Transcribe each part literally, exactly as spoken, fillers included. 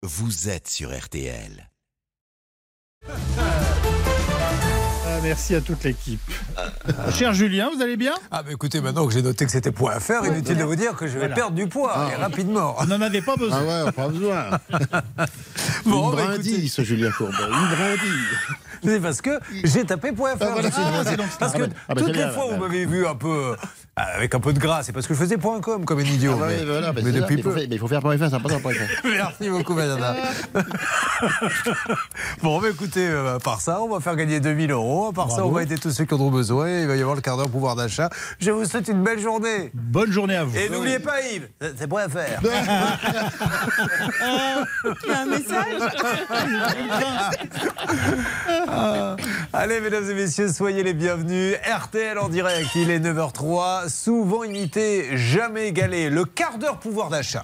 vous êtes sur R T L. Ah, merci à toute l'équipe. Ah. Cher Julien, vous allez bien? Ah bah écoutez, maintenant que j'ai noté que c'était point à faire, ouais, inutile voilà. de vous dire que je vais voilà. perdre du poids, ah. et rapidement. Vous n'en avez pas besoin. Ah ouais, pas besoin. Bon, une bah brindille, écoutez... ce Julien Courbet, une brindille. C'est parce que j'ai tapé point à faire. Ah, voilà, ah, c'est parce que ah, bah, toutes les fois où vous m'avez vu un peu... avec un peu de gras, c'est parce que je faisais point com comme un idiot. Ah bah mais, oui, voilà, bah mais depuis ça, peu. Mais il faut faire point F R, ça passe en point F R. Merci beaucoup, madame. Bon, bah écoutez, euh, à part ça, on va faire gagner deux mille euros. À part Bravo. ça, on va aider tous ceux qui en ont besoin. Il va y avoir le quart d'heure pouvoir d'achat. Je vous souhaite une belle journée. Bonne journée à vous. Et n'oubliez pas, Yves, c'est point F R. Il y a un message. ah. Allez, mesdames et messieurs, soyez les bienvenus. R T L en direct, il est neuf heures zéro trois. Souvent imité, jamais égalé. Le quart d'heure pouvoir d'achat.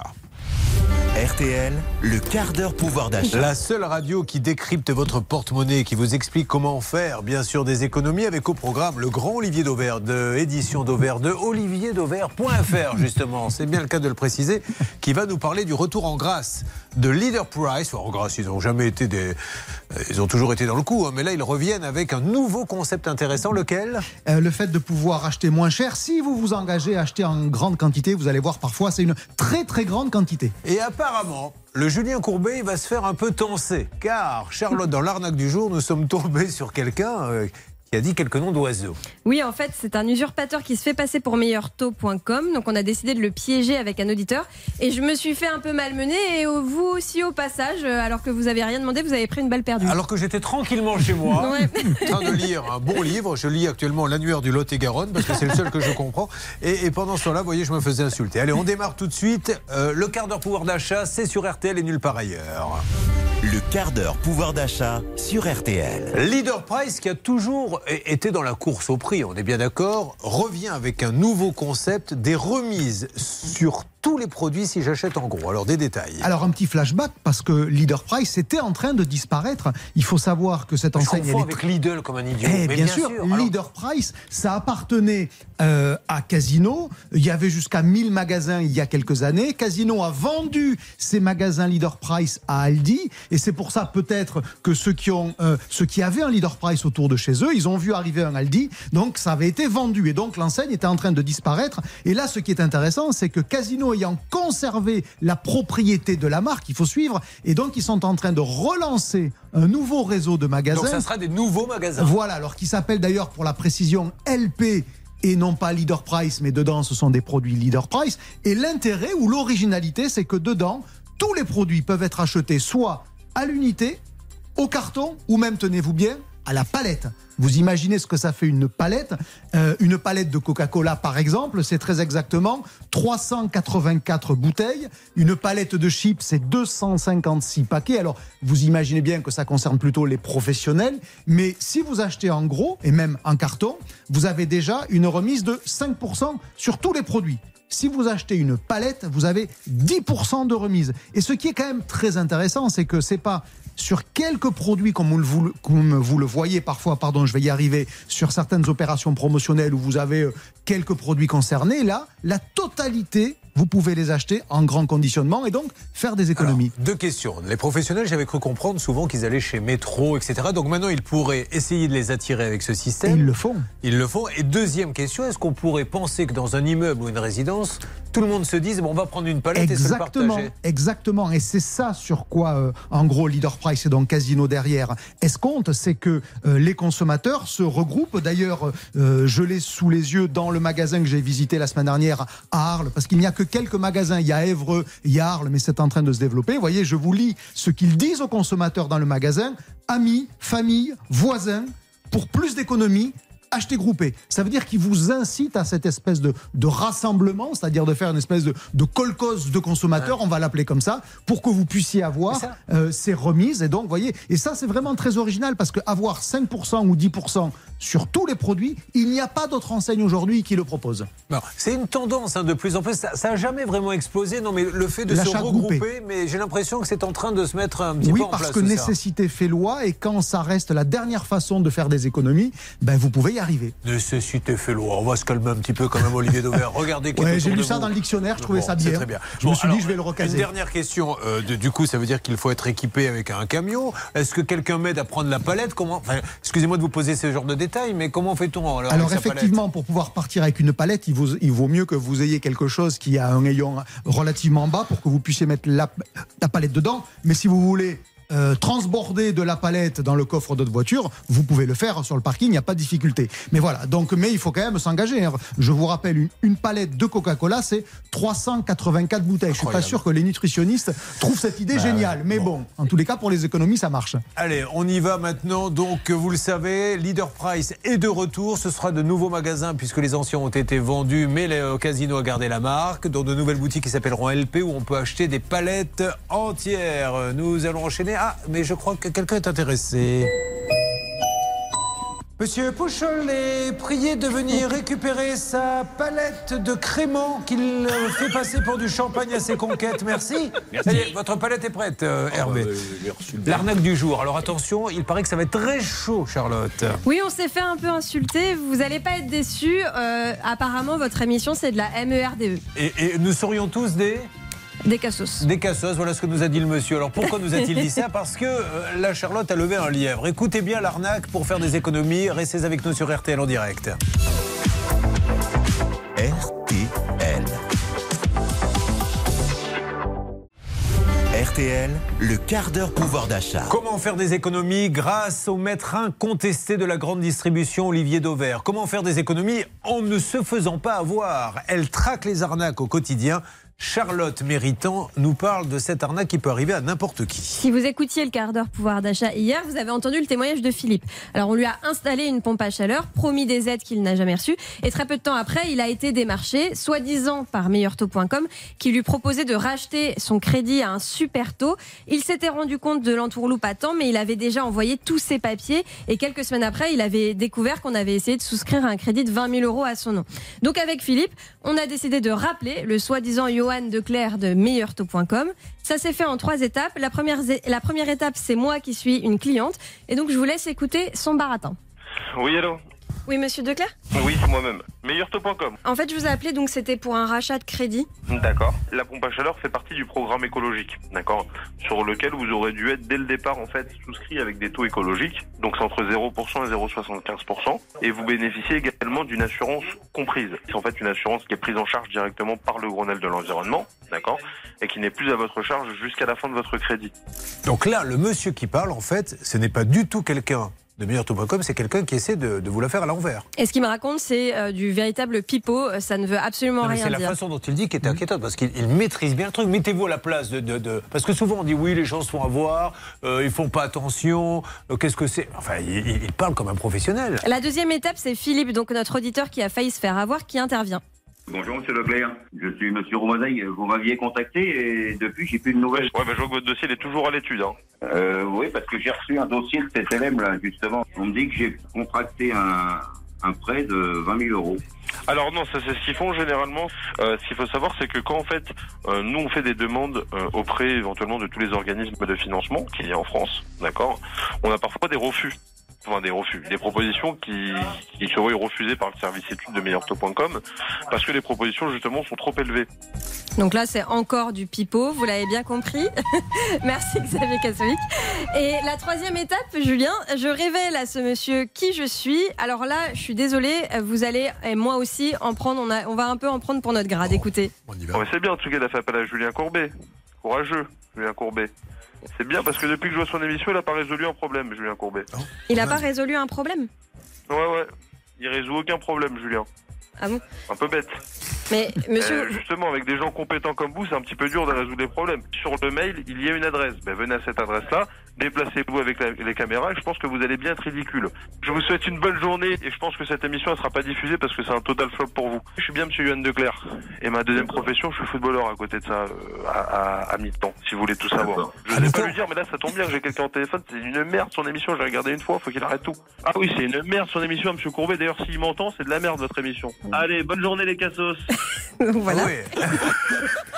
R T L, le quart d'heure pouvoir d'achat. La seule radio qui décrypte votre porte-monnaie, qui vous explique comment faire, bien sûr, des économies, avec au programme le grand Olivier Dauvert de Édition Dauvert, de olivier dauvert point F R, justement, c'est bien le cas de le préciser, qui va nous parler du retour en grâce de Leader Price. Enfin, en grâce, ils n'ont jamais été des... Ils ont toujours été dans le coup, hein, mais là, ils reviennent avec un nouveau concept intéressant, lequel euh, Le fait de pouvoir acheter moins cher. Si vous vous engagez à acheter en grande quantité, vous allez voir, parfois, c'est une très, très grande quantité. Et apparemment, le Julien Courbet il va se faire un peu tenser. Car, Charlotte, dans l'arnaque du jour, nous sommes tombés sur quelqu'un euh, qui a dit quelques noms d'oiseaux. Oui, en fait, c'est un usurpateur qui se fait passer pour meilleur taux point com. Donc, on a décidé de le piéger avec un auditeur. Et je me suis fait un peu malmener. Et vous aussi, au passage, alors que vous n'avez rien demandé, vous avez pris une balle perdue. Alors que j'étais tranquillement chez moi, ouais. en train de lire un bon livre. Je lis actuellement l'annuaire du Lot-et-Garonne, parce que c'est le seul que je comprends. Et, et pendant ce temps-là, vous voyez, je me faisais insulter. Allez, on démarre tout de suite. Euh, le quart d'heure pouvoir d'achat, c'est sur R T L et nulle part ailleurs. Le quart d'heure pouvoir d'achat sur R T L. Leader Price, qui a toujours été dans la course au prix, on est bien d'accord, revient avec un nouveau concept, des remises sur tous les produits si j'achète en gros. Alors des détails. Alors un petit flashback, parce que Leader Price était en train de disparaître. Il faut savoir que cette enseigne... Je confonds avec Lidl comme un idiot. Eh, mais bien, bien sûr, sûr. Alors... Leader Price, ça appartenait euh, à Casino. Il y avait jusqu'à mille magasins il y a quelques années. Casino a vendu ses magasins Leader Price à Aldi. Et c'est pour ça peut-être que ceux qui, ont, euh, ceux qui avaient un Leader Price autour de chez eux, ils ont vu arriver un Aldi. Donc ça avait été vendu. Et donc l'enseigne était en train de disparaître. Et là, ce qui est intéressant, c'est que Casino ayant conservé la propriété de la marque, il faut suivre, et donc ils sont en train de relancer un nouveau réseau de magasins. Donc ça sera des nouveaux magasins. Voilà, alors qui s'appelle d'ailleurs, pour la précision, L P et non pas Leader Price, mais dedans ce sont des produits Leader Price. Et l'intérêt ou l'originalité, c'est que dedans, tous les produits peuvent être achetés soit à l'unité, au carton, ou même, tenez-vous bien, à la palette. Vous imaginez ce que ça fait une palette. Euh, une palette de Coca-Cola, par exemple, c'est très exactement trois cent quatre-vingt-quatre bouteilles. Une palette de chips, c'est deux cent cinquante-six paquets. Alors, vous imaginez bien que ça concerne plutôt les professionnels. Mais si vous achetez en gros, et même en carton, vous avez déjà une remise de cinq pour cent sur tous les produits. Si vous achetez une palette, vous avez dix pour cent de remise. Et ce qui est quand même très intéressant, c'est que c'est pas sur quelques produits, comme vous, comme vous le voyez parfois, pardon, je vais y arriver, sur certaines opérations promotionnelles où vous avez quelques produits concernés, là, la totalité, vous pouvez les acheter en grand conditionnement et donc faire des économies. Alors, deux questions. Les professionnels, j'avais cru comprendre souvent qu'ils allaient chez Métro, et cetera. Donc maintenant, ils pourraient essayer de les attirer avec ce système. Et ils le font. Ils le font. Et deuxième question, est-ce qu'on pourrait penser que dans un immeuble ou une résidence, tout le monde se dise, bon, on va prendre une palette exactement, et se le partager. Exactement. Et c'est ça sur quoi, euh, en gros, Leader Price et donc Casino derrière escompte, c'est que euh, les consommateurs se regroupent. D'ailleurs, euh, je l'ai sous les yeux dans le magasin que j'ai visité la semaine dernière à Arles, parce qu'il n'y a que quelques magasins. Il y a Évreux, il y a Arles, mais c'est en train de se développer. Vous voyez, je vous lis ce qu'ils disent aux consommateurs dans le magasin. Amis, famille, voisins, pour plus d'économies, acheter groupé. Ça veut dire qu'ils vous incitent à cette espèce de, de rassemblement, c'est-à-dire de faire une espèce de, de kolkhoz de consommateurs, ouais. On va l'appeler comme ça, pour que vous puissiez avoir euh, ces remises. Et donc, vous voyez, et ça, c'est vraiment très original, parce qu'avoir cinq pour cent ou dix pour cent sur tous les produits, il n'y a pas d'autre enseigne aujourd'hui qui le propose. Bon, c'est une tendance hein, de plus en plus. Ça n'a jamais vraiment explosé. Non, mais le fait de se regrouper, groupé. Mais j'ai l'impression que c'est en train de se mettre un petit oui, peu en place. Oui, parce que nécessité fait loi, et quand ça reste la dernière façon de faire des économies, ben vous pouvez y arriver. Nécessité fait loi. On va se calmer un petit peu quand même, Olivier Dauvert. Regardez. Ouais, j'ai lu ça dans le dictionnaire, je trouvais bon, ça bien. Très bien. Je bon, me suis alors, dit, je vais le recaser. Une dernière question. Euh, de, du coup, ça veut dire qu'il faut être équipé avec un camion. Est-ce que quelqu'un m'aide à prendre la palette? Comment enfin, excusez-moi de vous poser ce genre de détails, mais comment fait-on alors, alors effectivement, pour pouvoir partir avec une palette, il vaut, il vaut mieux que vous ayez quelque chose qui a un rayon relativement bas pour que vous puissiez mettre la, la palette dedans. Mais si vous voulez Euh, transborder de la palette dans le coffre de votre voiture, vous pouvez le faire sur le parking, il n'y a pas de difficulté. Mais voilà, donc, mais il faut quand même s'engager. Hein. Je vous rappelle, une, une palette de Coca-Cola, c'est trois cent quatre-vingt-quatre bouteilles. Incroyable. Je ne suis pas sûr que les nutritionnistes trouvent cette idée bah géniale. Ouais. Mais bon. bon, en tous les cas, pour les économies, ça marche. Allez, on y va maintenant. Donc, vous le savez, Leader Price est de retour. Ce sera de nouveaux magasins puisque les anciens ont été vendus, mais le casino a gardé la marque. Dans de nouvelles boutiques qui s'appelleront L P où on peut acheter des palettes entières. Nous allons enchaîner. Ah, mais je crois que quelqu'un est intéressé. Monsieur Pouchol est prié de venir récupérer sa palette de crémant qu'il fait passer pour du champagne à ses conquêtes. Merci. Merci. Allez, votre palette est prête, euh, oh, Hervé. Bah, l'arnaque du jour. Alors attention, il paraît que ça va être très chaud, Charlotte. Oui, on s'est fait un peu insulter. Vous n'allez pas être déçus. Euh, apparemment, votre émission, c'est de la M E R D E. Et, et nous serions tous des... Des cassos. Des cassos, voilà ce que nous a dit le monsieur. Alors pourquoi nous a-t-il dit ça? Parce que euh, la Charlotte a levé un lièvre. Écoutez bien l'arnaque pour faire des économies. Restez avec nous sur R T L en direct. R T L. R T L, le quart d'heure pouvoir d'achat. Comment faire des économies grâce au maître incontesté de la grande distribution, Olivier Dauvert? Comment faire des économies en ne se faisant pas avoir? Elle traque les arnaques au quotidien. Charlotte Méritant nous parle de cette arnaque qui peut arriver à n'importe qui. Si vous écoutiez le quart d'heure pouvoir d'achat hier, vous avez entendu le témoignage de Philippe. Alors on lui a installé une pompe à chaleur, promis des aides qu'il n'a jamais reçues, et très peu de temps après, il a été démarché, soi-disant par meilleur taux point com, qui lui proposait de racheter son crédit à un super taux. Il s'était rendu compte de l'entourloupe à temps, mais il avait déjà envoyé tous ses papiers, et quelques semaines après, il avait découvert qu'on avait essayé de souscrire un crédit de vingt mille euros à son nom. Donc avec Philippe, on a décidé de rappeler le soi-disant Johan Declerc de meilleur taux point com. Ça s'est fait en trois étapes. La première, la première étape, c'est moi qui suis une cliente. Et donc, je vous laisse écouter son baratin. Oui, allô? Oui, monsieur Declerc? Oui, c'est moi-même. meilleur taux point com. En fait, je vous ai appelé, donc c'était pour un rachat de crédit. D'accord. La pompe à chaleur fait partie du programme écologique, d'accord, sur lequel vous aurez dû être dès le départ en fait souscrit avec des taux écologiques. Donc c'est entre zéro pour cent et zéro virgule soixante-quinze pour cent. Et vous bénéficiez également d'une assurance comprise. C'est en fait une assurance qui est prise en charge directement par le Grenelle de l'environnement, d'accord, et qui n'est plus à votre charge jusqu'à la fin de votre crédit. Donc là, le monsieur qui parle, en fait, ce n'est pas du tout quelqu'un de meilleur taux point com, c'est quelqu'un qui essaie de, de vous la faire à l'envers. Et ce qu'il me raconte, c'est euh, du véritable pipeau. Ça ne veut absolument non, rien dire. C'est la façon dont il dit qui est inquiétante, parce qu'il il maîtrise bien le truc. Mettez-vous à la place de, de, de... Parce que souvent on dit oui, les gens se font avoir, euh, ils font pas attention, euh, qu'est-ce que c'est? Enfin, il, il parle comme un professionnel. La deuxième étape, c'est Philippe, donc notre auditeur qui a failli se faire avoir, qui intervient. Bonjour Monsieur Leclerc, je suis Monsieur Romazeille, vous m'aviez contacté et depuis j'ai plus de nouvelles. Ouais, bah, je vois que votre dossier il est toujours à l'étude. Hein. Euh, oui, parce que j'ai reçu un dossier de cet élève là justement. On me dit que j'ai contracté un, un prêt de vingt mille euros. Alors non, ça c'est ce qu'ils font généralement. Euh, ce qu'il faut savoir, c'est que quand en fait, euh, nous on fait des demandes euh, auprès éventuellement de tous les organismes de financement qu'il y a en France, d'accord, on a parfois des refus. Enfin, des refus, des propositions qui, qui seraient refusées par le service études de meilleur taux point com parce que les propositions justement sont trop élevées. Donc là c'est encore du pipeau, vous l'avez bien compris. Merci Xavier Kasovic. Et la troisième étape, Julien, je révèle à ce monsieur qui je suis. Alors là, je suis désolée, vous allez, et moi aussi, en prendre, on, a, on va un peu en prendre pour notre grade, écoutez. On y va. Oh, c'est bien en tout cas, il a fait appel à Julien Courbet. Courageux, Julien Courbet. C'est bien parce que depuis que je vois son émission, il n'a pas résolu un problème, Julien Courbet. Oh. Il n'a pas résolu un problème? Ouais, ouais. Il résout aucun problème, Julien. Ah bon? Un peu bête. Mais monsieur... Euh, justement, avec des gens compétents comme vous, c'est un petit peu dur de résoudre les problèmes. Sur le mail, il y a une adresse. Ben, venez à cette adresse-là, déplacez-vous avec la, les caméras et je pense que vous allez bien être ridicule. Je vous souhaite une bonne journée et je pense que cette émission ne sera pas diffusée parce que c'est un total flop pour vous. Je suis bien Monsieur Johan Declerc. Et ma deuxième profession, je suis footballeur à côté de ça, euh, à, à, à mi-temps, si vous voulez tout savoir. Je ne sais pas lui dire, mais là ça tombe bien que j'ai quelqu'un au téléphone. C'est une merde son émission, j'ai regardé une fois, faut qu'il arrête tout. Ah oui, c'est une merde son émission, Monsieur Courbet. D'ailleurs, s'il m'entend, c'est de la merde votre émission. Allez, bonne journée les cassos. Voilà. Oui.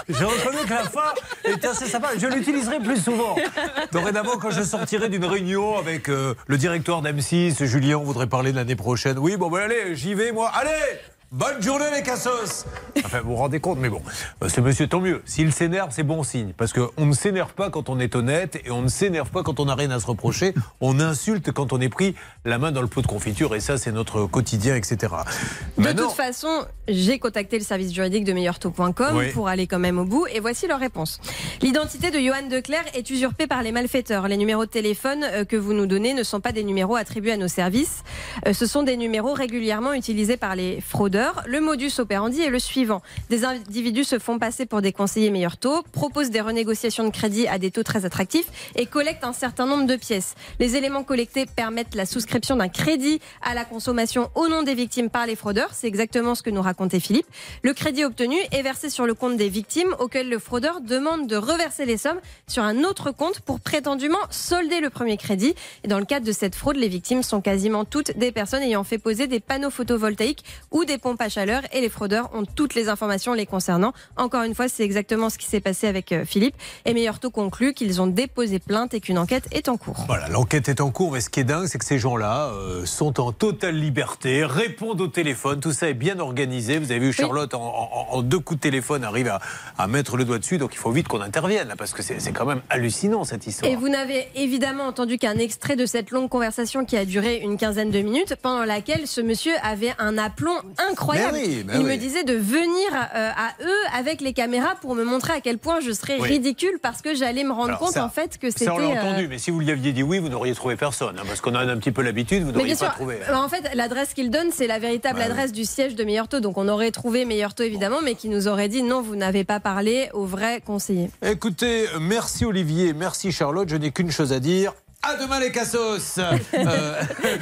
Je reconnais que la fin est assez sympa. Je l'utiliserai plus souvent. Dorénavant, quand je sortirai d'une réunion avec euh, le directeur d'M six, Julien, on voudrait parler de l'année prochaine. Oui, bon, ben allez, j'y vais, moi. Allez! Bonne journée les cassos. Enfin, vous vous rendez compte, mais bon, ce monsieur, tant mieux. S'il s'énerve, c'est bon signe. Parce qu'on ne s'énerve pas quand on est honnête et on ne s'énerve pas quand on n'a rien à se reprocher. On insulte quand on est pris la main dans le pot de confiture et ça, c'est notre quotidien, et cetera. De Maintenant, toute façon, j'ai contacté le service juridique de meilleur taux point com oui. pour aller quand même au bout et voici leur réponse. L'identité de Johan Declercq est usurpée par les malfaiteurs. Les numéros de téléphone que vous nous donnez ne sont pas des numéros attribués à nos services. Ce sont des numéros régulièrement utilisés par les fraudeurs. Le modus operandi est le suivant. Des individus se font passer pour des conseillers meilleurs taux, proposent des renégociations de crédit à des taux très attractifs et collectent un certain nombre de pièces. Les éléments collectés permettent la souscription d'un crédit à la consommation au nom des victimes par les fraudeurs. C'est exactement ce que nous racontait Philippe. Le crédit obtenu est versé sur le compte des victimes auquel le fraudeur demande de reverser les sommes sur un autre compte pour prétendument solder le premier crédit. Et dans le cadre de cette fraude, les victimes sont quasiment toutes des personnes ayant fait poser des panneaux photovoltaïques ou des pompes à chaleur et les fraudeurs ont toutes les informations les concernant. Encore une fois, c'est exactement ce qui s'est passé avec Philippe. Et Meilleur Taux conclut qu'ils ont déposé plainte et qu'une enquête est en cours. Voilà, l'enquête est en cours, mais ce qui est dingue, c'est que ces gens-là euh, sont en totale liberté, répondent au téléphone, tout ça est bien organisé. Vous avez vu, Charlotte, oui. en, en, en deux coups de téléphone, arrive à, à mettre le doigt dessus, donc il faut vite qu'on intervienne, là, parce que c'est, c'est quand même hallucinant, cette histoire. Et vous n'avez évidemment entendu qu'un extrait de cette longue conversation qui a duré une quinzaine de minutes, pendant laquelle ce monsieur avait un aplomb incroyable. Oui, il oui. me disait de venir euh, à eux avec les caméras pour me montrer à quel point je serais oui. ridicule parce que j'allais me rendre Alors compte ça, en fait que c'était... Ça on l'a entendu, euh... mais si vous lui aviez dit oui, vous n'auriez trouvé personne, hein, parce qu'on a un petit peu l'habitude, vous n'auriez pas sûr, trouvé. Hein. En fait, l'adresse qu'il donne, c'est la véritable ouais, adresse oui. du siège de Meilleur Taux, donc on aurait trouvé Meilleur Taux évidemment, mais qui nous aurait dit non, vous n'avez pas parlé au vrai conseiller. Écoutez, merci Olivier, merci Charlotte, je n'ai qu'une chose à dire. À demain les cassos. euh,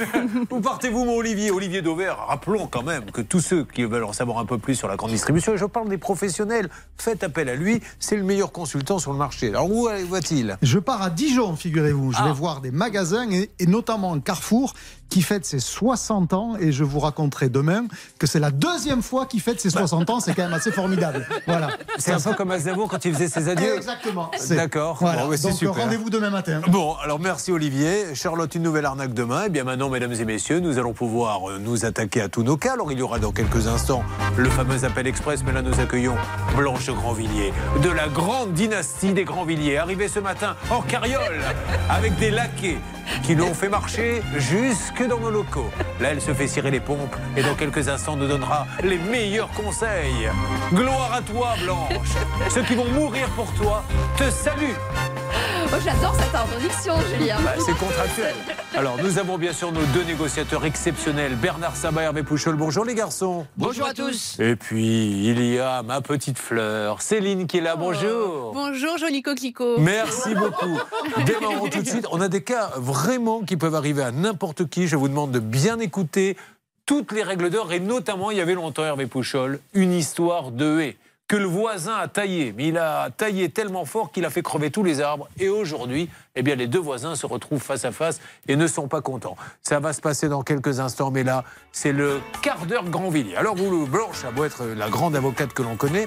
Où partez-vous mon Olivier Olivier Dauvert, rappelons quand même que tous ceux qui veulent en savoir un peu plus sur la grande distribution, et je parle des professionnels, faites appel à lui, c'est le meilleur consultant sur le marché. Alors où va-t-il ? Je pars à Dijon, figurez-vous. Je ah. vais voir des magasins et, et notamment un Carrefour qui fête ses soixante ans et je vous raconterai demain que c'est la deuxième fois qu'il fête ses soixante ans, c'est quand même assez formidable. Voilà. C'est un peu comme Aznavour quand il faisait ses adieux. Exactement. D'accord. Voilà. Bon, ouais, c'est donc super. Rendez-vous demain matin. Bon, alors merci Olivier. Charlotte, une nouvelle arnaque demain. Et bien maintenant, mesdames et messieurs, nous allons pouvoir nous attaquer à tous nos cas. Alors il y aura dans quelques instants le fameux appel express, mais là nous accueillons Blanche Grandvilliers, de la grande dynastie des Grandvilliers, arrivée ce matin en carriole avec des laquais qui l'ont fait marcher jusque dans nos locaux. Là, elle se fait cirer les pompes et dans quelques instants nous donnera les meilleurs conseils. Gloire à toi, Blanche. Ceux qui vont mourir pour toi te saluent. Oh, j'adore cette introduction, Julien. Bah, c'est contractuel. Alors, nous avons bien sûr nos deux négociateurs exceptionnels, Bernard Sabat et Hervé Pouchol. Bonjour les garçons. Bonjour à tous. Et puis, il y a ma petite fleur, Céline qui est là. Bonjour. Bonjour, joli coquelicot. Merci beaucoup. Démarrons tout de suite. On a des cas vraiment qui peuvent arriver à n'importe qui. Je vous demande de bien écouter toutes les règles d'or et notamment, il y avait longtemps, Hervé Pouchol, une histoire de haie que le voisin a taillé, mais il a taillé tellement fort qu'il a fait crever tous les arbres. Et aujourd'hui, eh bien, les deux voisins se retrouvent face à face et ne sont pas contents. Ça va se passer dans quelques instants, mais là, c'est le quart d'heure Grandvilliers. Alors, vous, Blanche a beau être la grande avocate que l'on connaît,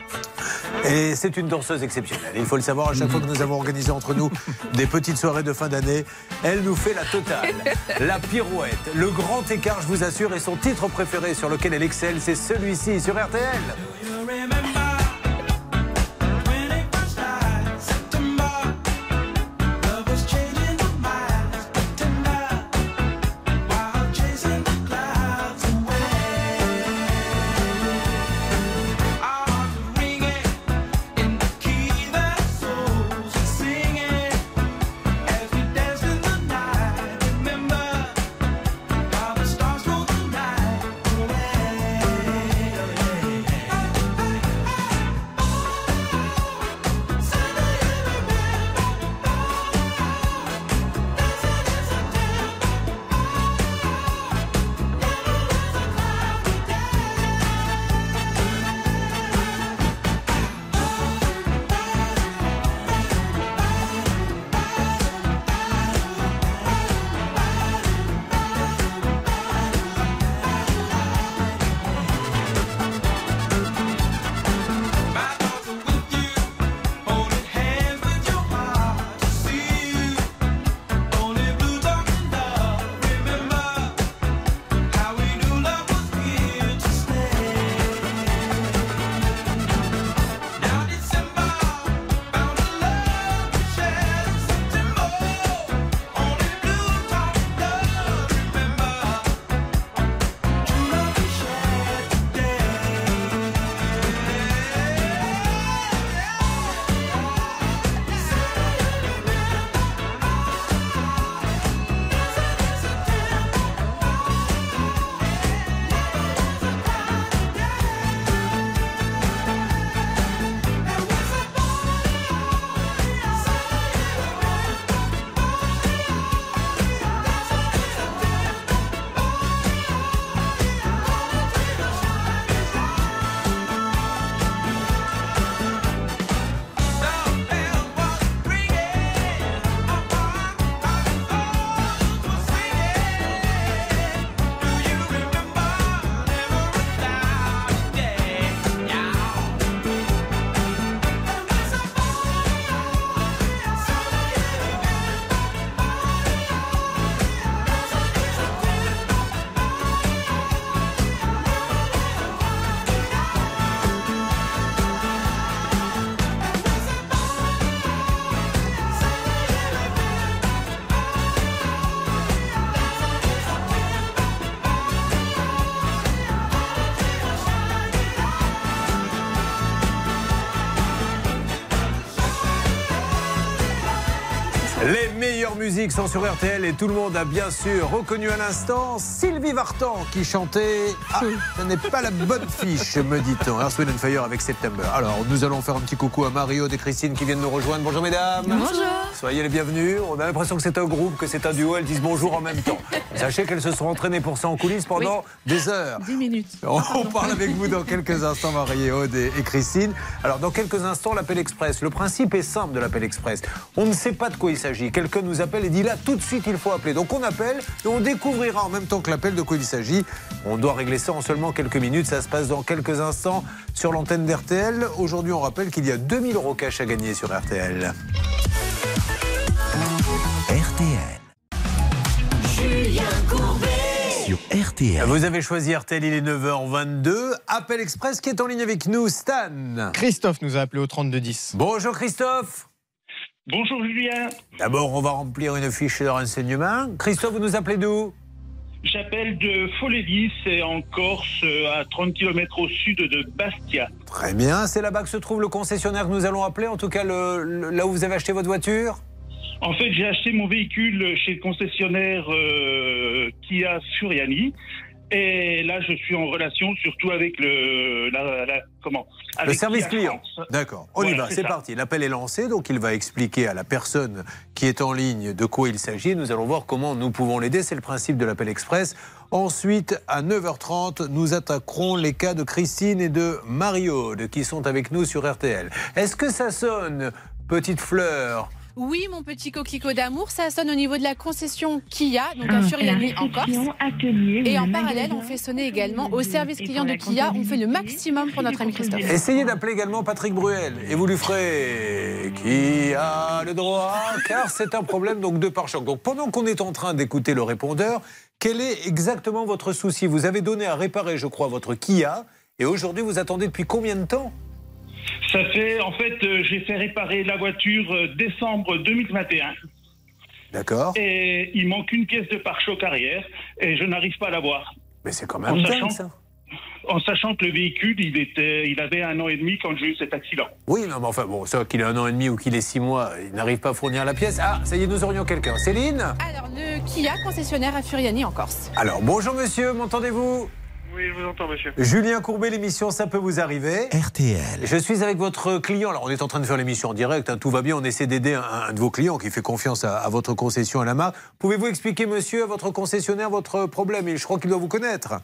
et c'est une danseuse exceptionnelle. Il faut le savoir, à chaque fois que nous avons organisé entre nous des petites soirées de fin d'année, elle nous fait la totale. La pirouette, le grand écart, je vous assure, et son titre préféré sur lequel elle excelle, c'est celui-ci sur R T L. Les meilleures musiques sont sur R T L et tout le monde a bien sûr reconnu à l'instant Sylvie Vartan qui chantait « Ah, ce n'est pas la bonne fiche, me dit-on ». Earth, Wind and Fire avec September. Alors, nous allons faire un petit coucou à Mario et Christine qui viennent nous rejoindre. Bonjour mesdames. Bonjour. Soyez les bienvenus. On a l'impression que c'est un groupe, que c'est un duo. Elles disent bonjour en même temps. Sachez qu'elles se sont entraînées pour ça en coulisses pendant oui. des heures. dix minutes. On, on parle avec vous dans quelques instants, Marie, Aude et, et Christine. Alors, dans quelques instants, l'appel express. Le principe est simple de l'appel express. On ne sait pas de quoi il s'agit. Quelqu'un nous appelle et dit là, tout de suite, il faut appeler. Donc, on appelle et on découvrira en même temps que l'appel de quoi il s'agit. On doit régler ça en seulement quelques minutes. Ça se passe dans quelques instants sur l'antenne d'R T L. Aujourd'hui, on rappelle qu'il y a deux mille euros cash à gagner sur R T L. R T L. Julien Courbet sur R T L. Vous avez choisi R T L, il est neuf heures vingt-deux. Appel express qui est en ligne avec nous, Stan. Christophe nous a appelé au trente-deux dix. Bonjour Christophe. Bonjour Julien. D'abord, on va remplir une fiche de renseignement. Christophe, vous nous appelez d'où? J'appelle de Follévis, c'est en Corse, à trente kilomètres au sud de Bastia. Très bien, c'est là-bas que se trouve le concessionnaire que nous allons appeler, en tout cas le, le, là où vous avez acheté votre voiture? En fait, j'ai acheté mon véhicule chez le concessionnaire euh, Kia Furiani. Et là, je suis en relation surtout avec le, la, la, comment, avec le service Kia client. France. D'accord, on Voilà, y va, c'est c'est ça. parti. L'appel est lancé, donc il va expliquer à la personne qui est en ligne de quoi il s'agit. Nous allons voir comment nous pouvons l'aider. C'est le principe de l'appel express. Ensuite, à neuf heures trente, nous attaquerons les cas de Christine et de Marie-Aude qui sont avec nous sur R T L. Est-ce que ça sonne, petite fleur? Oui, mon petit coquelicot d'amour, ça sonne au niveau de la concession Kia, donc à Furiani en Corse. Et en parallèle, on fait sonner également au service client de Kia. On fait le maximum pour notre ami Christophe. Essayez d'appeler également Patrick Bruel et vous lui ferez qui a le droit, car c'est un problème donc de pare-choc. Donc pendant qu'on est en train d'écouter le répondeur, quel est exactement votre souci? Vous avez donné à réparer, je crois, votre Kia et aujourd'hui vous attendez depuis combien de temps? Ça fait, en fait, euh, j'ai fait réparer la voiture euh, décembre deux mille vingt et un. D'accord. Et il manque une pièce de pare-choc arrière et je n'arrive pas à l'avoir. Mais c'est quand même en dingue, sachant, ça. En sachant que le véhicule, il, était, il avait un an et demi quand j'ai eu cet accident. Oui, non, mais enfin, bon, ça, qu'il ait un an et demi ou qu'il ait six mois, il n'arrive pas à fournir la pièce. Ah, ça y est, nous aurions quelqu'un. Céline? Alors, le Kia concessionnaire à Furiani en Corse. Alors, bonjour monsieur, m'entendez-vous? Oui, je vous entends, monsieur. Julien Courbet, l'émission Ça peut vous arriver. R T L. Je suis avec votre client. Alors, on est en train de faire l'émission en direct. Hein, tout va bien. On essaie d'aider un, un de vos clients qui fait confiance à, à votre concession à la marque. Pouvez-vous expliquer, monsieur, à votre concessionnaire, votre problème? Et je crois qu'il doit vous connaître.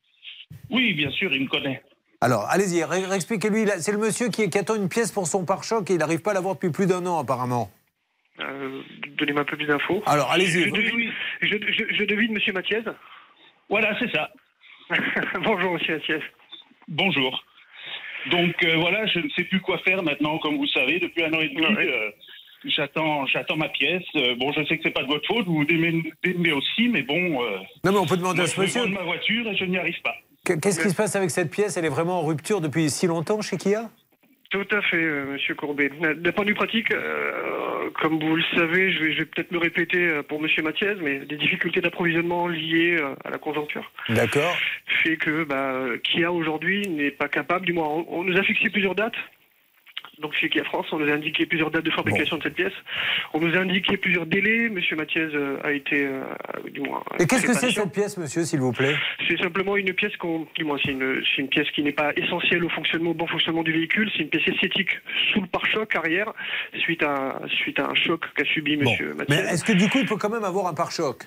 Oui, bien sûr, il me connaît. Alors, allez-y, expliquez-lui. C'est le monsieur qui, qui attend une pièce pour son pare-choc et il n'arrive pas à l'avoir depuis plus d'un an, apparemment. Euh, Donnez-moi un peu plus d'infos. Alors, allez-y. Je devine, je, je, je devine monsieur Mathiez. Voilà, c'est ça. Bonjour, monsieur Mathiez. Bonjour. Donc euh, voilà, je ne sais plus quoi faire maintenant, comme vous savez, depuis un an et demi. Ouais. Euh, j'attends, j'attends ma pièce. Euh, bon, je sais que c'est pas de votre faute, vous vous démerdez aussi, mais bon. Euh, non, mais on peut demander moi, à ce je veux monsieur. vendre ma voiture et je n'y arrive pas. Qu'est-ce qui se passe avec cette pièce? Elle est vraiment en rupture depuis si longtemps chez Kia? Tout à fait, euh, monsieur Courbet. D'un point de vue pratique, euh, comme vous le savez, je vais, je vais peut-être me répéter euh, pour monsieur Mathiez, mais des difficultés d'approvisionnement liées euh, à la conjoncture. D'accord. Fait que bah, Kia aujourd'hui n'est pas capable, du moins on, on nous a fixé plusieurs dates. Donc chez Kia France, on nous a indiqué plusieurs dates de fabrication bon. de cette pièce. On nous a indiqué plusieurs délais. Monsieur Mathiez euh, a été, euh, du moins. Et qu'est-ce que c'est patient. cette pièce, monsieur, s'il vous plaît? C'est simplement une pièce qu'on, du moins c'est une, c'est une pièce qui n'est pas essentielle au fonctionnement, au bon fonctionnement du véhicule. C'est une pièce esthétique sous le pare-choc arrière suite à suite à un choc qu'a subi monsieur bon. Mathiez. Mais est-ce que du coup il peut quand même avoir un pare-choc?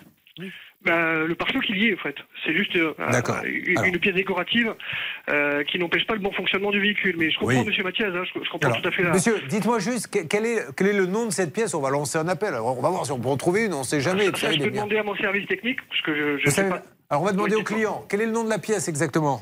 Bah, le pare-choc, il y est, en fait. C'est juste euh, une, Alors. une pièce décorative euh, qui n'empêche pas le bon fonctionnement du véhicule. Mais je comprends, oui. monsieur Mathiez, hein, je, je comprends Alors, tout à fait. La... Monsieur, dites-moi juste, quel est, quel est le nom de cette pièce? On va lancer un appel. Alors, on va voir si on peut en trouver une, on ne sait jamais. Ça, ça, je peux demander à mon service technique, parce que je ne sais savez... pas. Alors, on va demander oui, au client. Quel est le nom de la pièce, exactement?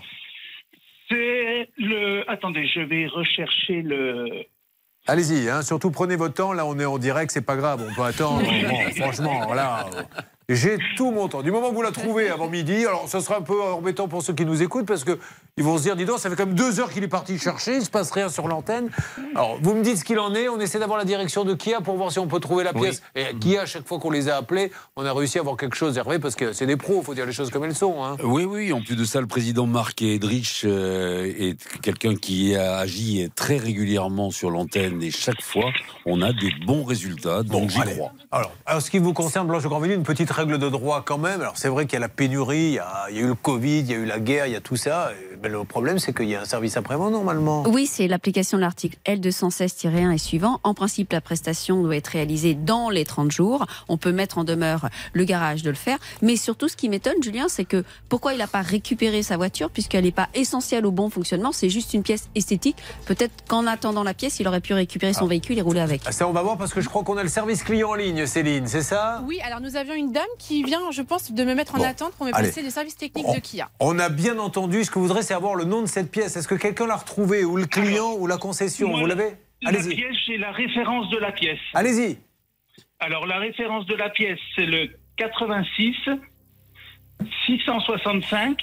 C'est le... Attendez, je vais rechercher le... Allez-y, hein, surtout prenez votre temps. Là, on est en direct, c'est pas grave. On peut attendre. Bon, franchement, voilà. J'ai tout mon temps. Du moment que vous la trouvez avant midi, alors ça sera un peu embêtant pour ceux qui nous écoutent parce qu'ils vont se dire, dis donc, ça fait quand même deux heures qu'il est parti chercher, il ne se passe rien sur l'antenne. Alors, vous me dites ce qu'il en est, on essaie d'avoir la direction de Kia pour voir si on peut trouver la pièce. Oui. Et Kia, à chaque fois qu'on les a appelés, on a réussi à avoir quelque chose, Hervé, parce que c'est des pros, il faut dire les choses comme elles sont. Hein. Oui, oui, en plus de ça, le président Marc Edrich euh, est quelqu'un qui a agi très régulièrement sur l'antenne et chaque fois, on a des bons résultats, donc bon, j'y allez. crois. Alors, alors, ce qui vous concerne, Blanche Grandvilliers, une petite règle de droit quand même. Alors, c'est vrai qu'il y a la pénurie, il y a, il y a eu le Covid, il y a eu la guerre, il y a tout ça. Mais le problème, c'est qu'il y a un service après-vente, normalement. Oui, c'est l'application de l'article L deux cent seize tiret un et suivant. En principe, la prestation doit être réalisée dans les trente jours. On peut mettre en demeure le garage de le faire. Mais surtout, ce qui m'étonne, Julien, c'est que pourquoi il n'a pas récupéré sa voiture, puisqu'elle n'est pas essentielle au bon fonctionnement. C'est juste une pièce esthétique. Peut-être qu'en attendant la pièce, il aurait pu récupérer son ah. véhicule et rouler avec. Ah, ça, on va voir, parce que je crois qu'on a le service client en ligne, Céline, c'est ça ? Oui, alors nous avions une dame qui vient, je pense, de me mettre en bon. attente pour me Allez. passer le service technique on, de Kia. On a bien entendu. Ce que vous voudrez, c'est avoir le nom de cette pièce. Est-ce que quelqu'un l'a retrouvée, ou le client, alors, ou la concession moi, vous l'avez ? Allez-y. La pièce, j'ai la référence de la pièce. Allez-y. Alors, la référence de la pièce, c'est le quatre-vingt-six six cent soixante-cinq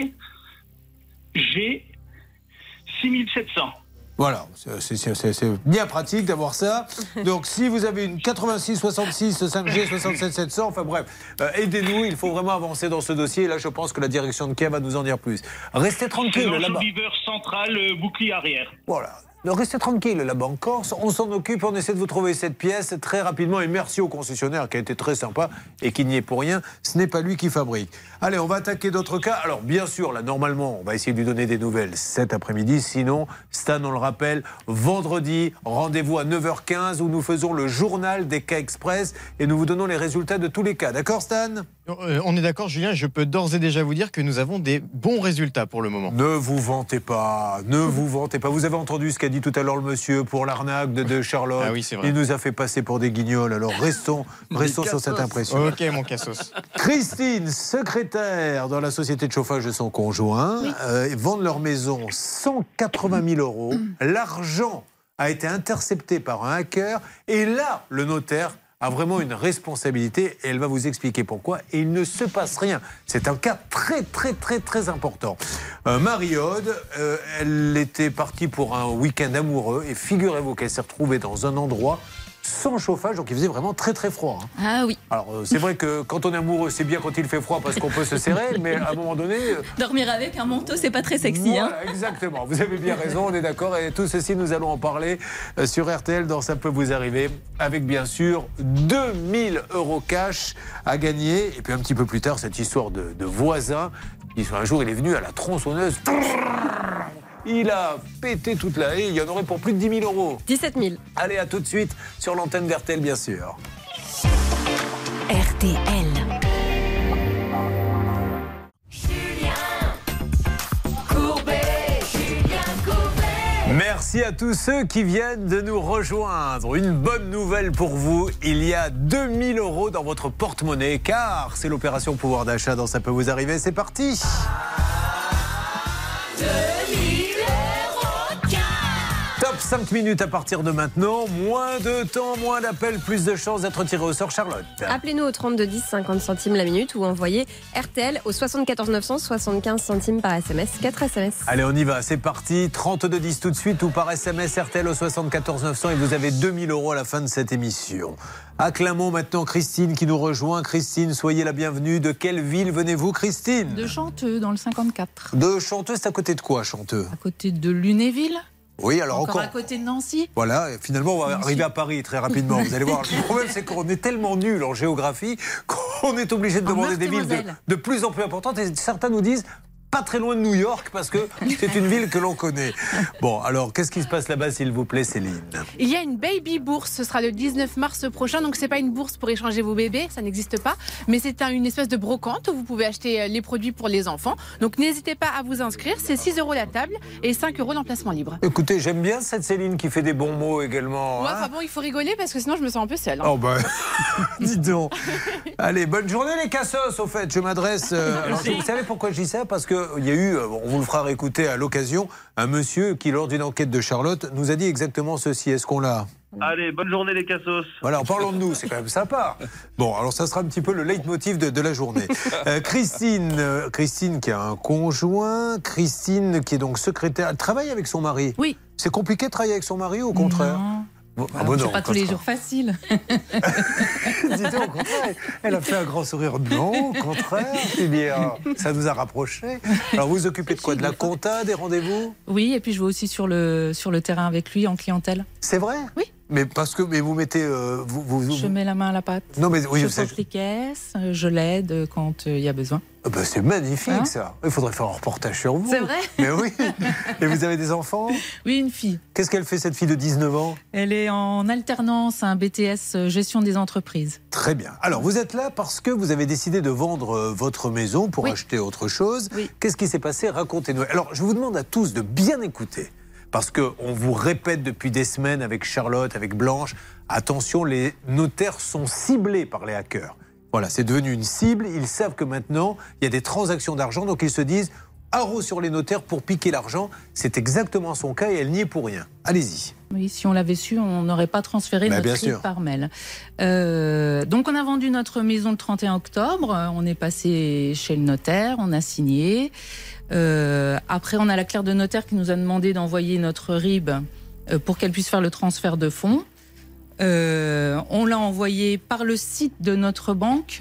G six mille sept cents. Voilà, c'est, c'est, c'est, c'est bien pratique d'avoir ça. Donc, si vous avez une quatre-vingt-six soixante-six cinq G soixante-sept sept cents, enfin bref, euh, aidez-nous, il faut vraiment avancer dans ce dossier. Et là, je pense que la direction de Kia va nous en dire plus. Restez tranquille là-bas. L'enjoliveur central, euh, bouclier arrière. Voilà. Donc, restez tranquille là-bas en Corse. On s'en occupe, on essaie de vous trouver cette pièce très rapidement. Et merci au concessionnaire qui a été très sympa et qui n'y est pour rien. Ce n'est pas lui qui fabrique. Allez, on va attaquer d'autres cas. Alors, bien sûr, là, normalement, on va essayer de lui donner des nouvelles cet après-midi. Sinon, Stan, on le rappelle, vendredi, rendez-vous à neuf heures quinze où nous faisons le journal des cas express et nous vous donnons les résultats de tous les cas. D'accord, Stan ? euh, On est d'accord, Julien. Je peux d'ores et déjà vous dire que nous avons des bons résultats pour le moment. Ne vous vantez pas. Ne vous vantez pas. Vous avez entendu ce qu'a dit tout à l'heure le monsieur pour l'arnaque de, de Charlotte. Ah oui, c'est vrai. Il nous a fait passer pour des guignols. Alors, restons, restons sur cette impression. Ok, mon cassos. Christine, secrétaire dans la société de chauffage de son conjoint, oui. euh, vendent leur maison cent quatre-vingt mille euros. L'argent a été intercepté par un hacker. Et là, le notaire a vraiment une responsabilité et elle va vous expliquer pourquoi. Et il ne se passe rien. C'est un cas très, très, très, très important. Euh, Marie-Aude, euh, elle était partie pour un week-end amoureux et figurez-vous qu'elle s'est retrouvée dans un endroit sans chauffage, donc il faisait vraiment très très froid. Hein. Ah oui. Alors euh, c'est vrai que quand on est amoureux, c'est bien quand il fait froid parce qu'on peut se serrer, mais à un moment donné... Euh... Dormir avec un manteau, c'est pas très sexy. Voilà, hein. Exactement. Vous avez bien raison, on est d'accord. Et tout ceci, nous allons en parler euh, sur R T L dans Ça peut vous arriver, avec bien sûr deux mille euros cash à gagner. Et puis un petit peu plus tard, cette histoire de, de voisin. Un jour, il est venu à la tronçonneuse. Il a pété toute la haie, il y en aurait pour plus de dix mille euros. dix-sept mille. Allez, à tout de suite sur l'antenne d'R T L, bien sûr. R T L. Merci à tous ceux qui viennent de nous rejoindre. Une bonne nouvelle pour vous, il y a deux mille euros dans votre porte-monnaie, car c'est l'opération pouvoir d'achat dans Ça peut vous arriver. C'est parti. Top cinq minutes à partir de maintenant. Moins de temps, moins d'appels, plus de chances d'être tiré au sort, Charlotte. Appelez-nous au trente-deux dix, cinquante centimes la minute ou envoyez R T L au soixante-quatorze neuf cents, soixante-quinze centimes par S M S, quatre S M S. Allez, on y va, c'est parti. trente-deux dix tout de suite ou par S M S R T L au soixante-quatorze neuf cents et vous avez deux mille euros à la fin de cette émission. Acclamons maintenant Christine qui nous rejoint. Christine, soyez la bienvenue. De quelle ville venez-vous, Christine ? De Chanteux, dans le cinquante-quatre. De Chanteux, c'est à côté de quoi, Chanteux ? À côté de Lunéville. Oui, alors encore, encore à côté de Nancy. Voilà, et finalement, on va Nancy. arriver à Paris très rapidement. Vous allez voir, le problème, c'est qu'on est tellement nul en géographie qu'on est obligé de demander des villes de, de plus en plus importantes. Et certains nous disent pas très loin de New York parce que c'est une ville que l'on connaît. Bon, alors, qu'est-ce qui se passe là-bas, s'il vous plaît, Céline ? Il y a une baby bourse, ce sera le dix-neuf mars prochain. Donc, c'est pas une bourse pour échanger vos bébés, ça n'existe pas. Mais c'est un, une espèce de brocante où vous pouvez acheter les produits pour les enfants. Donc, n'hésitez pas à vous inscrire. C'est six euros la table et cinq euros l'emplacement libre. Écoutez, j'aime bien cette Céline qui fait des bons mots également. Ouais, hein enfin bon, il faut rigoler parce que sinon, je me sens un peu seule. Hein. Oh, bah, dis donc. Allez, bonne journée, les cassos, au fait. Je m'adresse. Euh, alors, vous savez pourquoi je dis ça ? Parce que qu'il y a eu, on vous le fera réécouter à l'occasion, un monsieur qui, lors d'une enquête de Charlotte, nous a dit exactement ceci. Est-ce qu'on l'a ? Allez, bonne journée les cassos. Voilà, en parlant de nous, c'est quand même sympa. Bon, alors ça sera un petit peu le leitmotiv de, de la journée. Euh, Christine, euh, Christine qui a un conjoint, Christine qui est donc secrétaire, elle travaille avec son mari. Oui. C'est compliqué de travailler avec son mari ou au contraire ? Non. Bon, Ah, ah bon, c'est non, pas tous les jours facile. Dites au contraire, elle a fait un grand sourire. Non, au contraire, c'est bien. Ça nous a rapprochés. Alors vous vous occupez de quoi ? De la compta, des rendez-vous ? Oui, et puis je vais aussi sur le, sur le terrain avec lui en clientèle. C'est vrai ? Oui. Mais parce que mais vous mettez euh, vous, vous, vous- Je mets la main à la pâte. Non mais oui, je c'est- porte les caisses, euh, je l'aide quand il y a besoin. Ah bah, c'est magnifique Hein ça. Il faudrait faire un reportage sur vous. C'est vrai ? Mais oui. Et vous avez des enfants ? Oui, une fille. Qu'est-ce qu'elle fait cette fille de dix-neuf ans ? Elle est en alternance à un B T S euh, gestion des entreprises. Très bien. Alors vous êtes là parce que vous avez décidé de vendre euh, votre maison pour Oui. acheter autre chose. Oui. Qu'est-ce qui s'est passé ? Racontez-nous. Alors je vous demande à tous de bien écouter. Parce qu'on vous répète depuis des semaines avec Charlotte, avec Blanche, attention, les notaires sont ciblés par les hackers. Voilà, c'est devenu une cible. Ils savent que maintenant, il y a des transactions d'argent, donc ils se disent haro sur les notaires pour piquer l'argent. C'est exactement son cas et elle n'y est pour rien. Allez-y. Oui, si on l'avait su, on n'aurait pas transféré Bah, notre bien R I B sûr. par mail. Euh, donc on a vendu notre maison le trente et un octobre, on est passé chez le notaire, on a signé. Euh, après, on a la clerc de notaire qui nous a demandé d'envoyer notre R I B euh, pour qu'elle puisse faire le transfert de fonds. Euh, on l'a envoyé par le site de notre banque.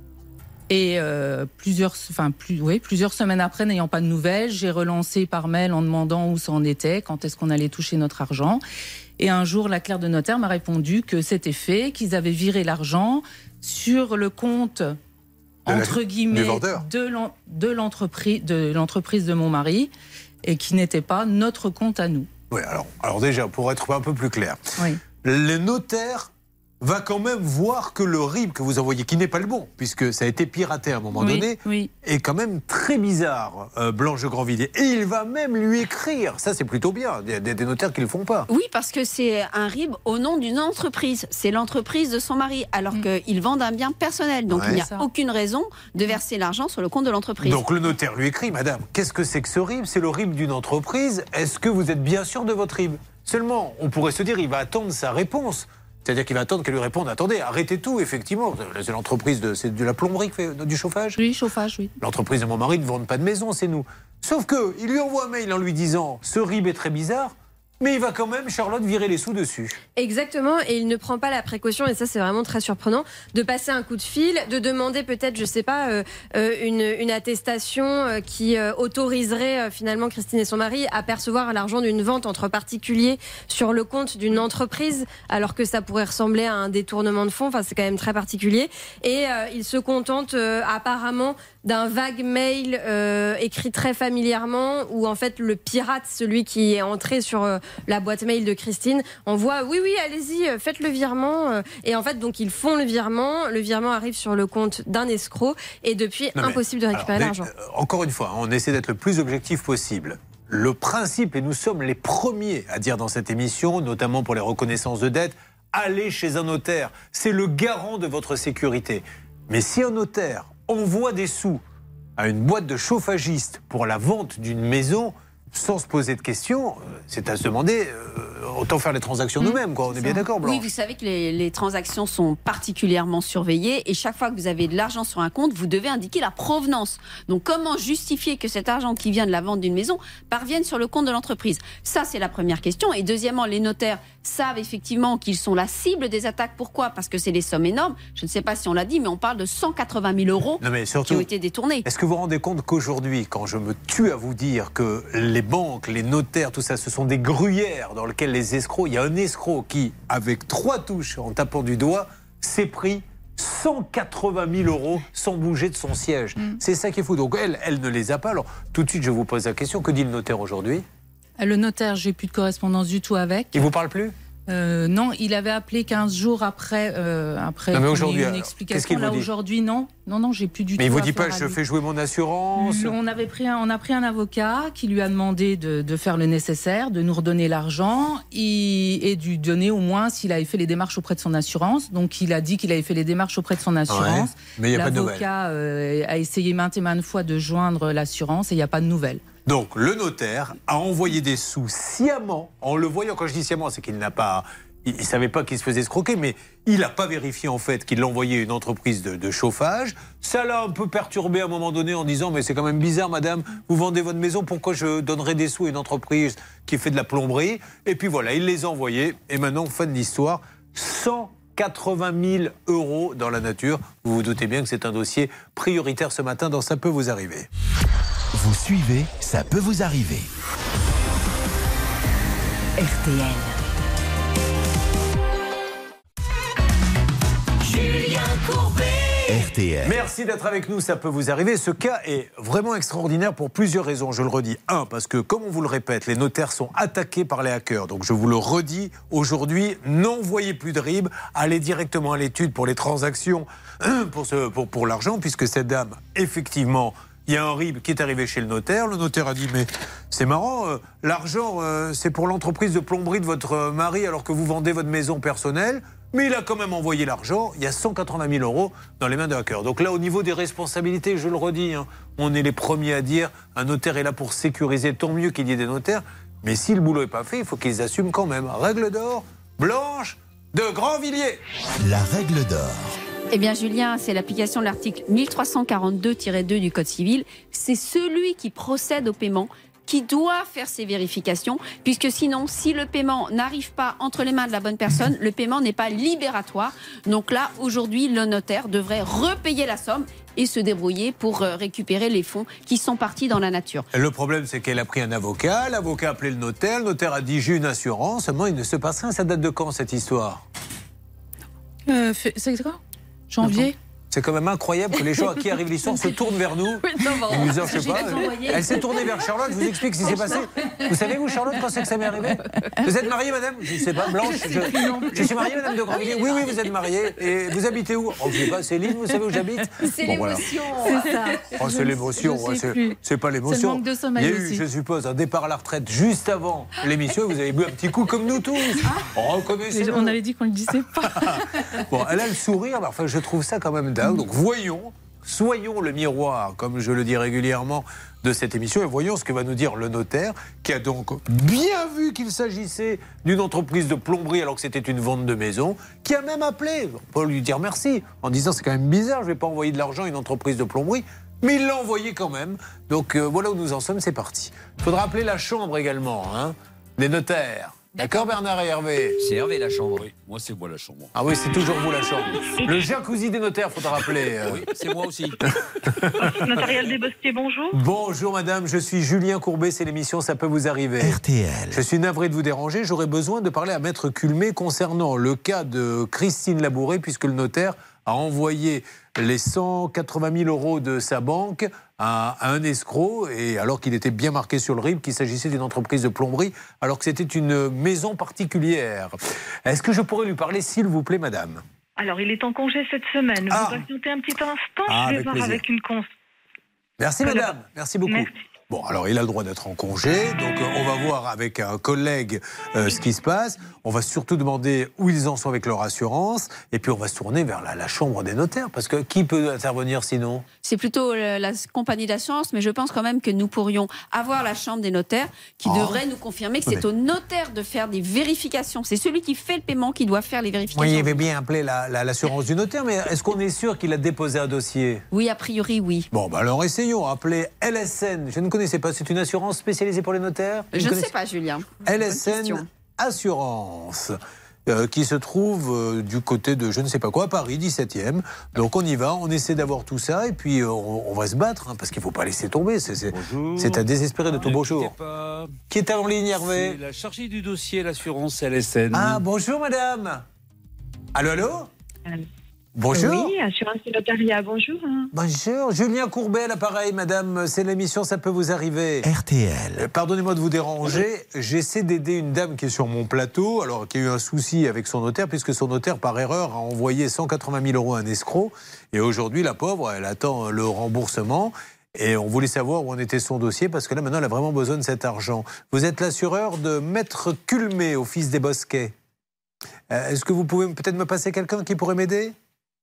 Et euh, plusieurs, enfin, plus, oui, plusieurs semaines après, n'ayant pas de nouvelles, j'ai relancé par mail en demandant où ça en était, quand est-ce qu'on allait toucher notre argent. Et un jour, la clerc de notaire m'a répondu que c'était fait, qu'ils avaient viré l'argent sur le compte, De la- entre du guillemets, vendeur. de l'en- de l'entreprise de l'entreprise de mon mari, et qui n'était pas notre compte à nous. Oui, alors, alors déjà, pour être un peu plus clair, Oui. le notaire va quand même voir que le R I B que vous envoyez, qui n'est pas le bon, puisque ça a été piraté à un moment Oui, donné, oui. est quand même très bizarre, euh, Blanche de Grandvilliers. Et il va même lui écrire. Ça, c'est plutôt bien. Il y a des, des notaires qui ne le font pas. Oui, parce que c'est un R I B au nom d'une entreprise. C'est l'entreprise de son mari, alors qu'ils vendent un bien personnel. Donc Ouais. il n'y a Ça. aucune raison de verser l'argent sur le compte de l'entreprise. Donc le notaire lui écrit, madame, qu'est-ce que c'est que ce R I B ? C'est le R I B d'une entreprise. Est-ce que vous êtes bien sûr de votre R I B ? Seulement, on pourrait se dire, il va attendre sa réponse. C'est-à-dire qu'il va attendre qu'elle lui réponde, attendez, arrêtez tout, effectivement. C'est l'entreprise, de, c'est de la plomberie qui fait du chauffage ? Oui, chauffage, oui. L'entreprise de mon mari ne vend pas de maison, c'est nous. Sauf que il lui envoie un mail en lui disant, ce R I B est très bizarre, mais il va quand même, Charlotte, virer les sous dessus. Exactement, et il ne prend pas la précaution, et ça c'est vraiment très surprenant, de passer un coup de fil, de demander peut-être, je sais pas, euh, euh, une, une attestation euh, qui euh, autoriserait euh, finalement Christine et son mari à percevoir l'argent d'une vente entre particuliers sur le compte d'une entreprise, alors que ça pourrait ressembler à un détournement de fonds, enfin c'est quand même très particulier. Et euh, il se contente euh, apparemment d'un vague mail euh, écrit très familièrement, où en fait le pirate, celui qui est entré sur euh, la boîte mail de Christine, envoie oui oui allez-y euh, faites le virement euh, et en fait donc ils font le virement, le virement arrive sur le compte d'un escroc et depuis Non, mais, impossible de récupérer alors, l'argent. mais, euh, encore une fois, on essaie d'être le plus objectif possible. Le principe, et nous sommes les premiers à dire dans cette émission, notamment pour les reconnaissances de dette, allez chez un notaire. C'est le garant de votre sécurité. Mais si un notaire envoie des sous à une boîte de chauffagistes pour la vente d'une maison, sans se poser de questions, euh, c'est à se demander, euh, autant faire les transactions nous-mêmes, quoi. On est bien d'accord, Blanche ? Oui, vous savez que les, les transactions sont particulièrement surveillées et chaque fois que vous avez de l'argent sur un compte, vous devez indiquer la provenance. Donc comment justifier que cet argent qui vient de la vente d'une maison parvienne sur le compte de l'entreprise ? Ça, c'est la première question. Et deuxièmement, les notaires savent effectivement qu'ils sont la cible des attaques. Pourquoi ? Parce que c'est des sommes énormes. Je ne sais pas si on l'a dit, mais on parle de cent quatre-vingt mille euros Non, mais surtout, qui ont été détournés. est-ce que vous vous rendez compte qu'aujourd'hui, quand je me tue à vous dire que les banques, les notaires, tout ça, ce sont des gruyères dans lesquelles les escrocs, il y a un escroc qui, avec trois touches en tapant du doigt, s'est pris cent quatre-vingt mille euros sans bouger de son siège. Mm. C'est ça qui est fou. Donc elle, elle ne les a pas. Alors tout de suite, je vous pose la question, que dit le notaire aujourd'hui ? Le notaire, j'ai plus de correspondance du tout avec. Il vous parle plus ? Euh, non, il avait appelé quinze jours après, euh, après Non, mais qu'on ait aujourd'hui, eu une alors, explication. qu'est-ce qu'il Là, vous dit aujourd'hui, non. Non, non, j'ai plus du Mais tout. il vous à dit pas, faire à je lui. fais jouer mon assurance. On, avait pris un, on a pris un avocat qui lui a demandé de, de faire le nécessaire, de nous redonner l'argent et, et de lui donner au moins s'il avait fait les démarches auprès de son assurance. Donc il a dit qu'il avait fait les démarches auprès de son assurance. Ouais, mais il n'y a pas de nouvelles. L'avocat euh, a essayé maintes et maintes fois de joindre l'assurance et il n'y a pas de nouvelles. Donc le notaire a envoyé des sous sciemment, en le voyant, quand je dis sciemment, c'est qu'il n'a pas... Il ne savait pas qu'il se faisait escroquer, mais il n'a pas vérifié en fait qu'il l'envoyait à une entreprise de, de chauffage. Ça l'a un peu perturbé à un moment donné en disant « Mais c'est quand même bizarre, madame, vous vendez votre maison, pourquoi je donnerais des sous à une entreprise qui fait de la plomberie ?» Et puis voilà, il les a envoyés. Et maintenant, fin de l'histoire, cent quatre-vingt mille euros dans la nature. Vous vous doutez bien que c'est un dossier prioritaire ce matin dans Ça peut vous arriver. Vous suivez, ça peut vous arriver. R T L. Julien Courbet. R T L. Merci d'être avec nous, ça peut vous arriver. Ce cas est vraiment extraordinaire pour plusieurs raisons, je le redis. Un, parce que comme on vous le répète, les notaires sont attaqués par les hackers. Donc je vous le redis aujourd'hui, n'envoyez plus de R I B, allez directement à l'étude pour les transactions, pour, ce, pour, pour l'argent, puisque cette dame, effectivement... Il y a un R I B qui est arrivé chez le notaire. Le notaire a dit « Mais c'est marrant, euh, l'argent, euh, c'est pour l'entreprise de plomberie de votre euh, mari alors que vous vendez votre maison personnelle. » Mais il a quand même envoyé l'argent. Il y a cent quatre-vingt mille euros dans les mains de hackers. Donc là, au niveau des responsabilités, je le redis, hein, on est les premiers à dire un notaire est là pour sécuriser. Tant mieux qu'il y ait des notaires. Mais si le boulot n'est pas fait, il faut qu'ils assument quand même. Règle d'or, Blanche de Grandvilliers. La règle d'or. Eh bien, Julien, c'est l'application de l'article mille trois cent quarante-deux tiret deux du Code civil. C'est celui qui procède au paiement qui doit faire ces vérifications, puisque sinon, si le paiement n'arrive pas entre les mains de la bonne personne, le paiement n'est pas libératoire. Donc là, aujourd'hui, le notaire devrait repayer la somme et se débrouiller pour récupérer les fonds qui sont partis dans la nature. Le problème, c'est qu'elle a pris un avocat, l'avocat a appelé le notaire, le notaire a dit j'ai une assurance, seulement il ne se passe rien. Ça date de quand, cette histoire? Euh, c'est quoi? Janvier. C'est quand même incroyable que les gens à qui arrive l'histoire se tournent vers nous. Oui, non, bon, Ils nous disent, je sais pas. Elle s'est tournée vers Charlotte, je vous explique ce qui s'est passé. Vous savez, vous, Charlotte, quand c'est que ça m'est arrivé? Vous êtes mariée, madame? Je ne sais pas, Blanche. Je, je suis mariée, madame de Grandvilliers. Oui, oui, vous êtes mariée. Et vous habitez où? Oh, je ne sais pas, Céline, vous savez où j'habite? C'est bon, l'émotion. Voilà. C'est ça. Oh, c'est l'émotion. Je sais Ouais, plus. c'est pas l'émotion. C'est le manque de sommeil Il y a eu, aussi. je suppose, un départ à la retraite juste avant l'émission. Vous avez bu un petit coup comme nous tous. Oh, reconnaissez-le. On avait dit qu'on ne le disait pas. Bon, elle a le sourire, mais enfin, je trouve ça quand même dingue. Donc, voyons, soyons le miroir, comme je le dis régulièrement, de cette émission, et voyons ce que va nous dire le notaire, qui a donc bien vu qu'il s'agissait d'une entreprise de plomberie alors que c'était une vente de maison, qui a même appelé, on peut lui dire merci, en disant c'est quand même bizarre, je ne vais pas envoyer de l'argent à une entreprise de plomberie, mais il l'a envoyé quand même. Donc, euh, voilà où nous en sommes, c'est parti. Il faudra appeler la chambre également, hein, des notaires. D'accord, Bernard et Hervé? C'est Hervé la chambre. Oui, moi c'est moi la chambre. Ah oui, c'est toujours vous la chambre. Le jacuzzi des notaires, faut te rappeler. Oui, c'est moi aussi. Notarial des Bostiers, bonjour. Bonjour madame, je suis Julien Courbet, c'est l'émission Ça peut vous arriver. R T L. Je suis navré de vous déranger, j'aurais besoin de parler à Maître Culmé concernant le cas de Christine Labouré, puisque le notaire a envoyé les cent quatre-vingt mille euros de sa banque à, à un escroc, et alors qu'il était bien marqué sur le R I B qu'il s'agissait d'une entreprise de plomberie, alors que c'était une maison particulière. Est-ce que je pourrais lui parler, s'il vous plaît, madame? Alors, il est en congé cette semaine. Ah. Vous patientez un petit instant, Ah, je vais avec voir plaisir. avec une cons. Merci madame, merci beaucoup. Merci. Bon, alors il a le droit d'être en congé, donc euh, on va voir avec un collègue euh, ce qui se passe. On va surtout demander où ils en sont avec leur assurance, et puis on va se tourner vers la, la chambre des notaires, parce que qui peut intervenir sinon? C'est plutôt la, la compagnie d'assurance, mais je pense quand même que nous pourrions avoir la chambre des notaires qui Oh. devrait nous confirmer que c'est Mais- au notaire de faire des vérifications. C'est celui qui fait le paiement qui doit faire les vérifications. Oui, il avait bien appelé la- la- l'assurance du notaire, mais est-ce qu'on est sûr qu'il a déposé un dossier? Oui, a priori, oui. Bon, bah alors essayons, appelez L S N. Je ne connaissais pas, c'est une assurance spécialisée pour les notaires? Je ne connaissez- sais pas, Julien. L Bonne S N question. Assurance. euh, qui se trouve euh, du côté de je ne sais pas quoi, Paris, dix-septième. Donc on y va, on essaie d'avoir tout ça et puis euh, on, on va se battre, hein, parce qu'il ne faut pas laisser tomber. C'est, c'est, c'est à désespérer de tout bonjour. Pas... Qui est en ligne, Hervé? C'est la chargée du dossier, l'assurance L S N. Ah, bonjour madame. Allô, allô? Bonjour. Oui, assurance et notariat, bonjour. Bonjour, Julien Courbet à l'appareil, madame, c'est l'émission Ça peut vous arriver. R T L. Euh, Pardonnez-moi de vous déranger, j'essaie d'aider une dame qui est sur mon plateau, alors qui a eu un souci avec son notaire, puisque son notaire, par erreur, a envoyé cent quatre-vingt mille euros à un escroc, et aujourd'hui, la pauvre, elle attend le remboursement, et on voulait savoir où en était son dossier, parce que là, maintenant, elle a vraiment besoin de cet argent. Vous êtes l'assureur de Maître Culmé, au Fils des Bosquets. Euh, Est-ce que vous pouvez peut-être me passer quelqu'un qui pourrait m'aider ?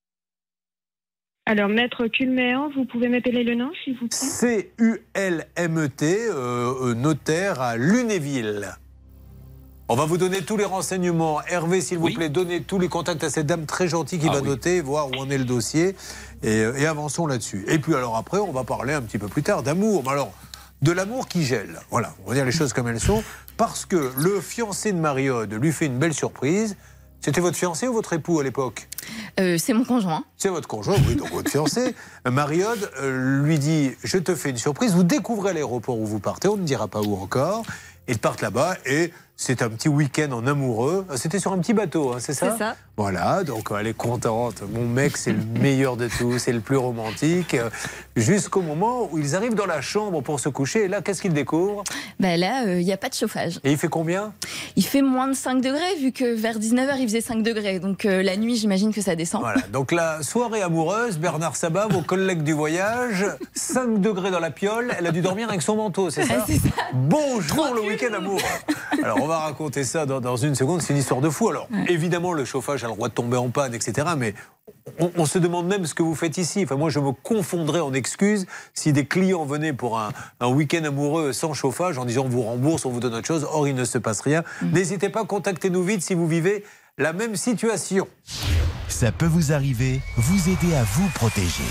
Alors, Maître Culméan, vous pouvez m'appeler le nom, s'il vous plaît? C U L M E T, euh, notaire à Lunéville. On va vous donner tous les renseignements. Hervé, s'il vous Oui. plaît, donnez tous les contacts à cette dame très gentille qui Ah va oui. noter, voir où en est le dossier, et, et avançons là-dessus. Et puis alors après, on va parler un petit peu plus tard d'amour. Mais alors, de l'amour qui gèle. Voilà, on va dire les choses comme elles sont. Parce que le fiancé de Marie-Aude lui fait une belle surprise. C'était votre fiancé ou votre époux à l'époque ? Euh, c'est mon conjoint. C'est votre conjoint, oui, donc votre fiancé. Marie-Aude euh, lui dit « Je te fais une surprise, vous découvrez l'aéroport où vous partez, on ne dira pas où encore. » Ils partent là-bas et c'est un petit week-end en amoureux. C'était sur un petit bateau, hein, c'est ça ? C'est ça. Voilà, donc elle est contente. Mon mec, c'est le meilleur de tous, c'est le plus romantique. Jusqu'au moment où ils arrivent dans la chambre pour se coucher. Et là, qu'est-ce qu'ils découvrent ? Bah là, il n'y a pas de chauffage. Et il fait combien ? Il fait moins de cinq degrés, vu que vers dix-neuf heures, il faisait cinq degrés. Donc euh, la nuit, j'imagine que ça descend. Voilà, donc la soirée amoureuse, Bernard Sabat, vos collègues du voyage, cinq degrés dans la piole, elle a dû dormir avec son manteau, c'est ça, c'est ça. Bonjour le week-end amoureux. Alors on va raconter ça dans, dans une seconde, c'est une histoire de fou. Alors évidemment le chauffage a le droit de tomber en panne, et cetera. Mais on, on se demande même ce que vous faites ici. Enfin moi je me confondrais en excuses si des clients venaient pour un, un week-end amoureux sans chauffage en disant on vous rembourse, on vous donne autre chose. Or il ne se passe rien. Mmh. N'hésitez pas, contactez-nous vite si vous vivez la même situation. Ça peut vous arriver, vous aider à vous protéger.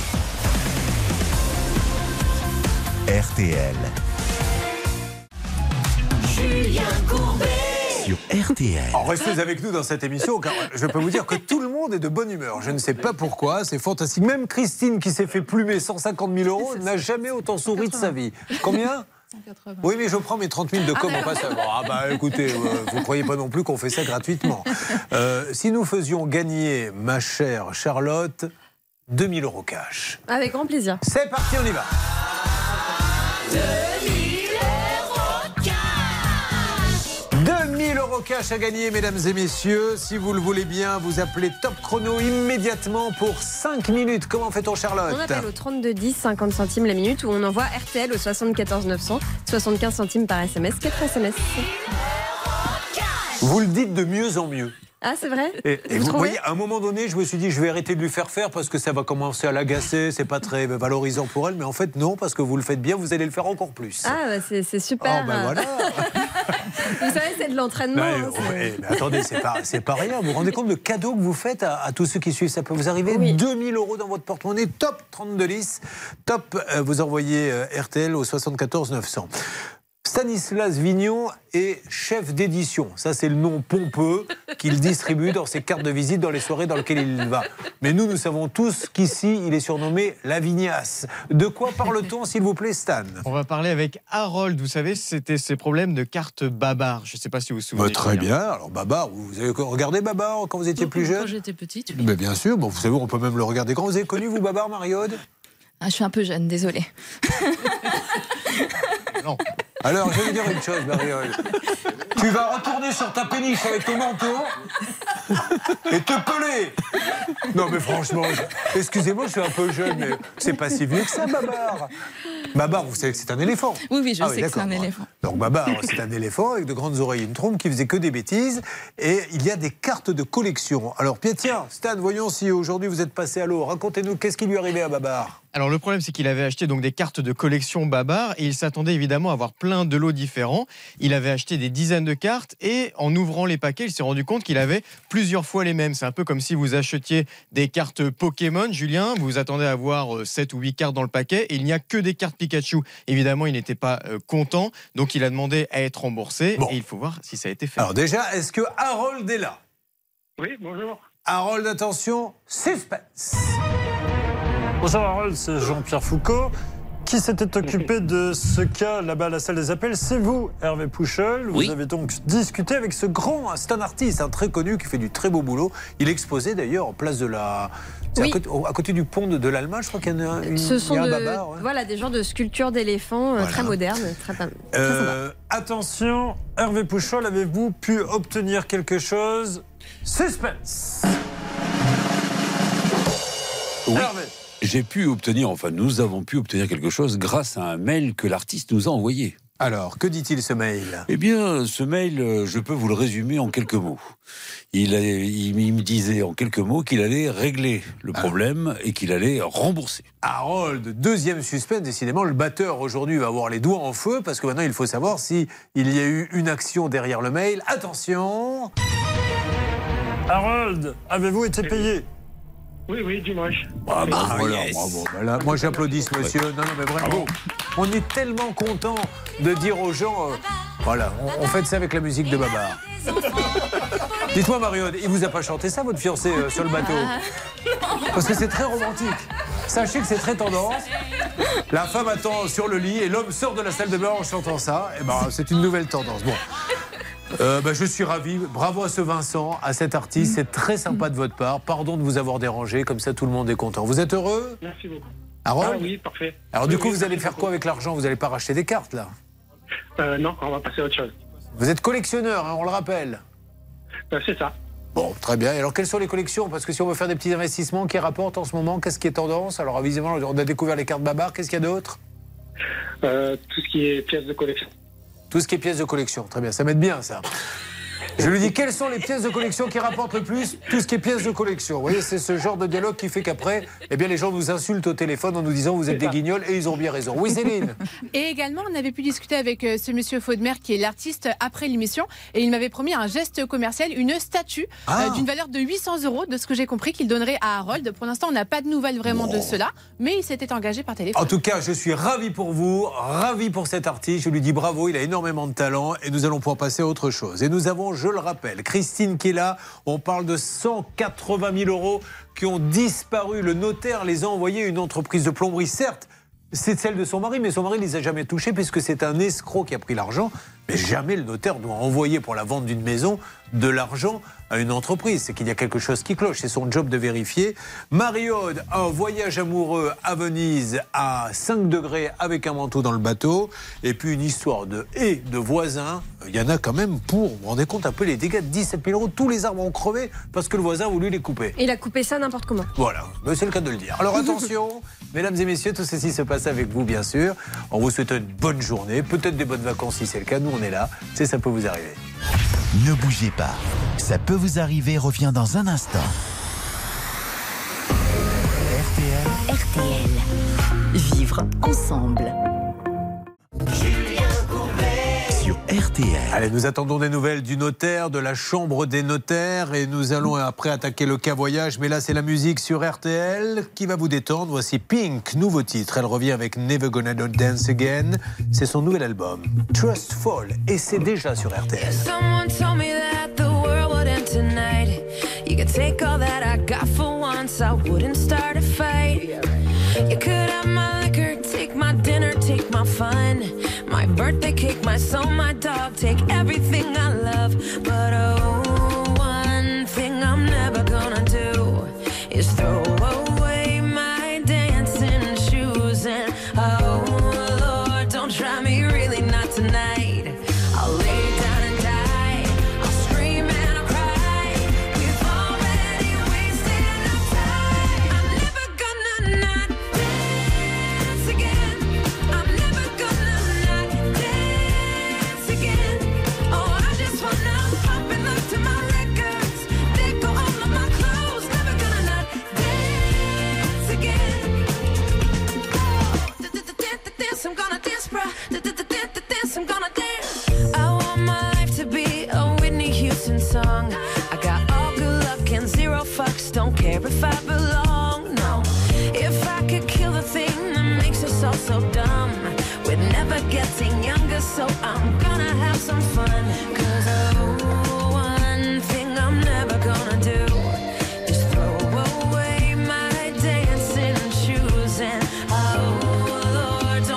R T L. Julien Courbet. Sur R T L. Alors, restez avec nous dans cette émission, car je peux vous dire que tout le monde est de bonne humeur. Je ne sais pas pourquoi, c'est fantastique. Même Christine, qui s'est fait plumer cent cinquante mille euros, n'a jamais autant souri de sa vie. Combien ? cent quatre-vingts. Oui, mais je prends mes trente mille de com au passage. Ah bah écoutez, euh, vous ne croyez pas non plus qu'on fait ça gratuitement. Euh, si nous faisions gagner, ma chère Charlotte, deux mille euros cash. Avec grand plaisir. C'est parti, on y va. deux mille euros cash. deux mille euros cash à gagner, mesdames et messieurs. Si vous le voulez bien, vous appelez Top Chrono immédiatement pour cinq minutes. Comment fait-on, Charlotte ? On appelle au trente-deux dix, cinquante centimes la minute, ou on envoie R T L au soixante-quatorze neuf cents, soixante-quinze centimes par S M S, quatre S M S. Vous le dites de mieux en mieux. Ah, c'est vrai ? Et, et Vous vous trouvez voyez, à un moment donné, je me suis dit, je vais arrêter de lui faire faire parce que ça va commencer à l'agacer, c'est pas très valorisant pour elle. Mais en fait, non, parce que vous le faites bien, vous allez le faire encore plus. Ah, bah c'est, c'est super. Oh, ben voilà. Vous savez, c'est de l'entraînement. Non, hein, mais, c'est- ouais, mais attendez, c'est pas, c'est pas rien. Vous vous rendez compte le cadeau que vous faites à, à tous ceux qui suivent ? Ça peut vous arriver. Oui. deux mille euros dans votre porte-monnaie. Top trente-deux dix. Top, euh, vous envoyez euh, R T L au soixante-quatorze neuf cents. Stanislas Vignon est chef d'édition. Ça, c'est le nom pompeux qu'il distribue dans ses cartes de visite dans les soirées dans lesquelles il va. Mais nous, nous savons tous qu'ici, il est surnommé la Vignasse. De quoi parle-t-on, s'il vous plaît, Stan ? On va parler avec Harold. Vous savez, c'était ces problèmes de carte Babar. Je ne sais pas si vous vous souvenez. Bah, très bien. Alors, Babar, vous avez regardé Babar quand vous étiez plus jeune ? Quand j'étais petite, oui. Mais bien sûr. Bon, vous savez, on peut même le regarder. Quand vous avez connu, vous, Babar, Marie-Aude ? Ah, je suis un peu jeune, désolée. Non. Alors, je vais vous dire une chose, Marie-Aude. Tu vas retourner sur ta péniche avec ton manteau et te peler. Non, mais franchement, je- excusez-moi, je suis un peu jeune, mais c'est pas si vieux que ça, Babar. Babar, vous savez que c'est un éléphant. Oui, oui, je Ah sais que c'est un d'accord. éléphant. Donc Babar, c'est un éléphant avec de grandes oreilles et une trompe qui faisait que des bêtises. Et il y a des cartes de collection. Alors, Pierre, tiens, Stan, voyons si aujourd'hui vous êtes passé à l'eau. Racontez-nous, qu'est-ce qui lui arrivait à Babar ? Alors le problème, c'est qu'il avait acheté donc des cartes de collection Babar et il s'attendait évidemment à avoir plein de lots différents. Il avait acheté des dizaines de cartes et en ouvrant les paquets, il s'est rendu compte qu'il avait plusieurs fois les mêmes. C'est un peu comme si vous achetiez des cartes Pokémon, Julien. Vous vous attendez à avoir sept ou huit cartes dans le paquet et il n'y a que des cartes Pikachu. Évidemment, il n'était pas euh, content, donc il a demandé à être remboursé Bon. et il faut voir si ça a été fait. Alors déjà, est-ce que Harold est là ? Oui, bonjour. Harold, attention, suspense. Bonsoir Harold, c'est Jean-Pierre Foucault. qui s'était occupé de ce cas là-bas à la salle des appels, c'est vous, Hervé Pouchol. Vous Oui. avez donc discuté avec ce grand, c'est un artiste, un très connu qui fait du très beau boulot. Il exposait d'ailleurs en place de la... c'est Oui. à, côté, à côté du pont de, de l'Allemagne, je crois qu'il y en a une, Ce sont il y a un de, babar, ouais. voilà, des genres de sculptures d'éléphants euh, Voilà. très modernes, très, pas- très Euh, attention, Hervé Pouchol, avez-vous pu obtenir quelque chose? Suspense. Oui. Hervé. J'ai pu obtenir, enfin nous avons pu obtenir quelque chose grâce à un mail que l'artiste nous a envoyé. Alors, que dit-il ce mail? Eh bien, ce mail, euh, je peux vous le résumer en quelques mots. Il, a- il, il me disait en quelques mots qu'il allait régler le problème et qu'il allait rembourser. Harold, deuxième suspect, décidément, le batteur aujourd'hui va avoir les doigts en feu parce que maintenant il faut savoir si il y a eu une action derrière le mail. Attention. Harold, avez-vous été payé? Oui, oui, dimanche. Ah bah Ah, voilà, yes. bravo. Voilà. Moi j'applaudis ce monsieur. Non, non, mais vraiment, on est tellement content de dire aux gens, euh, voilà, on, on fait ça avec la musique de Babar. Dites-moi Mario, il vous a pas chanté ça votre fiancé euh, sur le bateau? Parce que c'est très romantique. Sachez que c'est très tendance. La femme attend sur le lit et l'homme sort de la salle de bain en chantant ça. Et ben c'est une nouvelle tendance. Bon. Euh, bah, je suis ravi, bravo à ce Vincent, à cet artiste, c'est très sympa de votre part. Pardon de vous avoir dérangé, comme ça tout le monde est content. Vous êtes heureux? Merci beaucoup. Harold? Ah oui, parfait. Alors du Oui, coup, oui, vous allez merci faire beaucoup. quoi avec l'argent? Vous n'allez pas racheter des cartes là? Euh, non, on va passer à autre chose. Vous êtes collectionneur, hein, on le rappelle. Euh, c'est ça. Bon, très bien. Et alors quelles sont les collections? Parce que si on veut faire des petits investissements qui rapportent en ce moment, qu'est-ce qui est tendance? Alors visiblement, on a découvert les cartes Babar, qu'est-ce qu'il y a d'autre? Euh, tout ce qui est pièces de collection. Tout ce qui est pièces de collection, très bien, ça m'aide bien ça. Je lui dis quelles sont les pièces de collection qui rapportent le plus? Tout ce qui est pièces de collection. Vous voyez, c'est ce genre de dialogue qui fait qu'après, eh bien, les gens nous insultent au téléphone en nous disant vous êtes des guignols et ils ont bien raison. Oui, Céline. Et également, on avait pu discuter avec euh, ce monsieur Faudemer qui est l'artiste après l'émission et il m'avait promis un geste commercial, une statue Ah. euh, d'une valeur de huit cents euros, de ce que j'ai compris qu'il donnerait à Harold. Pour l'instant, on n'a pas de nouvelles vraiment de cela, mais il s'était engagé par téléphone. En tout cas, je suis ravi pour vous, ravi pour cet artiste. Je lui dis bravo, il a énormément de talent et nous allons pouvoir passer à autre chose. Et nous avons, je le rappelle, Christine qui est là. On parle de cent quatre-vingt mille euros qui ont disparu. Le notaire les a envoyés à une entreprise de plomberie, certes. C'est celle de son mari, mais son mari ne les a jamais touchés puisque c'est un escroc qui a pris l'argent. Mais jamais le notaire doit envoyer pour la vente d'une maison de l'argent à une entreprise. C'est qu'il y a quelque chose qui cloche. C'est son job de vérifier. Marie-Aude, un voyage amoureux à Venise à cinq degrés avec un manteau dans le bateau. Et puis une histoire de et de voisins. Il y en a quand même pour, vous vous rendez compte un peu les dégâts de dix-sept mille euros. Tous les arbres ont crevé parce que le voisin a voulu les couper. Il a coupé ça n'importe comment. Voilà, mais c'est le cas de le dire. Alors attention, mesdames et messieurs, tout ceci se passe avec vous, bien sûr. On vous souhaite une bonne journée, peut-être des bonnes vacances si c'est le cas. Nous, on est là. C'est ça peut vous arriver. Ne bougez pas. Ça peut vous arriver revient dans un instant. R T L. R T L. Vivre ensemble. Sur R T L. Allez, nous attendons des nouvelles du notaire, de la chambre des notaires et nous allons après attaquer le cas voyage. Mais là, c'est la musique sur R T L qui va vous détendre. Voici Pink, nouveau titre. Elle revient avec Never Gonna Dance Again. C'est son nouvel album, Trustful. Et c'est déjà sur R T L. Someone told me that the world would end tonight. You could take all that I got for once, I wouldn't start a fight. You could have my liquor, take my dinner, take my fun, my birthday cake, my soul, my dog, take everything I love. But oh, one thing I'm never gonna do is throw away my dancing shoes. And oh Lord, don't try me, really not tonight. I'll lay down and die, I'll scream and I'll cry. We've already wasted enough time. I'm never gonna not dance again. I'm never gonna not dance again. Oh, I just wanna pop and look to my records. Let go all of my clothes. Never gonna not dance again. Dance, I'm gonna dance, bruh. Dance, I'm gonna dance. I want my life to be a Whitney Houston song. I got all good luck and zero fucks. Don't care if I belong, no. If I could kill the thing that makes us all so dumb, we're never getting younger, so I'm gonna have some fun. Cause oh, one thing I'm never gonna do is throw away my dancing shoes. And oh Lord,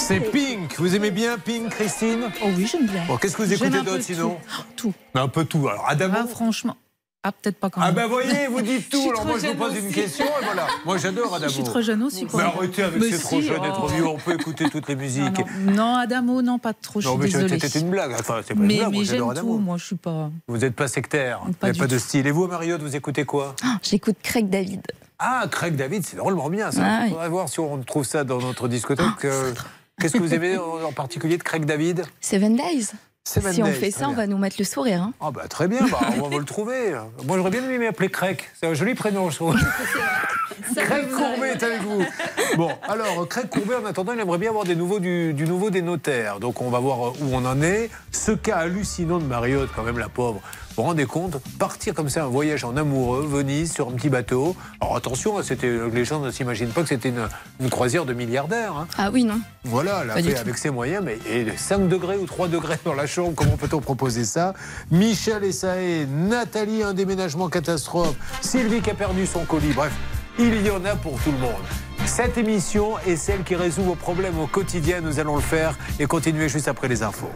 C'est Pink. Vous aimez bien Pink, Christine? Oh oui, j'aime bien. Bon, qu'est-ce que vous J'aime écoutez un peu d'autre sinon? Tout. Mais un peu tout. Alors, Adamo? Ah, franchement. Ah, peut-être pas quand même. Ah ben voyez, vous dites Je tout. suis Alors trop moi je vous jeune pose une aussi. question et voilà. Moi j'adore Adamo. Je suis trop jeune aussi. Mais arrêtez avec Mais c'est trop si, jeune oh. et trop vieux. On peut écouter toutes les musiques. Non, non. Non, Adamo, non, pas trop. Je Non, suis mais désolée. c'était une blague. Enfin, c'est pas mais une blague. mais Moi j'aime j'adore tout. Adamo. Moi, je suis pas. Vous n'êtes pas sectaire. Vous n'avez pas de style. Et vous, Mariotte, vous écoutez quoi? Ah, j'écoute Craig David. Ah, Craig David, c'est drôlement bien ça. Ah, Il faudrait voir si on trouve ça dans notre discothèque. Euh, Qu'est-ce que vous aimez en particulier de Craig David? Seven Days. Seven si on Days, fait très ça, on bien. va nous mettre le sourire. Hein. Ah bah très bien, bah, on va vous le trouver. Moi j'aurais bien aimé m'appeler Craig. C'est un joli prénom, je trouve. Craig Courbet est avec vous. Bon, alors Craig Courbet, en attendant, il aimerait bien avoir des nouveaux du, du nouveau des notaires. Donc on va voir où on en est. Ce cas hallucinant de Mariotte, quand même, la pauvre. Vous vous rendez compte? Partir comme ça, un voyage en amoureux, Venise, sur un petit bateau. Alors attention, c'était, les gens ne s'imaginent pas que c'était une, une croisière de milliardaires. Hein. Ah oui, non. Voilà, elle a Pas du fait tout. avec ses moyens, mais et cinq degrés ou trois degrés dans la chambre, comment peut-on proposer ça? Michel Essaé, Nathalie, un déménagement catastrophe, Sylvie qui a perdu son colis, bref, il y en a pour tout le monde. Cette émission est celle qui résout vos problèmes au quotidien, nous allons le faire et continuer juste après les infos.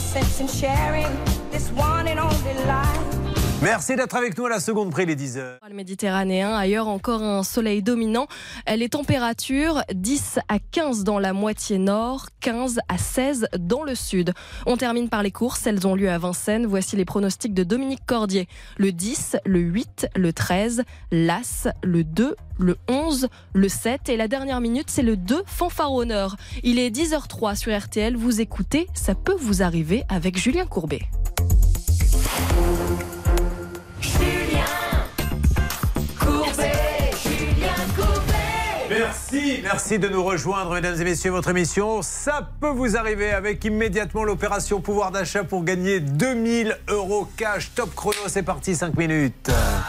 Merci d'être avec nous à la seconde près, les dix heures. Le Méditerranéen, ailleurs encore un soleil dominant. Les températures dix à quinze dans la moitié nord, quinze à seize dans le sud. On termine par les courses, elles ont lieu à Vincennes. Voici les pronostics de Dominique Cordier. Le dix, le huit, le treize, l'As, le deux, le onze, le sept et la dernière minute, c'est le deux fanfaronneur. Il est dix heures zéro trois sur R T L. Vous écoutez, ça peut vous arriver avec Julien Courbet. Merci, merci de nous rejoindre, mesdames et messieurs, votre émission. Ça peut vous arriver avec immédiatement l'opération pouvoir d'achat pour gagner deux mille euros cash. Top chrono, c'est parti, cinq minutes.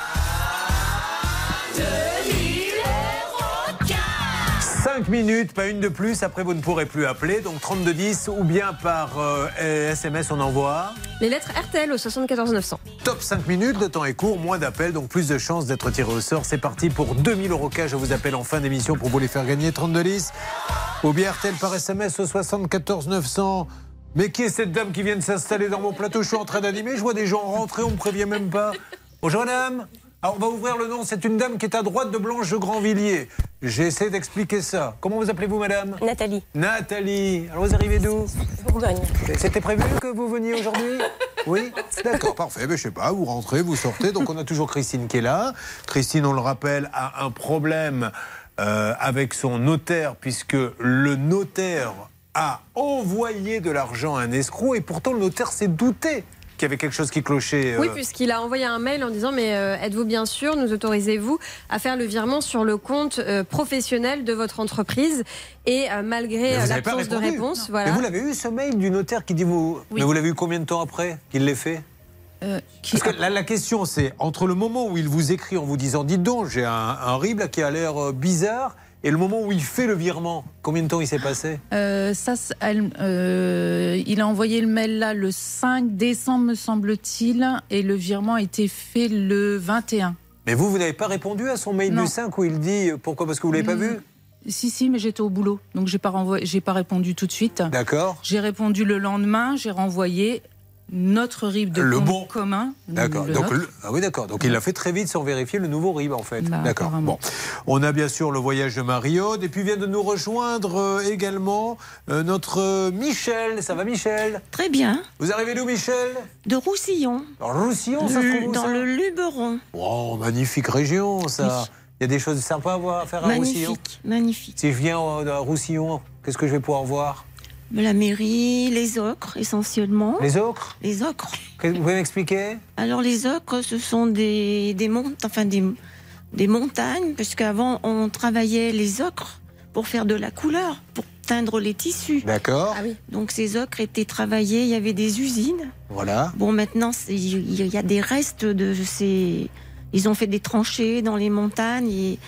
cinq minutes, pas une de plus, après vous ne pourrez plus appeler, donc trente-deux dix ou bien par euh, S M S on envoie. Les lettres R T L au soixante-quatorze neuf cents. Top cinq minutes, le temps est court, moins d'appels, donc plus de chances d'être tiré au sort. C'est parti pour deux mille euros cash, je vous appelle en fin d'émission pour vous les faire gagner, trente-deux dix. Ou bien R T L par S M S au soixante-quatorze neuf cents. Mais qui est cette dame qui vient de s'installer dans mon plateau? Je suis en train d'animer, je vois des gens rentrer, on ne me prévient même pas. Bonjour madame. Alors on va ouvrir le nom, c'est une dame qui est à droite de Blanche de Grandvilliers. J'ai essayé d'expliquer ça. Comment vous appelez-vous madame? Nathalie. Nathalie. Alors vous arrivez d'où? Bourgogne. C'était prévu que vous veniez aujourd'hui? Oui? D'accord, parfait. Ben, je sais pas, vous rentrez, vous sortez. Donc on a toujours Christine qui est là. Christine, on le rappelle, a un problème euh, avec son notaire puisque le notaire a envoyé de l'argent à un escroc et pourtant le notaire s'est douté qu'il y avait quelque chose qui clochait. euh. Oui, puisqu'il a envoyé un mail en disant mais euh, êtes-vous bien sûr, nous autorisez-vous à faire le virement sur le compte euh, professionnel de votre entreprise et euh, malgré Mais euh, vous avez pas l'absence de répondu. réponse, voilà. Mais vous l'avez eu ce mail du notaire qui dit vous. Oui. Mais vous l'avez eu combien de temps après qu'il l'ait fait? Euh, Parce que la, la question c'est entre le moment où il vous écrit en vous disant dites donc j'ai un, un RIB là, qui a l'air euh, bizarre et le moment où il fait le virement, combien de temps il s'est passé? Euh, ça, c'est- elle, euh, il a envoyé le mail là le cinq décembre, me semble-t-il, et le virement a été fait le vingt et un. Mais vous, vous n'avez pas répondu à son mail Non. du cinq où il dit euh, pourquoi? Parce que vous l'avez pas Mm. vu? Si, si, mais j'étais au boulot, donc j'ai pas renvoyé, j'ai pas répondu tout de suite. D'accord. J'ai répondu le lendemain, j'ai renvoyé notre R I B de Le compte bon. commun. D'accord. le Donc, nôtre. le- ah oui, d'accord. Donc il l'a fait très vite sans vérifier le nouveau R I B en fait. Bah, D'accord. Bon. On a bien sûr le voyage de Marie-Aude et puis vient de nous rejoindre euh, également euh, notre euh, Michel. Ça va Michel? Très bien. Vous arrivez d'où Michel? De Roussillon. Alors, Roussillon, ça se trouve où, Dans ça le Luberon. Oh, magnifique région ça. Il y a des choses sympas à voir à faire à Roussillon. Magnifique, magnifique. Si je viens euh, à Roussillon, qu'est-ce que je vais pouvoir voir? La mairie, les ocres essentiellement. Les ocres? Les ocres. Vous pouvez m'expliquer? Alors les ocres, ce sont des, des, mont- enfin, des, des montagnes, parce qu'avant on travaillait les ocres pour faire de la couleur, pour teindre les tissus. D'accord. Ah oui. Donc ces ocres étaient travaillés, il y avait des usines. Voilà. Bon, maintenant c'est- il y a des restes de ces... Ils ont fait des tranchées dans les montagnes et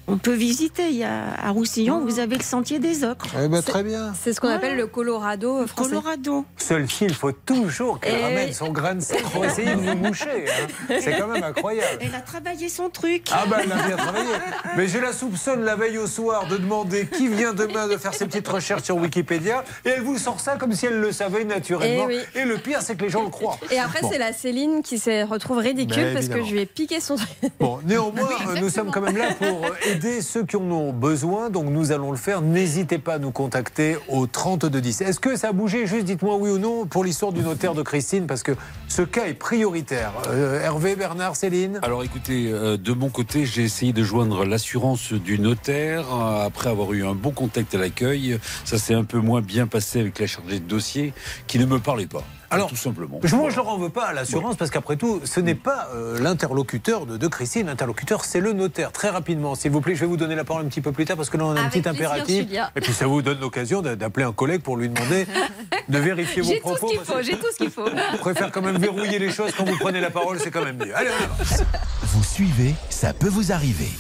on peut visiter. Il y a, à Roussillon, vous avez le sentier des ocres. Eh ben, très bien. C'est ce qu'on appelle le Colorado français. Colorado. Celle-ci, il faut toujours qu'elle Et- ramène son grain de sel pour essayer de nous moucher. hein. C'est quand même incroyable. Elle a travaillé son truc. Ah ben, elle a bien travaillé. Mais je la soupçonne la veille au soir de demander qui vient demain de faire ses petites recherches sur Wikipédia et elle vous sort ça comme si elle le savait naturellement. Et oui. Et le pire, c'est que les gens le croient. Et après, Bon. c'est la Céline qui se retrouve ridicule Mais parce que évidemment. je lui ai piqué son truc. Bon, néanmoins, euh, nous sommes quand même là pour aider ceux qui en ont besoin, donc nous allons le faire. N'hésitez pas à nous contacter au trente-deux dix. Est-ce que ça a bougé? Juste dites-moi oui ou non pour l'histoire du notaire de Christine, parce que ce cas est prioritaire. Euh, Hervé, Bernard, Céline? Alors écoutez, euh, de mon côté, j'ai essayé de joindre l'assurance du notaire euh, après avoir eu un bon contact à l'accueil. Ça s'est un peu moins bien passé avec la chargée de dossier qui ne me parlait pas. Alors, tout simplement. Je, moi, je ne leur en veux pas à l'assurance parce qu'après tout, ce n'est pas euh, l'interlocuteur de, de Christine. L'interlocuteur, c'est le notaire. Très rapidement, s'il vous plaît, je vais vous donner la parole un petit peu plus tard parce que là, on a un Avec petit plaisir, impératif. Julia. Et puis, ça vous donne l'occasion d'a- d'appeler un collègue pour lui demander de vérifier vos J'ai tout propos. ce qu'il parce faut, que j'ai tout ce qu'il faut. Je préfère quand même verrouiller les choses quand vous prenez la parole, c'est quand même mieux. Allez, on avance. Vous suivez, ça peut vous arriver.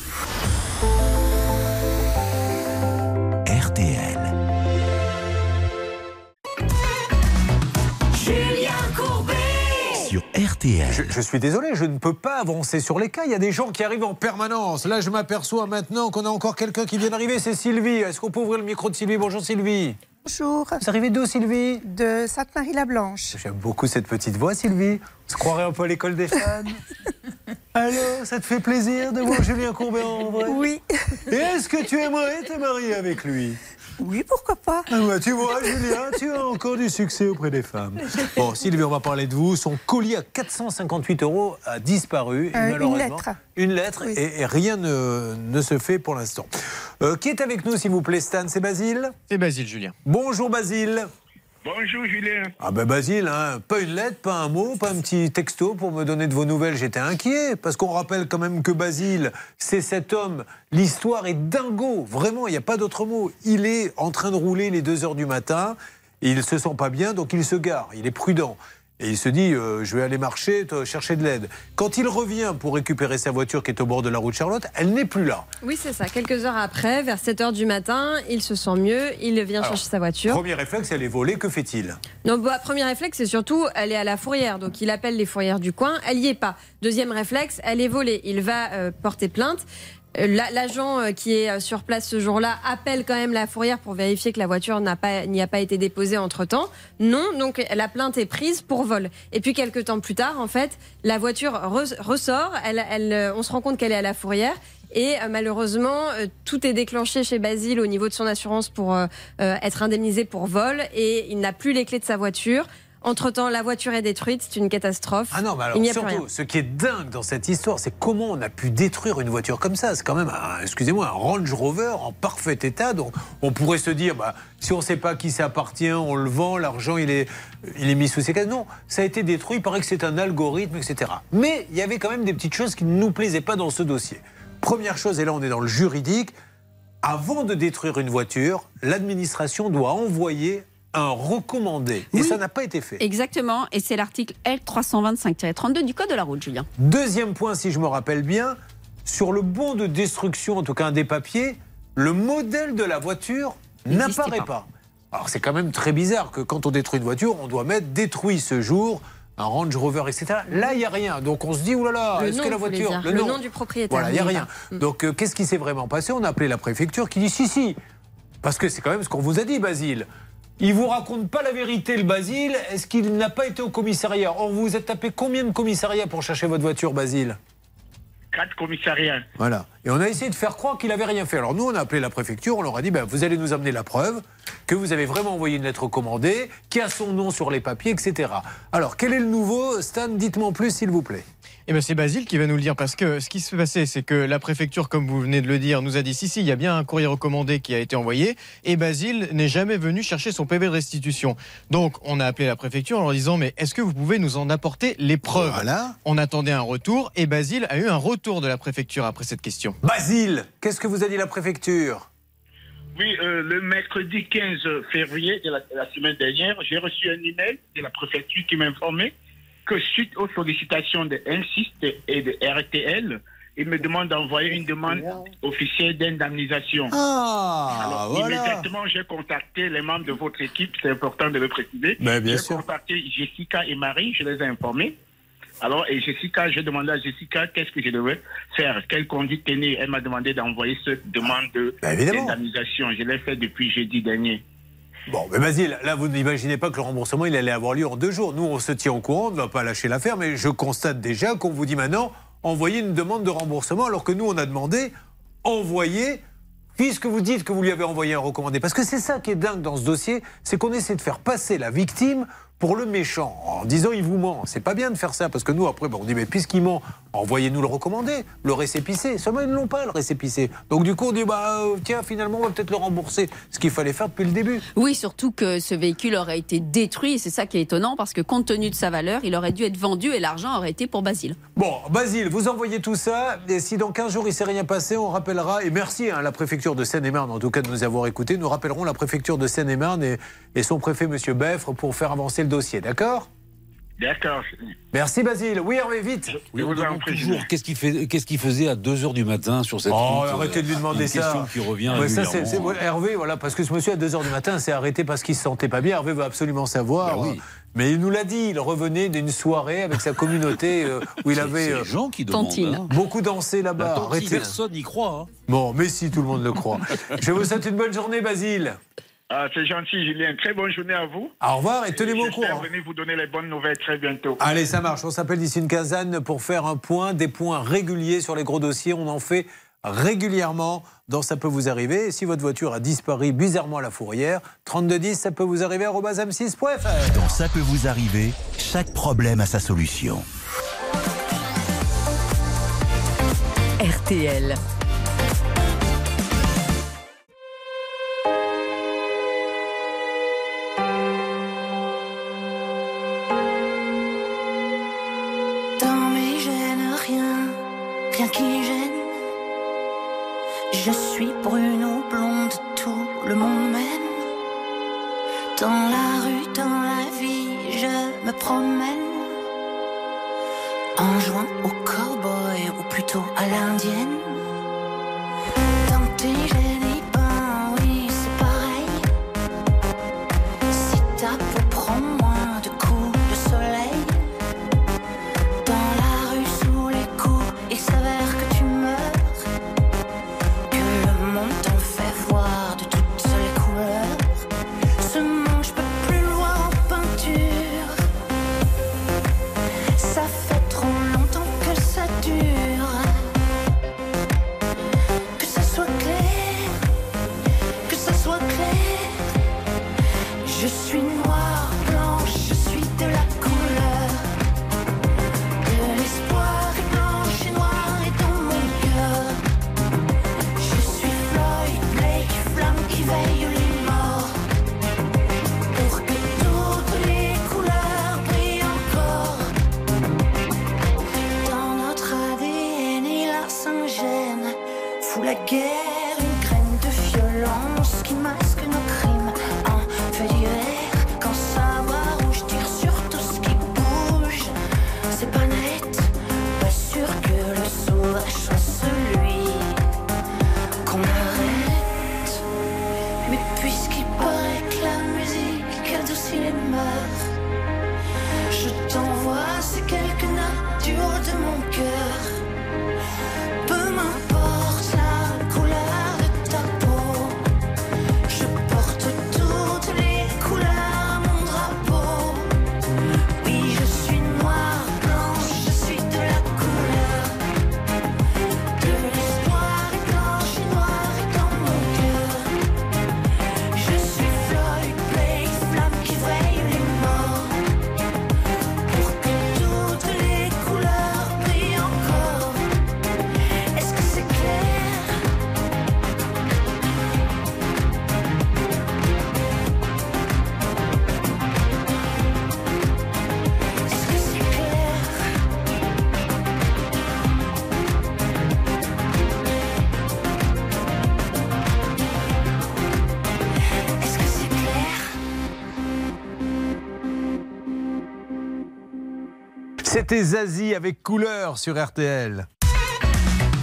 R T L. Julien Courbet. Sur R T L. Je, je suis désolé, je ne peux pas avancer sur les cas. Il y a des gens qui arrivent en permanence. Là, je m'aperçois maintenant qu'on a encore quelqu'un qui vient d'arriver. C'est Sylvie. Est-ce qu'on peut ouvrir le micro de Sylvie? Bonjour Sylvie. Bonjour. Vous arrivez d'où, Sylvie? De Sainte-Marie-la-Blanche. J'aime beaucoup cette petite voix, Sylvie. On se croirait un peu à l'école des fans. Alors, ça te fait plaisir de voir Julien Courbet en vrai? Oui. Et est-ce que tu aimerais te marier avec lui? Oui, pourquoi pas. Ah bah, tu vois, Julien, tu as encore du succès auprès des femmes. Bon, Sylvie, on va parler de vous. Son colis à quatre cent cinquante-huit euros a disparu. Et Euh, une malheureusement, lettre. Une lettre, Oui. et, et rien ne, ne se fait pour l'instant. Euh, qui est avec nous, s'il vous plaît, Stan? C'est Basile? C'est Basile, Julien. Bonjour, Basile. Bonjour Julien. Ah ben Basile, hein, pas une lettre, pas un mot, pas un petit texto pour me donner de vos nouvelles. J'étais inquiet, parce qu'on rappelle quand même que Basile, c'est cet homme, l'histoire est dingo, vraiment, il n'y a pas d'autre mot. Il est en train de rouler les deux heures du matin, et il ne se sent pas bien, donc il se gare, il est prudent. Et il se dit, euh, je vais aller marcher, te- chercher de l'aide. Quand il revient pour récupérer sa voiture qui est au bord de la route Charlotte, elle n'est plus là. Oui, c'est ça. Quelques heures après, vers sept heures du matin, il se sent mieux, il vient Alors, chercher sa voiture. Premier réflexe, elle est volée, que fait-il? Non, bah, premier réflexe, c'est surtout, elle est à la fourrière. Donc, il appelle les fourrières du coin. Elle n'y est pas. Deuxième réflexe, elle est volée. Il va euh, porter plainte. Euh, la- L'agent euh, qui est euh, sur place ce jour-là appelle quand même la fourrière pour vérifier que la voiture n'a pas, n'y a pas été déposée entre-temps. Non, donc la plainte est prise pour vol. Et puis, quelques temps plus tard, en fait, la voiture re- ressort. Elle, elle, euh, on se rend compte qu'elle est à la fourrière. Et euh, malheureusement, euh, tout est déclenché chez Basile au niveau de son assurance pour euh, euh, être indemnisé pour vol. Et il n'a plus les clés de sa voiture. Entre-temps, la voiture est détruite, c'est une catastrophe. Ah non, mais alors Il n'y a plus rien. surtout, ce qui est dingue dans cette histoire, c'est comment on a pu détruire une voiture comme ça. C'est quand même, un, excusez-moi, un Range Rover en parfait état. Donc, on pourrait se dire, bah, si on ne sait pas qui ça appartient, on le vend, l'argent, il est, il est mis sous ses cases. Non, ça a été détruit. Il paraît que c'est un algorithme, et cetera. Mais il y avait quand même des petites choses qui ne nous plaisaient pas dans ce dossier. Première chose, et là, on est dans le juridique. Avant de détruire une voiture, l'administration doit envoyer un recommandé. Et ça n'a pas été fait. Exactement, et c'est l'article L trois cent vingt-cinq tiret trente-deux du Code de la route, Julien. Deuxième point, si je me rappelle bien, sur le bon de destruction, en tout cas un des papiers, le modèle de la voiture N'existait n'apparaît pas. pas. Alors c'est quand même très bizarre que quand on détruit une voiture, on doit mettre détruit ce jour, un Range Rover, et cetera. Là, il n'y a rien. Donc on se dit, oulala, Le est-ce nom, que la vous voulez voiture... dire. Le nom du propriétaire, Voilà, il n'y a oui, rien. pas. Mm. Donc euh, qu'est-ce qui s'est vraiment passé? On a appelé la préfecture qui dit, si, si. Parce que c'est quand même ce qu'on vous a dit, Basile. Il vous raconte pas la vérité, le Basile. Est-ce qu'il n'a pas été au commissariat? Or, vous vous êtes tapé combien de commissariats pour chercher votre voiture, Basile? Quatre commissariats. Voilà. Et on a essayé de faire croire qu'il n'avait rien fait. Alors nous, on a appelé la préfecture, on leur a dit, ben, vous allez nous amener la preuve que vous avez vraiment envoyé une lettre commandée, qui a son nom sur les papiers, et cetera. Alors, quel est le nouveau? Stan, dites-moi en plus, s'il vous plaît. Eh ben c'est Basile qui va nous le dire, parce que ce qui se passait, c'est que la préfecture, comme vous venez de le dire, nous a dit si, si, il y a bien un courrier recommandé qui a été envoyé, et Basile n'est jamais venu chercher son P V de restitution. Donc, on a appelé la préfecture en leur disant, mais est-ce que vous pouvez nous en apporter les preuves? Voilà. On attendait un retour, et Basile a eu un retour de la préfecture après cette question. Basile, qu'est-ce que vous a dit la préfecture? Oui, euh, le mercredi quinze février de la, de la semaine dernière, j'ai reçu un email de la préfecture qui m'informait que suite aux sollicitations de N six et de R T L, il me demande d'envoyer une demande officielle d'indemnisation. Ah, Alors, voilà. immédiatement, j'ai contacté les membres de votre équipe, c'est important de le préciser. Mais bien j'ai sûr. contacté Jessica et Marie, je les ai informés. Alors, et Jessica, j'ai demandé à Jessica qu'est-ce que je devais faire, quelle conduite tenir. Elle m'a demandé d'envoyer cette demande de- d'indemnisation. Je l'ai fait depuis jeudi dernier. Bon, mais Basile, là, vous n'imaginez pas que le remboursement, il allait avoir lieu en deux jours. Nous, on se tient au courant, on ne va pas lâcher l'affaire, mais je constate déjà qu'on vous dit maintenant, envoyez une demande de remboursement, alors que nous, on a demandé, envoyez, puisque vous dites que vous lui avez envoyé un recommandé. Parce que c'est ça qui est dingue dans ce dossier, c'est qu'on essaie de faire passer la victime pour le méchant, en disant il vous ment. C'est pas bien de faire ça, parce que nous, après, bon, on dit, mais puisqu'il ment, envoyez-nous le recommandé, le récépissé. Seulement, ils ne l'ont pas, le récépissé. Donc, du coup, on dit, bah, euh, tiens, finalement, on va peut-être le rembourser. Ce qu'il fallait faire depuis le début. Oui, surtout que ce véhicule aurait été détruit, et c'est ça qui est étonnant, parce que compte tenu de sa valeur, il aurait dû être vendu et l'argent aurait été pour Basile. Bon, Basile, vous envoyez tout ça, et si dans quinze jours il ne s'est rien passé, on rappellera, et merci à la préfecture de Seine-et-Marne, en tout cas de nous avoir écoutés, nous rappellerons la préfecture de Seine-et-Marne et, et son préfet, M. Beffre, pour faire avancer le dossier, d'accord ? D'accord. Merci Basile. Oui, Hervé, vite. Oui, on demande toujours qu'est-ce qu'il fait, qu'est-ce qu'il faisait à deux heures du matin sur cette Oh, route. arrêtez de lui demander Une ça. question qui revient Ouais, ça, régulièrement. c'est, c'est- Hervé, voilà, parce que ce monsieur à deux heures du matin s'est arrêté parce qu'il se sentait pas bien. Hervé veut absolument savoir. Ben oui. Mais il nous l'a dit, il revenait d'une soirée avec sa communauté euh, où il C'est- avait c'est euh, les gens qui demandent, Tantine. hein. beaucoup dansé là-bas. La tantine, Arrêtez. personne n'y croit. hein. Bon, mais si, tout le monde le croit. Je vous souhaite une bonne journée, Basile. Ah, c'est gentil, Julien. Très bonne journée à vous. Au revoir et tenez-moi au J'espère courant. venir vous donner les bonnes nouvelles très bientôt. Allez, ça marche. On s'appelle d'ici une quinzaine pour faire un point, des points réguliers sur les gros dossiers. On en fait régulièrement dans Ça peut vous arriver. Et si votre voiture a disparu bizarrement à la fourrière, trente-deux dix, ça peut vous arriver, arobase m six point f r. Dans Ça peut vous arriver, chaque problème a sa solution. R T L. Dans mes gènes, rien, rien qui gêne. Je suis brune ou blonde, tout le monde m'aime. Dans la rue, dans la vie, je me promène. En jouant au cowboy ou plutôt à l'indienne. Dans tes gènes, eh ben oui, c'est pareil. Si ta peau prend moins de coups de soleil. Dans la rue, sous les coups, il s'avère que tu meurs. Que le monde t'en fait voir de toutes les couleurs. Ce monde, je peux plus le voir en peinture. Ça fait trop longtemps que ça dure. Que ça soit clair, que ça soit clair. Je suis noire, blanche, je suis de la couleur. De l'espoir est blanche et noire est dans mon cœur. Je suis Floyd, Blake, flamme qui veille les morts. Pour que toutes les couleurs brillent encore. Dans notre A D N et la Saint-Gène fout la guerre, une graine de violence qui masque nos crimes. En fait divers, quand ça va rouge, tire sur tout ce qui bouge. C'est pas net, pas sûr que le sauvage soit celui qu'on arrête. Mais puisqu'il paraît que la musique adoucit les mœurs, je t'envoie ces quelques notes du haut de mon cœur. Peu m'importe la couleur de ta peau, je porte toutes les couleurs à mon drapeau. Oui, je suis noire, blanche, je suis de la couleur. De l'espoir est blanche et noire est dans mon cœur. Je suis Floyd, Blake, flamme qui veille les morts. Pour que toutes les couleurs brillent encore. Est-ce que c'est clair? Est-ce que c'est clair? Est-ce que c'est clair? C'était Zazie avec couleur sur R T L.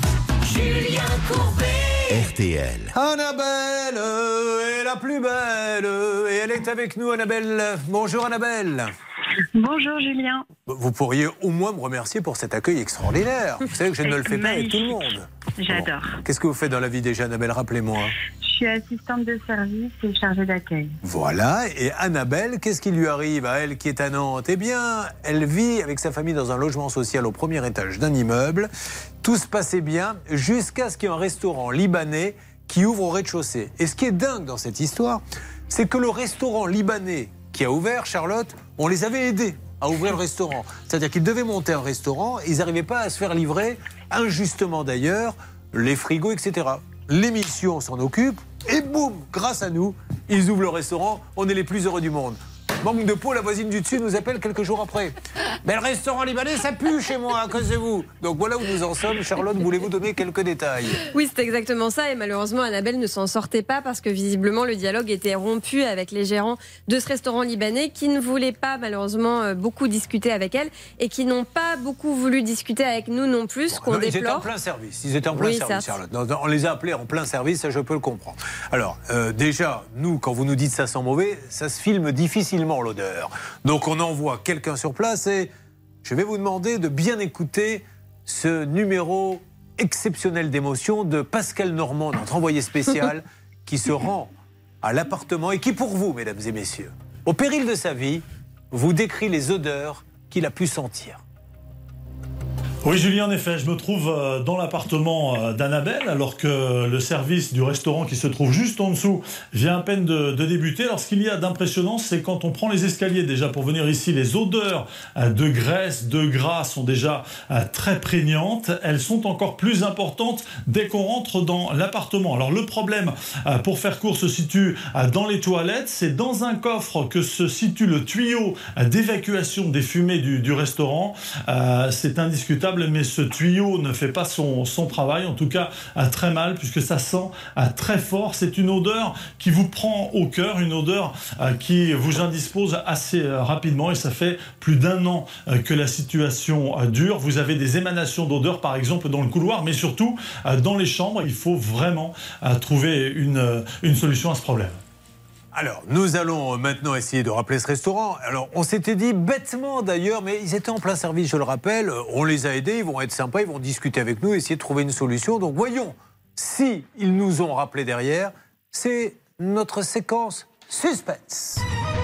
R T L. Annabelle est la plus belle et elle est avec nous, Annabelle. Bonjour Annabelle. Bonjour Julien. Vous pourriez au moins me remercier pour cet accueil extraordinaire. Vous savez que je ne le fais pas avec tout le monde. J'adore. Bon. Qu'est-ce que vous faites dans la vie déjà, Annabelle? Rappelez-moi. Je suis assistante de service et chargée d'accueil. Voilà, et Annabelle, qu'est-ce qui lui arrive à elle qui est à Nantes? Eh bien, elle vit avec sa famille dans un logement social au premier étage d'un immeuble. Tout se passait bien jusqu'à ce qu'il y ait un restaurant libanais qui ouvre au rez-de-chaussée. Et ce qui est dingue dans cette histoire, c'est que le restaurant libanais qui a ouvert, Charlotte, on les avait aidés à ouvrir le restaurant. C'est-à-dire qu'ils devaient monter un restaurant, ils n'arrivaient pas à se faire livrer, injustement d'ailleurs, les frigos, et cetera. L'émission s'en occupe, et boum, grâce à nous, ils ouvrent le restaurant, on est les plus heureux du monde. Manque de peau, la voisine du dessus nous appelle quelques jours après. Mais le restaurant libanais, ça pue chez moi à cause de vous. Donc voilà où nous en sommes. Charlotte, voulez-vous donner quelques détails? Oui, c'est exactement ça. Et malheureusement, Annabelle ne s'en sortait pas parce que visiblement, le dialogue était rompu avec les gérants de ce restaurant libanais qui ne voulaient pas malheureusement beaucoup discuter avec elle et qui n'ont pas beaucoup voulu discuter avec nous non plus, ce qu'on non, déplore. Ils étaient en plein service. Ils étaient en plein oui, service, certes. Charlotte. On les a appelés en plein service, ça je peux le comprendre. Alors, euh, déjà, nous, quand vous nous dites ça sent mauvais, ça se filme difficilement l'odeur. Donc on envoie quelqu'un sur place et je vais vous demander de bien écouter ce numéro exceptionnel d'émotion de Pascal Normand, notre envoyé spécial, qui se rend à l'appartement et qui, pour vous, mesdames et messieurs, au péril de sa vie, vous décrit les odeurs qu'il a pu sentir. Oui, Julien, en effet, je me trouve dans l'appartement d'Annabelle, alors que le service du restaurant qui se trouve juste en dessous vient à peine de, de débuter. Alors, ce qu'il y a d'impressionnant, c'est quand on prend les escaliers déjà pour venir ici, les odeurs de graisse, de gras sont déjà très prégnantes. Elles sont encore plus importantes dès qu'on rentre dans l'appartement. Alors, le problème, pour faire court, se situe dans les toilettes. C'est dans un coffre que se situe le tuyau d'évacuation des fumées du, du restaurant. Euh, c'est indiscutable. Mais ce tuyau ne fait pas son, son travail, en tout cas à très mal, puisque ça sent à très fort. C'est une odeur qui vous prend au cœur, une odeur à, qui vous indispose assez euh, rapidement, et ça fait plus d'un an euh, que la situation euh, dure. Vous avez des émanations d'odeur, par exemple, dans le couloir, mais surtout euh, dans les chambres. Il faut vraiment euh, trouver une, euh, une solution à ce problème. Alors, nous allons maintenant essayer de rappeler ce restaurant. Alors, on s'était dit bêtement d'ailleurs, mais ils étaient en plein service, je le rappelle. On les a aidés, ils vont être sympas, ils vont discuter avec nous, essayer de trouver une solution. Donc, voyons si ils nous ont rappelé derrière. C'est notre séquence suspense.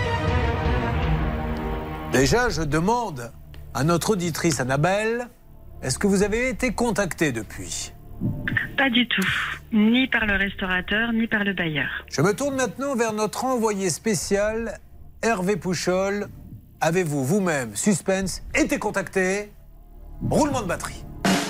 Déjà, je demande à notre auditrice Annabelle, est-ce que vous avez été contactée depuis ? Pas du tout. Ni par le restaurateur, ni par le bailleur. Je me tourne maintenant vers notre envoyé spécial, Hervé Pouchol. Avez-vous vous-même, suspense, été contacté? Roulement de batterie.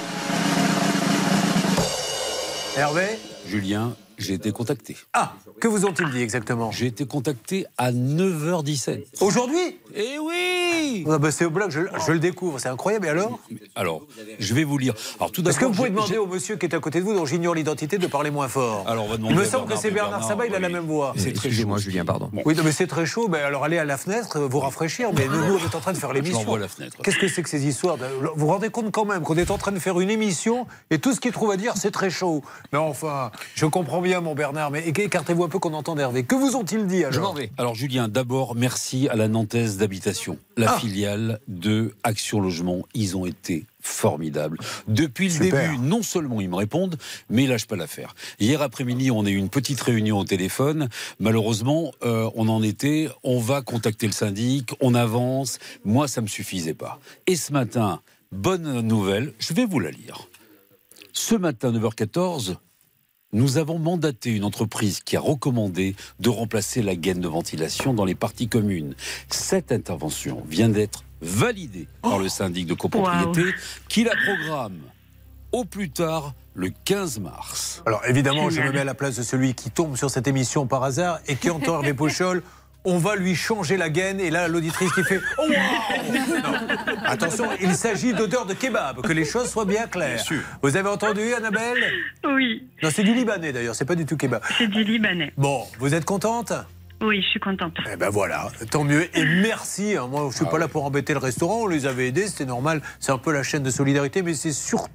Hervé? Julien, j'ai été contacté. Ah, que vous ont-ils dit exactement? J'ai été contacté à neuf heures dix-sept. Aujourd'hui? Eh oui! Ah bah c'est au bloc, je, je le découvre, c'est incroyable. Et alors? Alors, je vais vous lire. Alors, tout Est-ce que vous pouvez j'ai, demander j'ai... au monsieur qui est à côté de vous, dont j'ignore l'identité, de parler moins fort? Alors, on va demander Il me à semble Bernard, que c'est Bernard, Bernard Sabat, il a oui. la même voix. C'est très chaud. Moi, Julien, pardon. Bon. Oui, non, mais c'est très chaud. Ben alors allez à la fenêtre, vous rafraîchir. Mais nous, nous, on est en train de faire l'émission. Je l'envoie à la fenêtre. Qu'est-ce que c'est que ces histoires? Vous vous rendez compte quand même qu'on est en train de faire une émission et tout ce qu'il trouve à dire, c'est très chaud. Mais enfin, je comprends bien, mon Bernard, mais écartez-vous un peu qu'on entende Hervé. Que vous ont-ils dit alors? Je m'en vais. Alors, Julien, d'abord, merci à la Nantaise d'Habitation, la Ah. filiale de Action Logement. Ils ont été formidables. Depuis le Super. début, non seulement ils me répondent, mais ils lâchent pas l'affaire. Hier après-midi, on a eu une petite réunion au téléphone. Malheureusement, euh, on en était, on va contacter le syndic, on avance. Moi, ça me suffisait pas. Et ce matin, bonne nouvelle, je vais vous la lire. Ce matin, neuf heures quatorze, nous avons mandaté une entreprise qui a recommandé de remplacer la gaine de ventilation dans les parties communes. Cette intervention vient d'être validée par le syndic de copropriété Wow. qui la programme au plus tard le quinze mars. Alors évidemment, je me mets à la place de celui qui tombe sur cette émission par hasard et qui entend Hervé Pouchol. On va lui changer la gaine et là l'auditrice qui fait oh wow non. Attention, il s'agit d'odeur de kebab, que les choses soient bien claires. Bien sûr. Vous avez entendu Annabelle? Oui, Non, c'est du libanais d'ailleurs, c'est pas du tout kebab. c'est du libanais. Bon, vous êtes contente? Oui, je suis contente. Eh ben voilà, tant mieux. Et merci. Hein. Moi, je suis Ah pas ouais. là pour embêter le restaurant. On les avait aidés, c'était normal. C'est un peu la chaîne de solidarité, mais c'est surtout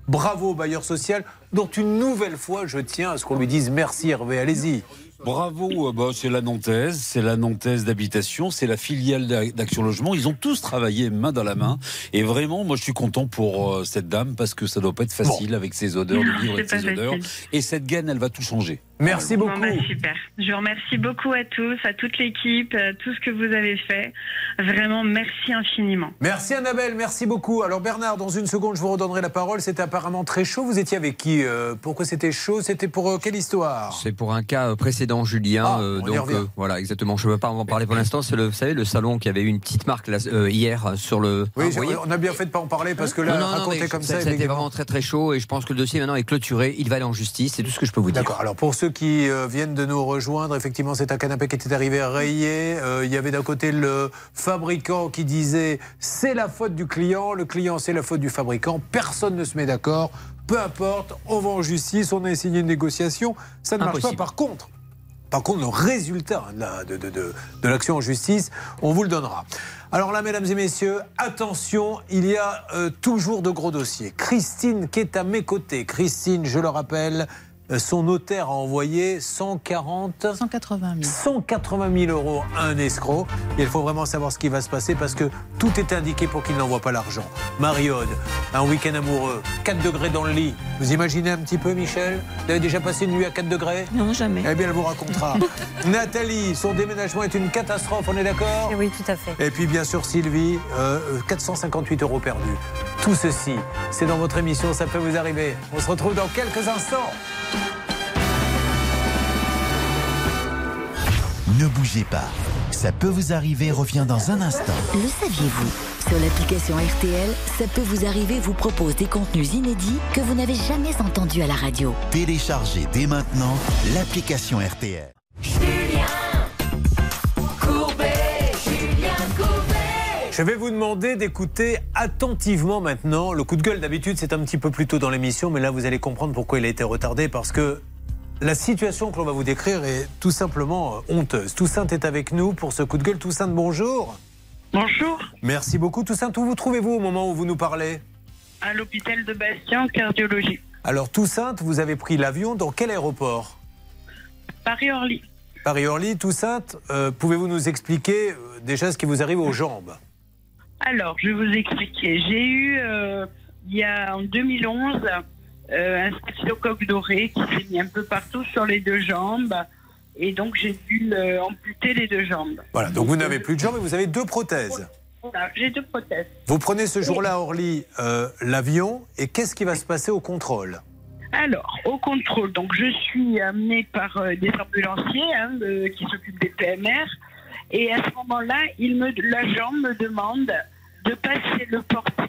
Bravo bailleur social, dont une nouvelle fois je tiens à ce qu'on lui dise merci Hervé, allez-y. Bravo, euh, bah, c'est la Nantaise, c'est la Nantaise d'habitation, c'est la filiale d'Action Logement. Ils ont tous travaillé main dans la main. Et vraiment, moi, je suis content pour euh, cette dame parce que ça doit pas être facile bon. avec ses odeurs, de vivre avec ses odeurs. Et cette gaine, elle va tout changer. Merci beaucoup. Bon, bah, super. Je vous remercie beaucoup à tous, à toute l'équipe, à tout ce que vous avez fait. Vraiment, merci infiniment. Merci Annabelle, merci beaucoup. Alors Bernard, dans une seconde, je vous redonnerai la parole. C'était apparemment très chaud. Vous étiez avec qui euh, Pourquoi c'était chaud C'était pour euh, quelle histoire? C'est pour un cas précédent, Julien. Ah, euh, donc euh, voilà, exactement. Je ne veux pas en parler pour l'instant. C'est le, vous savez, le salon qui avait eu une petite marque là, euh, hier sur le. Oui, hein, on a bien fait de pas en parler parce que là, non, non, raconter non, comme ça, ça, ça a été vraiment très très chaud et je pense que le dossier maintenant est clôturé. Il va aller en justice. C'est tout ce que je peux vous dire. D'accord. Alors pour ceux qui euh, viennent de nous rejoindre, effectivement, c'est un canapé qui était arrivé rayé. Euh, il y avait d'un côté le fabricant qui disait c'est la faute du client, le client c'est la faute du fabricant. Personne ne se met d'accord. Peu importe, on va en justice, on a signé une négociation. Ça ne Impossible. marche pas. Par contre. Par contre, le résultat de, de, de, de l'action en justice, on vous le donnera. Alors là, mesdames et messieurs, attention, il y a euh, toujours de gros dossiers. Christine qui est à mes côtés. Christine, je le rappelle, son notaire a envoyé cent quarante... cent quatre-vingt mille. cent quatre-vingt mille euros à un escroc. Et il faut vraiment savoir ce qui va se passer parce que tout est indiqué pour qu'il n'envoie pas l'argent. Marie-Aude, un week-end amoureux, quatre degrés dans le lit. Vous imaginez un petit peu, Michel? Vous avez déjà passé une nuit à quatre degrés? Non, jamais. Eh bien, elle vous racontera. Nathalie, son déménagement est une catastrophe, on est d'accord? Oui, tout à fait. Et puis, bien sûr, Sylvie, euh, quatre cent cinquante-huit euros perdus. Tout ceci, c'est dans votre émission, ça peut vous arriver. On se retrouve dans quelques instants. Ne bougez pas. Ça peut vous arriver revient dans un instant. Le saviez-vous? Sur l'application R T L, ça peut vous arriver vous propose des contenus inédits que vous n'avez jamais entendus à la radio. Téléchargez dès maintenant l'application R T L. Je vais vous demander d'écouter attentivement maintenant. Le coup de gueule, d'habitude, c'est un petit peu plus tôt dans l'émission, mais là, vous allez comprendre pourquoi il a été retardé, parce que la situation que l'on va vous décrire est tout simplement honteuse. Toussaint est avec nous pour ce coup de gueule. Toussaint, bonjour. Bonjour. Merci beaucoup. Toussaint, où vous trouvez-vous au moment où vous nous parlez? À l'hôpital de Bastia, en cardiologie. Alors, Toussaint, vous avez pris l'avion dans quel aéroport? Paris-Orly. Paris-Orly. Toussaint, euh, pouvez-vous nous expliquer euh, déjà ce qui vous arrive aux jambes? Alors, je vais vous expliquer. J'ai eu, euh, il y a en deux mille onze, euh, un staphylocoque doré qui s'est mis un peu partout sur les deux jambes. Et donc, j'ai dû euh, amputer les deux jambes. Voilà, donc vous n'avez plus de jambes et vous avez deux prothèses. Voilà, j'ai deux prothèses. Vous prenez ce jour-là à Orly euh, l'avion et qu'est-ce qui va se passer au contrôle? Alors, au contrôle, donc je suis amenée par euh, des ambulanciers hein, euh, qui s'occupent des P M R. Et à ce moment-là, il me, l'agent me demande de passer le portique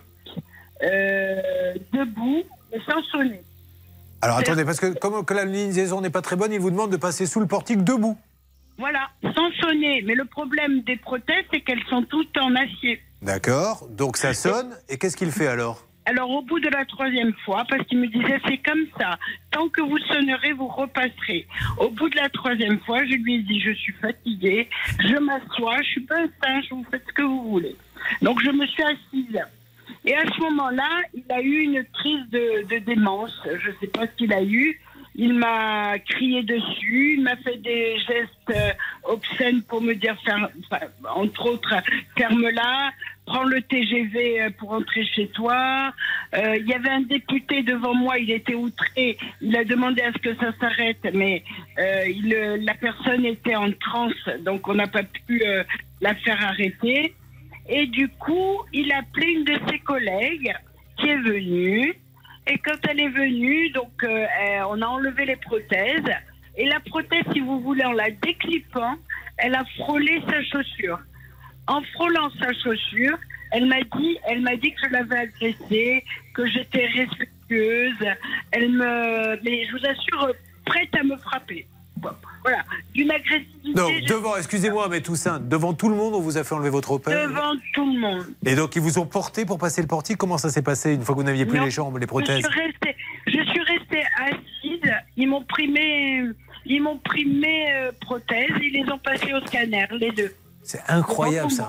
euh, debout, mais sans sonner. Alors attendez, parce que comme que la liaison n'est pas très bonne, il vous demande de passer sous le portique debout. Voilà, sans sonner. Mais le problème des prothèses, c'est qu'elles sont toutes en acier. D'accord, donc ça sonne, et qu'est-ce qu'il fait alors? Alors au bout de la troisième fois, parce qu'il me disait c'est comme ça, tant que vous sonnerez, vous repasserez. Au bout de la troisième fois, je lui ai dit je suis fatiguée, je m'assois, je suis pas un singe, vous faites ce que vous voulez. Donc je me suis assise. Et à ce moment-là, il a eu une crise de, de démence, je sais pas ce qu'il a eu. Il m'a crié dessus, il m'a fait des gestes euh, obscènes pour me dire, ferme, enfin, entre autres, ferme-la, prends le T G V pour rentrer chez toi. Euh, il y avait un député devant moi, il était outré, il a demandé à ce que ça s'arrête, mais euh, il, la personne était en transe, donc on n'a pas pu euh, la faire arrêter. Et du coup, il a appelé une de ses collègues qui est venue. Et quand elle est venue, donc euh, on a enlevé les prothèses. Et la prothèse, si vous voulez, en la déclippant, elle a frôlé sa chaussure. En frôlant sa chaussure, elle m'a dit, elle m'a dit que je l'avais agressée, que j'étais respectueuse. Elle me, mais je vous assure, prête à me frapper. Voilà, d'une agressivité. Donc, devant, excusez-moi, mais Toussaint, devant tout le monde, on vous a fait enlever votre prothèse? Devant tout le monde. Et donc, ils vous ont porté pour passer le portique? Comment ça s'est passé une fois que vous n'aviez plus non, les jambes, les prothèses? Je suis restée, je suis restée assise. Ils m'ont pris mes, ils m'ont pris mes euh, prothèses. Ils les ont passées au scanner, les deux. C'est incroyable ça.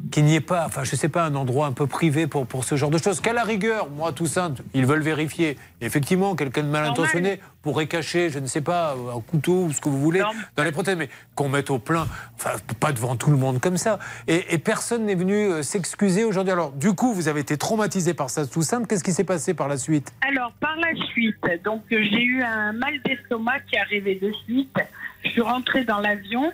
qu'il n'y ait pas, enfin je sais pas, un endroit un peu privé pour, pour ce genre de choses. Qu'à la rigueur, moi tout simple, ils veulent vérifier. Effectivement, quelqu'un de mal intentionné Normal. pourrait cacher, je ne sais pas, un couteau ou ce que vous voulez Normal. dans les prothèses, mais qu'on mette au plein, enfin pas devant tout le monde comme ça. Et, et personne n'est venu euh, s'excuser aujourd'hui. Alors du coup, vous avez été traumatisé par ça tout simple. Qu'est-ce qui s'est passé par la suite? Alors, par la suite, donc euh, j'ai eu un mal d'estomac qui est arrivé de suite. Je suis rentrée dans l'avion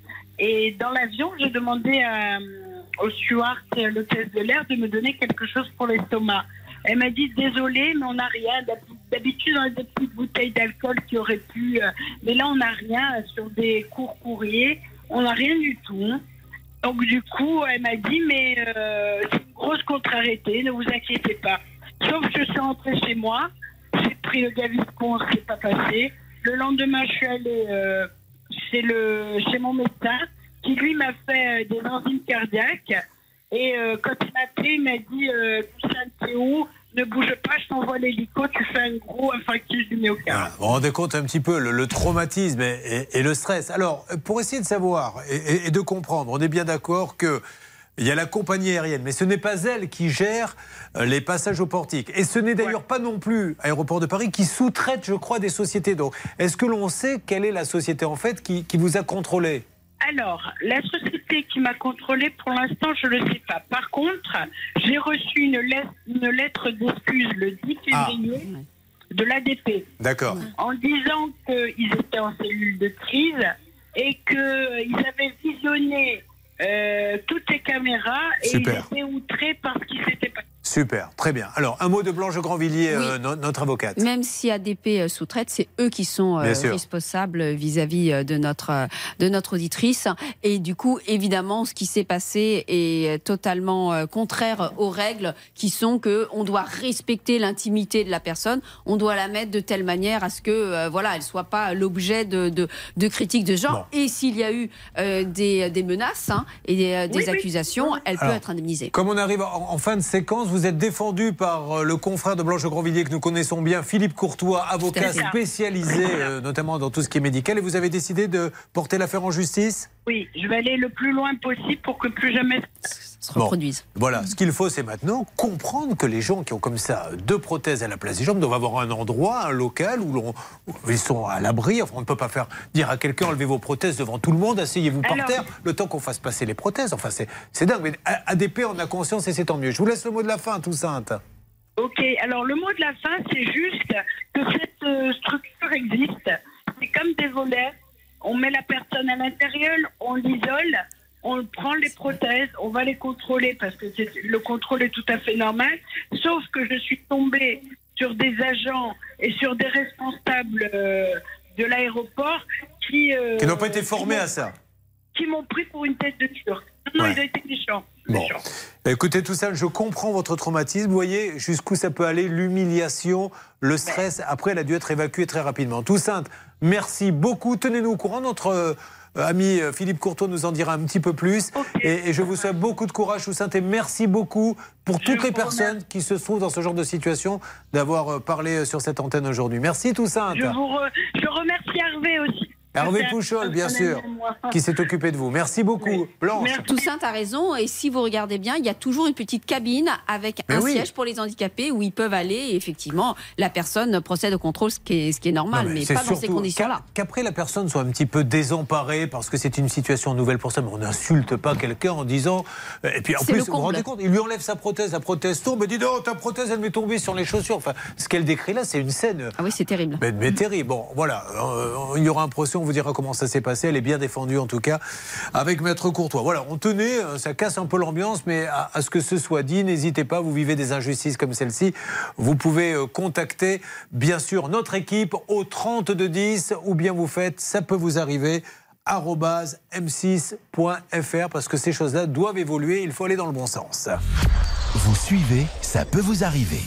et dans l'avion, j'ai demandé à, au steward, l'hôtesse de l'air, de me donner quelque chose pour l'estomac. Elle m'a dit désolé, mais on n'a rien. D'habitude, on a des petites bouteilles d'alcool qui auraient pu, euh, mais là on n'a rien sur des courts courriers. On n'a rien du tout. Donc du coup, elle m'a dit mais euh, c'est une grosse contrariété, ne vous inquiétez pas. Sauf que je suis rentrée chez moi, j'ai pris le Gaviscon, c'est pas passé. Le lendemain, je suis allée euh, chez, le, chez mon médecin qui, lui, m'a fait euh, des enzymes cardiaques. Et euh, quand il m'a appelé, il m'a dit euh, « Toussaint, t'es où ? Ne bouge pas, je t'envoie l'hélico, tu fais un gros infarctus du myocarde. » Vous vous rendez compte un petit peu le, le traumatisme et, et, et le stress. Alors, pour essayer de savoir et, et, et de comprendre, on est bien d'accord que il y a la compagnie aérienne, mais ce n'est pas elle qui gère les passages au portique. Et ce n'est d'ailleurs ouais. pas non plus Aéroport de Paris qui sous-traite, je crois, des sociétés. Donc, est-ce que l'on sait quelle est la société, en fait, qui, qui vous a contrôlé ? Alors, la société qui m'a contrôlé, pour l'instant, je ne le sais pas. Par contre, j'ai reçu une lettre, une lettre d'excuse le dix février ah. de l'A D P. D'accord. En disant qu'ils étaient en cellule de crise et qu'ils avaient visionné Euh, toutes les caméras et Super. ils étaient outrés par ce qui s'était passé. Super, très bien. Alors, un mot de Blanche Grandvilliers, Oui. euh, no- notre avocate. Même si A D P sous-traite, c'est eux qui sont euh, responsables vis-à-vis de notre, de notre auditrice. Et du coup, évidemment, ce qui s'est passé est totalement euh, contraire aux règles qui sont qu'on doit respecter l'intimité de la personne, on doit la mettre de telle manière à ce que euh, voilà, elle ne soit pas l'objet de, de, de critiques de genre. Bon. Et s'il y a eu euh, des, des menaces hein, et des, euh, des oui, accusations, oui. elle Alors, peut être indemnisée. Comme on arrive en, en fin de séquence, vous êtes défendu par le confrère de Blanche Grandvilliers que nous connaissons bien, Philippe Courtois, avocat spécialisé euh, notamment dans tout ce qui est médical. Et vous avez décidé de porter l'affaire en justice ? Oui, je vais aller le plus loin possible pour que plus jamais se reproduise. Bon, voilà, ce qu'il faut, c'est maintenant comprendre que les gens qui ont comme ça deux prothèses à la place des jambes doivent avoir un endroit, un local où, l'on, où ils sont à l'abri. Enfin, on ne peut pas faire dire à quelqu'un enlevez vos prothèses devant tout le monde, asseyez-vous par Alors, terre, le temps qu'on fasse passer les prothèses. Enfin, c'est, c'est dingue. Mais A D P, on a conscience et c'est tant mieux. Je vous laisse le mot de la fin, Toussaint. Ok, alors le mot de la fin, c'est juste que cette euh, structure existe. C'est comme des volets. On met la personne à l'intérieur, on l'isole, on prend les prothèses, on va les contrôler parce que c'est, le contrôle est tout à fait normal. Sauf que je suis tombée sur des agents et sur des responsables euh, de l'aéroport qui... Euh, qui n'ont pas été formés à ça. Qui m'ont pris pour une tête de turc. Non, Ouais. ils ont été méchants. Bon. Écoutez, tout ça, je comprends votre traumatisme. Vous voyez jusqu'où ça peut aller, l'humiliation, le stress. Après, elle a dû être évacuée très rapidement. Toussaint, merci beaucoup. Tenez-nous au courant. Notre euh, ami Philippe Courtois nous en dira un petit peu plus. Okay. Et, et je vous souhaite beaucoup de courage, Toussaint. Et merci beaucoup pour je toutes les personnes remercie. qui se trouvent dans ce genre de situation d'avoir parlé sur cette antenne aujourd'hui. Merci, Toussaint. Je, vous re... je remercie Hervé aussi. Hervé Pouchol, bien sûr, qui s'est occupé de vous. Merci beaucoup, oui. Blanche. Merci. Toussaint a raison. Et si vous regardez bien, il y a toujours une petite cabine avec Mais un oui. siège pour les handicapés où ils peuvent aller. Et effectivement, la personne procède au contrôle, ce qui est, ce qui est normal, non, mais, mais pas dans ces conditions-là. Qu'après, la personne soit un petit peu désemparée parce que c'est une situation nouvelle pour ça. Mais on n'insulte pas quelqu'un en disant... Et puis en plus, vous vous rendez compte, il lui enlève sa prothèse, la prothèse tombe, et dit non, ta prothèse, elle m'est tombée sur les chaussures. Enfin, ce qu'elle décrit là, c'est une scène... Ah oui, c'est terrible. Mais, mais terrible. Bon, voilà, euh, il y aura un procès. On vous dira comment ça s'est passé. Elle est bien défendue, en tout cas, avec Maître Courtois. Voilà, on tenait, ça casse un peu l'ambiance, mais à, à ce que ce soit dit, n'hésitez pas, vous vivez des injustices comme celle-ci, vous pouvez contacter, bien sûr, notre équipe au trente-deux dix, ou bien vous faites, ça peut vous arriver, arobase m six point f r, parce que ces choses-là doivent évoluer, il faut aller dans le bon sens. Vous suivez, ça peut vous arriver.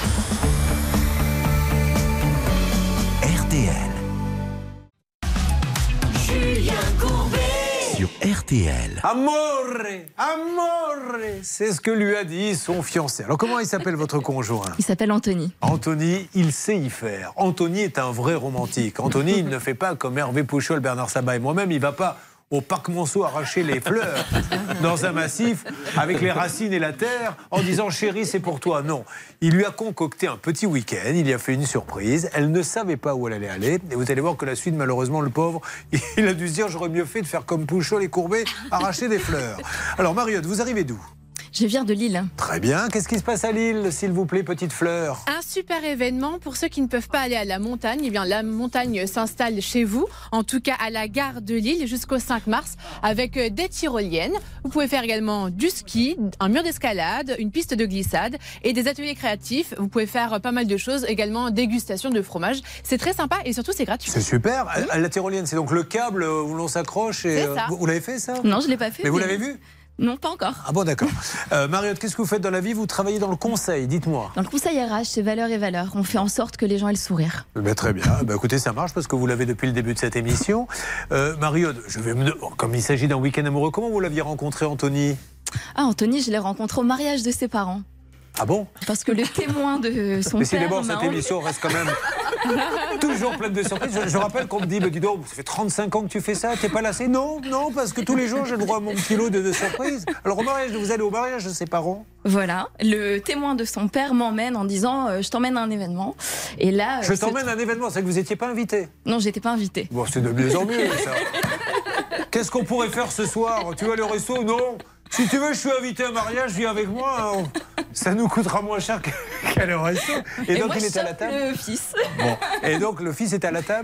R T L. Julien Courbet sur R T L. Amore, amore, c'est ce que lui a dit son fiancé. Alors comment il s'appelle votre conjoint ? Il s'appelle Anthony. Anthony, il sait y faire. Anthony est un vrai romantique. Anthony, il ne fait pas comme Hervé Pouchol, Bernard Sabat et moi-même. Il ne va pas au parc Monceau arracher les fleurs dans un massif avec les racines et la terre en disant chérie c'est pour toi. Non, il lui a concocté un petit week-end, il lui a fait une surprise, elle ne savait pas où elle allait aller et vous allez voir que la suite malheureusement le pauvre il a dû se dire j'aurais mieux fait de faire comme Pouchol et Courbet, arracher des fleurs. Alors Mariotte, vous arrivez d'où ? Je viens de Lille. Très bien. Qu'est-ce qui se passe à Lille, s'il vous plaît, petite fleur ? Un super événement pour ceux qui ne peuvent pas aller à la montagne. Eh bien, la montagne s'installe chez vous, en tout cas à la gare de Lille jusqu'au cinq mars, avec des tyroliennes. Vous pouvez faire également du ski, un mur d'escalade, une piste de glissade et des ateliers créatifs. Vous pouvez faire pas mal de choses, également dégustation de fromage. C'est très sympa et surtout c'est gratuit. C'est super. Oui. La tyrolienne, c'est donc le câble où l'on s'accroche. Et, c'est ça. Vous, vous l'avez fait ça ? Non, je ne l'ai pas fait. Mais, mais vous l'avez vu ? Non, pas encore. Ah bon, d'accord. Euh, Mariotte, qu'est-ce que vous faites dans la vie ? Vous travaillez dans le conseil, dites-moi. Dans le conseil R H, c'est valeurs et valeurs. On fait en sorte que les gens aient le sourire. Ben, très bien. Ben, écoutez, ça marche parce que vous l'avez depuis le début de cette émission. Euh, Mariotte, je vais me... comme il s'agit d'un week-end amoureux, comment vous l'aviez rencontré, Anthony ? Ah, Anthony, je l'ai rencontré au mariage de ses parents. Ah bon ? Parce que le témoin de son mais père... Mais c'est d'abord, cette émission reste quand même toujours pleine de surprises. Je, je rappelle qu'on me dit, me dit donc, ça fait trente-cinq ans que tu fais ça, t'es pas lassé ? Non, non, parce que tous les jours, j'ai le droit à mon petit lot de, de surprises. Alors au mariage, vous allez au mariage de ses parents ? Voilà, le témoin de son père m'emmène en disant euh, je t'emmène à un événement. Et là, je t'emmène à un événement, c'est que vous n'étiez pas invité ? Non, j'étais pas invité. Bon, c'est de mieux en mieux, ça. Qu'est-ce qu'on pourrait faire ce soir ? Tu vas aller au resto ? Non. Si tu veux, je suis invité à un mariage, viens avec moi. Hein. Ça nous coûtera moins cher qu'aller au resto. Et, et donc, moi, il je est à la table. Le fils. Bon. Et donc, le fils est à la table ?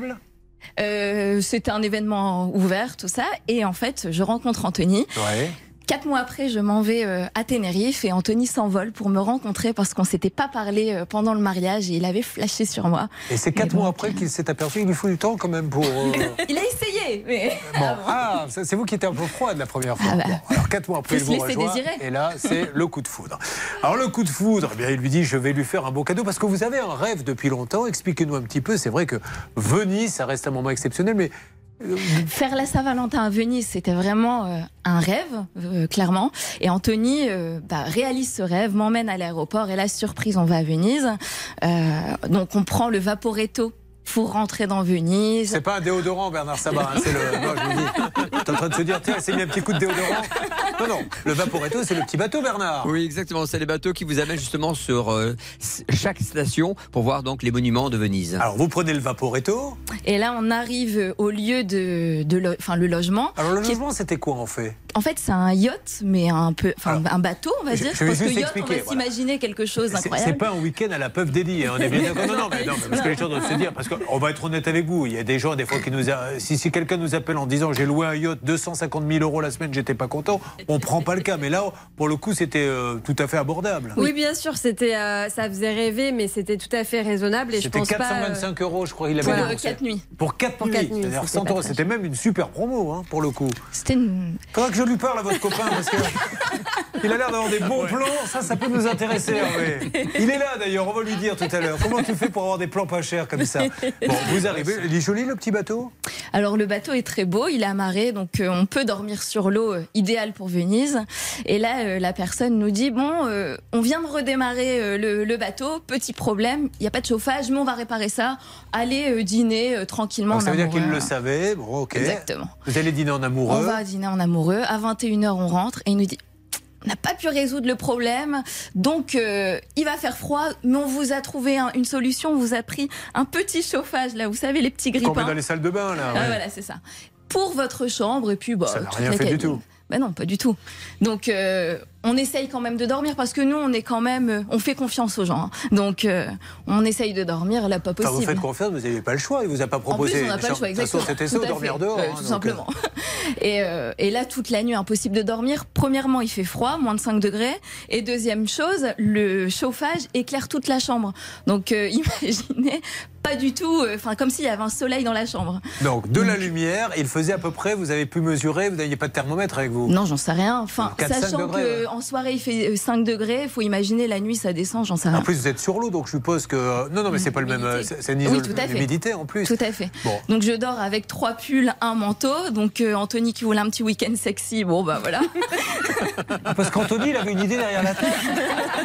euh, C'était un événement ouvert, tout ça. Et en fait, je rencontre Anthony. Ouais. Quatre mois après, je m'en vais euh, à Tenerife et Anthony s'envole pour me rencontrer parce qu'on ne s'était pas parlé euh, pendant le mariage et il avait flashé sur moi. Et c'est quatre et mois donc... après qu'il s'est aperçu qu'il lui faut du temps quand même pour... Euh... il a essayé, mais... Bon. Ah, c'est vous qui étiez un peu froide la première fois. Ah bah. Bon, alors quatre mois après, il vous rejoint et là, c'est le coup de foudre. Alors le coup de foudre, eh bien, il lui dit, je vais lui faire un beau cadeau parce que vous avez un rêve depuis longtemps. Expliquez-nous un petit peu. C'est vrai que Venise, ça reste un moment exceptionnel, mais... Faire la Saint-Valentin à Venise, c'était vraiment euh, un rêve, euh, clairement. Et Anthony euh, bah, réalise ce rêve, m'emmène à l'aéroport et la surprise, on va à Venise. Euh, donc on prend le Vaporetto pour rentrer dans Venise. C'est pas un déodorant, Bernard Sabat, hein, c'est le... Non, je vous dis. T'es en train de se dire, tiens, elle s'est mis un petit coup de déodorant. Non, non, le Vaporetto, c'est le petit bateau, Bernard. Oui, exactement, c'est les bateaux qui vous amènent justement sur euh, chaque station pour voir donc les monuments de Venise. Alors, vous prenez le Vaporetto. Et là, on arrive au lieu de, de lo... enfin, le logement. Alors, le logement, est... c'était quoi, en fait ? En fait, c'est un yacht, mais un peu, enfin, un bateau, on va je, dire. Je vais parce juste que yacht, expliquer. On va voilà. s'imaginer quelque chose d'incroyable. C'est pas un week-end à la Puff Daddy, hein, on est bien d'accord. Non, non, mais, non, mais parce que les gens doivent se dire, parce qu'on va être honnête avec vous, il y a des gens, des fois, qui nous. A, si si quelqu'un nous appelle en disant j'ai loué un yacht deux cent cinquante mille euros la semaine, j'étais pas content, on prend pas le cas. Mais là, pour le coup, c'était euh, tout à fait abordable. Oui, bien sûr, c'était, euh, ça faisait rêver, mais c'était tout à fait raisonnable. Et je pense quatre cent vingt-cinq pas, euros, je crois, il avait voilà. Pour quatre nuits. Pour quatre nuits. nuits. cent euros, c'était même une super promo, hein, pour le coup. C'était une. Faudra que je lui parle à votre copain, parce que. Il a l'air d'avoir des bons ouais. plans, ça, ça peut nous intéresser. Ouais. Il est là d'ailleurs, on va lui dire tout à l'heure. Comment tu fais pour avoir des plans pas chers comme ça ? Bon, vous arrivez, il est joli le petit bateau ? Alors le bateau est très beau, il est amarré, donc euh, on peut dormir sur l'eau, euh, idéal pour Venise. Et là, euh, la personne nous dit, bon, euh, on vient de redémarrer euh, le, le bateau, petit problème, il n'y a pas de chauffage, mais on va réparer ça. Allez euh, dîner euh, tranquillement donc, en amoureux. Ça veut dire qu'il le savait, bon ok. Exactement. Vous allez dîner en amoureux ? On va dîner en amoureux, à vingt et une heures on rentre et il nous dit, on n'a pas pu résoudre le problème, donc euh, il va faire froid, mais on vous a trouvé un, une solution, on vous a pris un petit chauffage, là, vous savez, les petits grippins. Qu'on met dans les salles de bain, là. Ouais. Ah, voilà, c'est ça. Pour votre chambre, et puis... Bah, ça n'a rien fait du tout. Ben non, pas du tout. Donc, euh, on essaye quand même de dormir, parce que nous, on est quand même... On fait confiance aux gens. Hein. Donc, euh, on essaye de dormir, là, pas possible. Enfin, vous faites confiance, vous n'avez pas le choix, il ne vous a pas proposé... En plus, on n'a pas le choix, exactement. De toute façon, c'était ça, dormir dehors. Ouais, hein, tout donc... simplement. Et, euh, et là, toute la nuit, impossible de dormir. Premièrement, il fait froid, moins de cinq degrés. Et deuxième chose, le chauffage éclaire toute la chambre. Donc, euh, imaginez... Pas du tout, enfin euh, comme s'il y avait un soleil dans la chambre. Donc de la lumière, il faisait à peu près, vous avez pu mesurer, vous n'aviez pas de thermomètre avec vous ? Non, j'en sais rien. Enfin, sachant qu'en soirée il fait cinq degrés, il faut imaginer la nuit ça descend, j'en sais rien. En plus vous êtes sur l'eau, donc je suppose que... Non, non, mais c'est pas le même... C'est une oui, humidité en plus. Tout à fait. Bon. Donc je dors avec trois pulls, un manteau. Donc euh, Anthony qui voulait un petit week-end sexy, bon bah voilà. Parce qu'Anthony, il avait une idée derrière la tête.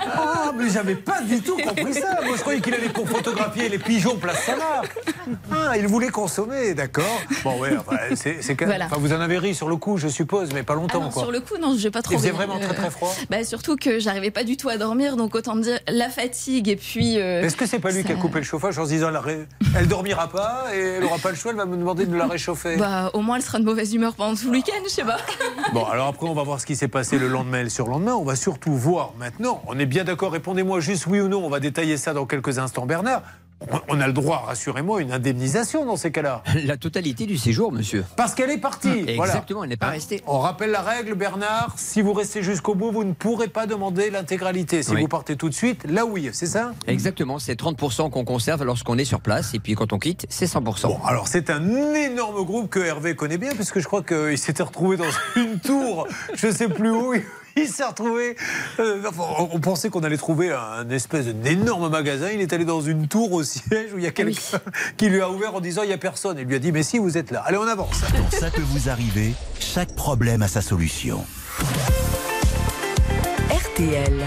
Ah, mais j'avais pas du tout compris ça. Moi, je croyais qu'il allait pour photographier les pigeons place Saint-Marc. Ah, il voulait consommer, d'accord. Bon, ouais, enfin, c'est, c'est quand même... Voilà. enfin, vous en avez ri sur le coup, je suppose, mais pas longtemps, Ah non, quoi. sur le coup, non, j'ai pas trop. Il faisait ri. vraiment très très froid. Euh, bah, surtout que j'arrivais pas du tout à dormir, donc autant dire la fatigue et puis. Euh, Est-ce que c'est pas lui ça... qui a coupé le chauffage en se disant elle, ré... elle dormira pas et elle aura pas le choix, elle va me demander de la réchauffer. Bah, au moins, elle sera de mauvaise humeur pendant tout le week-end, je sais pas. Bon, alors après, on va voir ce qui s'est passé le lendemain et le surlendemain. On va surtout voir maintenant. On est bien d'accord, répondez-moi juste oui ou non. On va détailler ça dans quelques instants, Bernard. On a le droit, rassurez-moi, une indemnisation dans ces cas-là. La totalité du séjour, monsieur. Parce qu'elle est partie. Mmh, voilà. Exactement, elle n'est pas Hein, restée. On rappelle la règle, Bernard. Si vous restez jusqu'au bout, vous ne pourrez pas demander l'intégralité. Si Oui. vous partez tout de suite, là oui, c'est ça? Exactement, c'est trente pour cent qu'on conserve lorsqu'on est sur place, et puis quand on quitte, c'est cent pour cent. Bon, alors c'est un énorme groupe que Hervé connaît bien, puisque je crois qu'il s'était retrouvé dans une tour, je ne sais plus où. Il s'est retrouvé. Euh, enfin, on pensait qu'on allait trouver un espèce d'énorme magasin. Il est allé dans une tour au siège où il y a quelqu'un oui. qui lui a ouvert en disant il n'y a personne. Il lui a dit mais si, vous êtes là. Allez, on avance. Quand ça peut vous arriver, chaque problème a sa solution. R T L.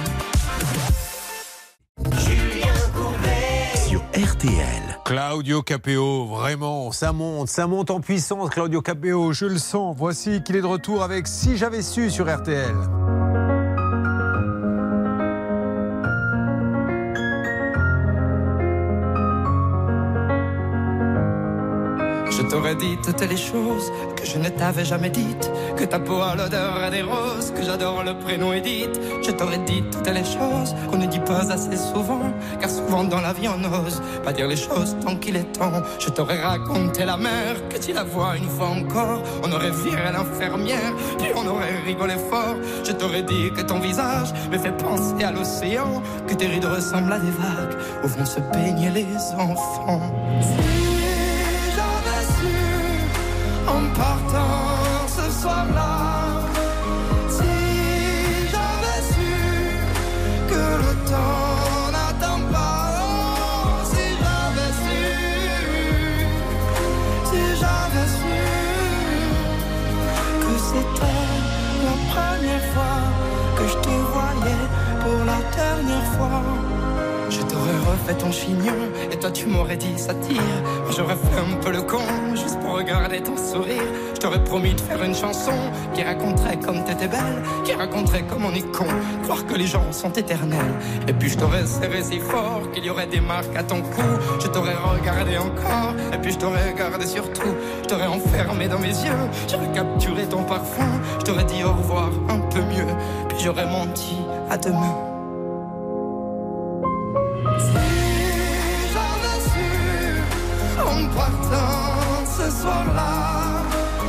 Julien Courbet sur R T L. Claudio Capéo, vraiment, ça monte, ça monte en puissance, Claudio Capéo, je le sens. Voici qu'il est de retour avec Si j'avais su sur R T L. Je t'aurais dit toutes les choses que je ne t'avais jamais dites, que ta peau a l'odeur des roses, que j'adore le prénom Edith. Je t'aurais dit toutes les choses qu'on ne dit pas assez souvent, car souvent dans la vie on n'ose pas dire les choses tant qu'il est temps. Je t'aurais raconté la mer, que tu la vois une fois encore, on aurait viré l'infirmière, puis on aurait rigolé fort. Je t'aurais dit que ton visage me fait penser à l'océan, que tes rides ressemblent à des vagues où vont se baigner les enfants. En partant ce soir-là, si j'avais su que le temps n'attend pas, oh, si j'avais su, si j'avais su que c'était la première fois que je te voyais pour la dernière fois. Je t'aurais refait ton chignon et toi tu m'aurais dit ça tire. J'aurais fait un peu le con juste pour regarder ton sourire. Je t'aurais promis de faire une chanson qui raconterait comme t'étais belle, qui raconterait comme on est con, croire que les gens sont éternels. Et puis je t'aurais serré si fort qu'il y aurait des marques à ton cou. Je t'aurais regardé encore et puis je t'aurais regardé surtout. Je t'aurais enfermé dans mes yeux, j'aurais capturé ton parfum. Je t'aurais dit au revoir un peu mieux, puis j'aurais menti à demain. En partant ce soir-là,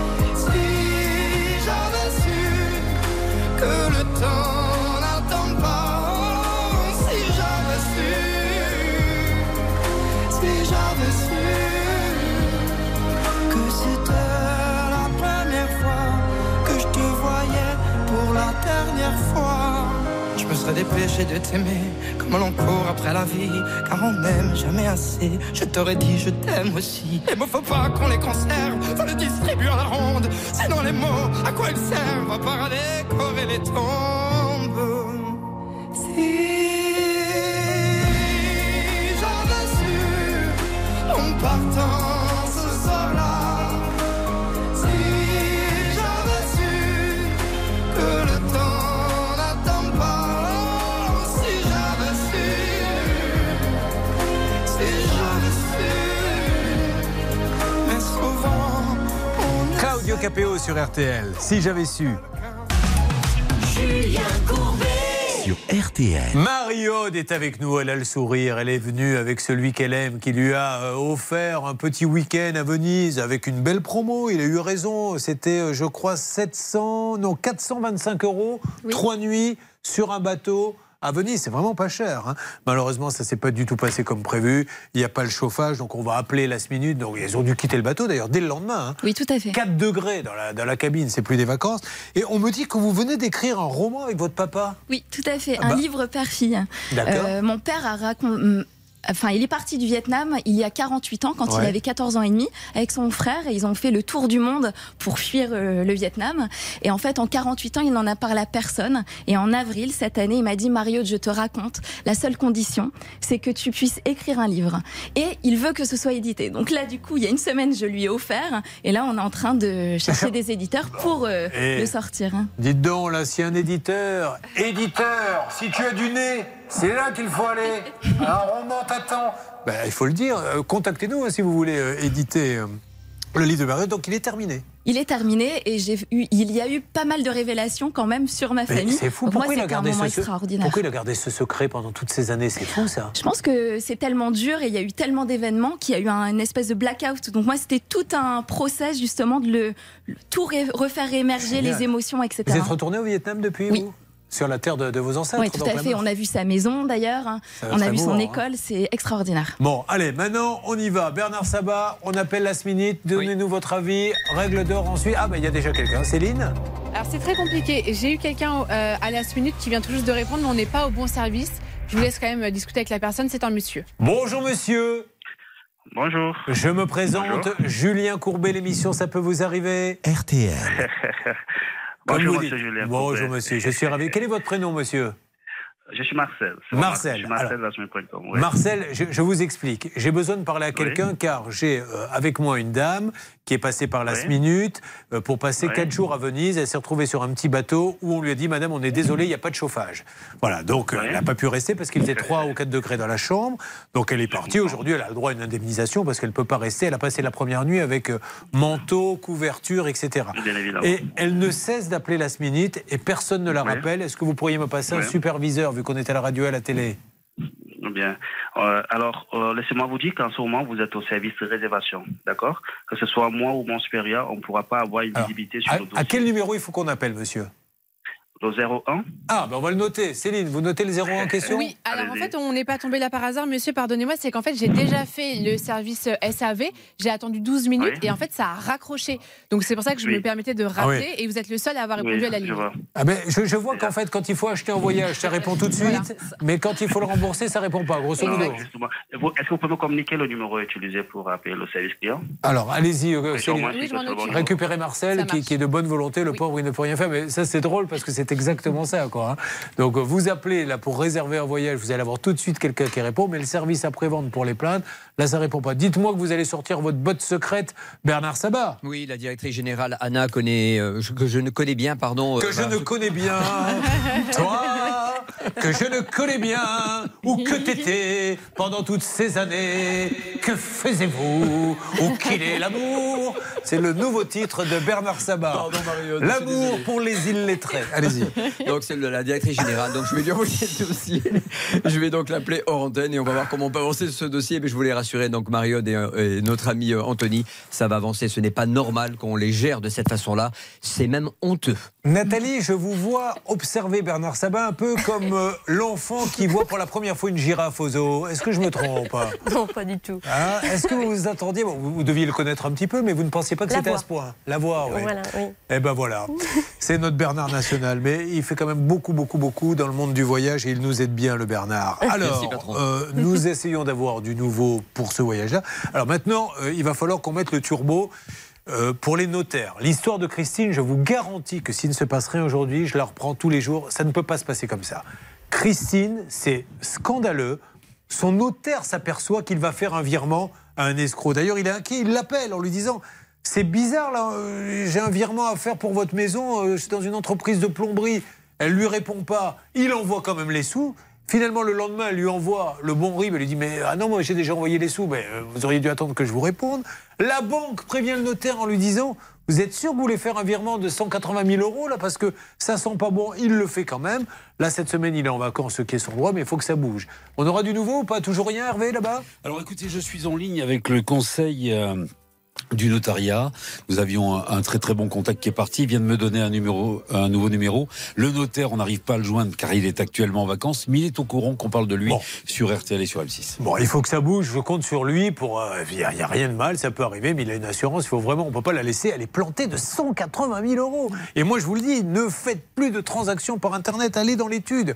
si j'avais su que le temps n'attend pas, oh, si j'avais su, si j'avais su que c'était la première fois que je te voyais pour la dernière fois. Je me serais dépêché de t'aimer comme l'on court après la vie, car on n'aime jamais assez. Je t'aurais dit je t'aime aussi. Les mots faut pas qu'on les conserve, faut les distribuer à la ronde. Sinon les mots, à quoi ils servent à part à décorer les tombes. Si j'avais su en partant ce soir-là, si j'avais su que le temps Claudio Capéo sur R T L. Si j'avais su. Julien Courbet sur R T L. Marie-Aude est avec nous, elle a le sourire. Elle est venue avec celui qu'elle aime, qui lui a offert un petit week-end à Venise avec une belle promo. Il a eu raison. C'était, je crois, sept cents, non, quatre cent vingt-cinq euros. Oui. Trois nuits sur un bateau. À Venise, c'est vraiment pas cher. Hein. Malheureusement, ça s'est pas du tout passé comme prévu. Il n'y a pas le chauffage, donc on va appeler last minute. Donc ils ont dû quitter le bateau, d'ailleurs, dès le lendemain. Hein. Oui, tout à fait. quatre degrés dans la, dans la cabine, c'est plus des vacances. Et on me dit que vous venez d'écrire un roman avec votre papa. Oui, tout à fait. Ah un bah. livre père-fille. D'accord. Euh, mon père a raconté... Enfin, il est parti du Vietnam il y a quarante-huit ans, quand Ouais. il avait quatorze ans et demi, avec son frère. Et ils ont fait le tour du monde pour fuir euh, le Vietnam. Et en fait, en quarante-huit ans, il n'en a parlé à personne. Et en avril, cette année, il m'a dit, Mario, je te raconte, la seule condition, c'est que tu puisses écrire un livre. Et il veut que ce soit édité. Donc là, du coup, il y a une semaine, je lui ai offert. Et là, on est en train de chercher des éditeurs pour euh, Et le sortir. hein. Dites donc, là, si un éditeur, éditeur, si tu as du nez, c'est là qu'il faut aller. Alors, on monte à temps. Ben, il faut le dire, euh, contactez-nous hein, si vous voulez euh, éditer euh, le livre de Mario. Donc, il est terminé. Il est terminé et j'ai eu, il y a eu pas mal de révélations quand même sur ma Mais famille. c'est fou. Moi, Pourquoi il a c'était un gardé moment ce, extraordinaire. pourquoi il a gardé ce secret pendant toutes ces années? C'est fou, ça. Je pense que c'est tellement dur et il y a eu tellement d'événements qu'il y a eu un, une espèce de blackout. Donc moi, c'était tout un process justement de le, le tout ré- refaire émerger Génial. les émotions, et cetera. Vous êtes retourné au Vietnam depuis Oui. vous Sur la terre de, de vos ancêtres? Oui, tout donc, à fait. là-bas. On a vu sa maison d'ailleurs. Ça va On a très vu beau, son hein. école. C'est extraordinaire. Bon, allez, maintenant on y va. Bernard Sabat, on appelle Last Minute. Donnez-nous votre avis. Règle d'or ensuite. Ah, ben il y a déjà quelqu'un. Céline? Alors c'est très compliqué. J'ai eu quelqu'un euh, à la last minute qui vient tout juste de répondre, mais on n'est pas au bon service. Je vous laisse quand même discuter avec la personne. C'est un monsieur. Bonjour monsieur. Bonjour. Je me présente, Bonjour. Julien Courbet, l'émission Ça peut vous arriver. R T L. Comme Bonjour, vous monsieur dites. Julien. Bonjour Courbet. monsieur, je suis ravi. Quel est votre prénom monsieur? Je suis Marcel. C'est Marcel. Je suis Marcel, Alors, la semaine prochaine. Ouais. Marcel, je, je vous explique. J'ai besoin de parler à quelqu'un car j'ai euh, avec moi une dame qui est passée par Last Oui. Minute euh, pour passer Oui. quatre jours à Venise. Elle s'est retrouvée sur un petit bateau où on lui a dit, madame, on est désolé, il n'y a pas de chauffage. Voilà, donc euh, Oui. elle n'a pas pu rester parce qu'il faisait trois ou quatre degrés dans la chambre. Donc elle est partie. Aujourd'hui, elle a le droit à une indemnisation parce qu'elle ne peut pas rester. Elle a passé la première nuit avec euh, manteau, couverture, et cetera. Bien évidemment. Et elle ne cesse d'appeler Last Minute et personne ne la Oui. rappelle. Est-ce que vous pourriez me passer un Oui. superviseur, vu qu'on est à la radio et à la télé? Bien. Euh, alors, euh, laissez-moi vous dire qu'en ce moment, vous êtes au service de réservation. D'accord? Que ce soit moi ou mon supérieur, on ne pourra pas avoir une Alors, visibilité sur à, le dossier. à quel numéro il faut qu'on appelle, monsieur? Le zéro un. Ah, ben on va le noter. Céline, vous notez le zéro un en question? Oui, alors en Allez-y. fait, on n'est pas tombé là par hasard, monsieur, pardonnez-moi, c'est qu'en fait, j'ai déjà fait le service S A V, j'ai attendu douze minutes Oui. et en fait, ça a raccroché. Donc c'est pour ça que je Oui. me permettais de rappeler Ah oui. et vous êtes le seul à avoir répondu Oui, à la je ligne. vois. Ah ben, je, je vois qu'en fait, quand il faut acheter un voyage, ça répond tout de suite. Voilà. Mais quand il faut le rembourser, ça répond pas, grosso modo. Non, justement. Vous- Est-ce que vous pouvez me communiquer le numéro utilisé pour appeler le service client? Alors, allez-y, euh, Oui, Céline. moi, Oui, c'est je m'en que ce occupe. bon Récupérez Marcel, Ça qui, marche. qui est de bonne volonté. Le Oui. pauvre, il ne peut rien faire. Mais ça, c'est drôle parce que c'est exactement ça, quoi. hein. Donc, euh, vous appelez là pour réserver un voyage, vous allez avoir tout de suite quelqu'un qui répond. Mais le service après-vente pour les plaintes, là, ça répond pas. Dites-moi que vous allez sortir votre botte secrète, Bernard Sabat. Oui, la directrice générale Anna connaît, euh, que je ne connais bien, pardon. Que euh, je bah, ne connais bien, toi, que je ne connais bien, où que t'étais pendant toutes ces années, que faisiez-vous, où qu'il est l'amour? C'est le nouveau titre de Bernard Sabat. Pardon, Mario, je suis L'amour désolé. pour les illettrés. Allez-y. Donc c'est le- la directrice générale. Donc je vais lui envoyer le dossier. Je vais donc l'appeler hors antenne et on va voir comment on peut avancer ce dossier. Mais je voulais rassurer donc Mario et, euh, et notre ami euh, Anthony, ça va avancer. Ce n'est pas normal qu'on les gère de cette façon-là. C'est même honteux. Nathalie, je vous vois observer Bernard Sabat un peu comme euh, l'enfant qui voit pour la première fois une girafe au zoo. Est-ce que je me trompe? Non, pas du tout. Hein? Est-ce que vous vous attendiez, bon, vous, vous deviez le connaître un petit peu, mais vous ne pensiez pas que La c'était à voix. ce point? La voix, oui. Voilà, oui. Eh ben voilà, c'est notre Bernard national, mais il fait quand même beaucoup, beaucoup, beaucoup dans le monde du voyage et il nous aide bien, le Bernard. Alors, Merci, patron. euh, nous essayons d'avoir du nouveau pour ce voyage-là. Alors maintenant, euh, il va falloir qu'on mette le turbo. Euh, pour les notaires, l'histoire de Christine, je vous garantis que s'il ne se passe rien aujourd'hui, je la reprends tous les jours, ça ne peut pas se passer comme ça. Christine, c'est scandaleux. Son notaire s'aperçoit qu'il va faire un virement à un escroc. D'ailleurs, il est inquiet, il l'appelle en lui disant « C'est bizarre, là, euh, j'ai un virement à faire pour votre maison, euh, je suis dans une entreprise de plomberie. » Elle lui répond pas, il envoie quand même les sous. Finalement, le lendemain, elle lui envoie le bon RIB. Elle lui dit « Mais ah non, moi j'ai déjà envoyé les sous, mais euh, vous auriez dû attendre que je vous réponde. » La banque prévient le notaire en lui disant « Vous êtes sûr que vous voulez faire un virement de cent quatre-vingt mille euros là, parce que ça sent pas bon. » Il le fait quand même. Là, cette semaine, il est en vacances, ce qui est son droit, mais il faut que ça bouge. On aura du nouveau ou pas? Toujours rien, Hervé, là-bas? Alors écoutez, je suis en ligne avec le conseil euh, du notariat. Nous avions un, un très très bon contact qui est parti. Il vient de me donner un, numéro, un nouveau numéro. Le notaire, on n'arrive pas à le joindre car il est actuellement en vacances, mais il est au courant qu'on parle de lui Bon. sur R T L et sur M six. Bon, il faut que ça bouge. Je compte sur lui pour. euh, Il n'y a, a rien de mal, ça peut arriver, mais il a une assurance. Il faut vraiment, on ne peut pas la laisser. Elle est plantée de cent quatre-vingt mille euros. Et moi, je vous le dis, ne faites plus de transactions par Internet. Allez dans l'étude.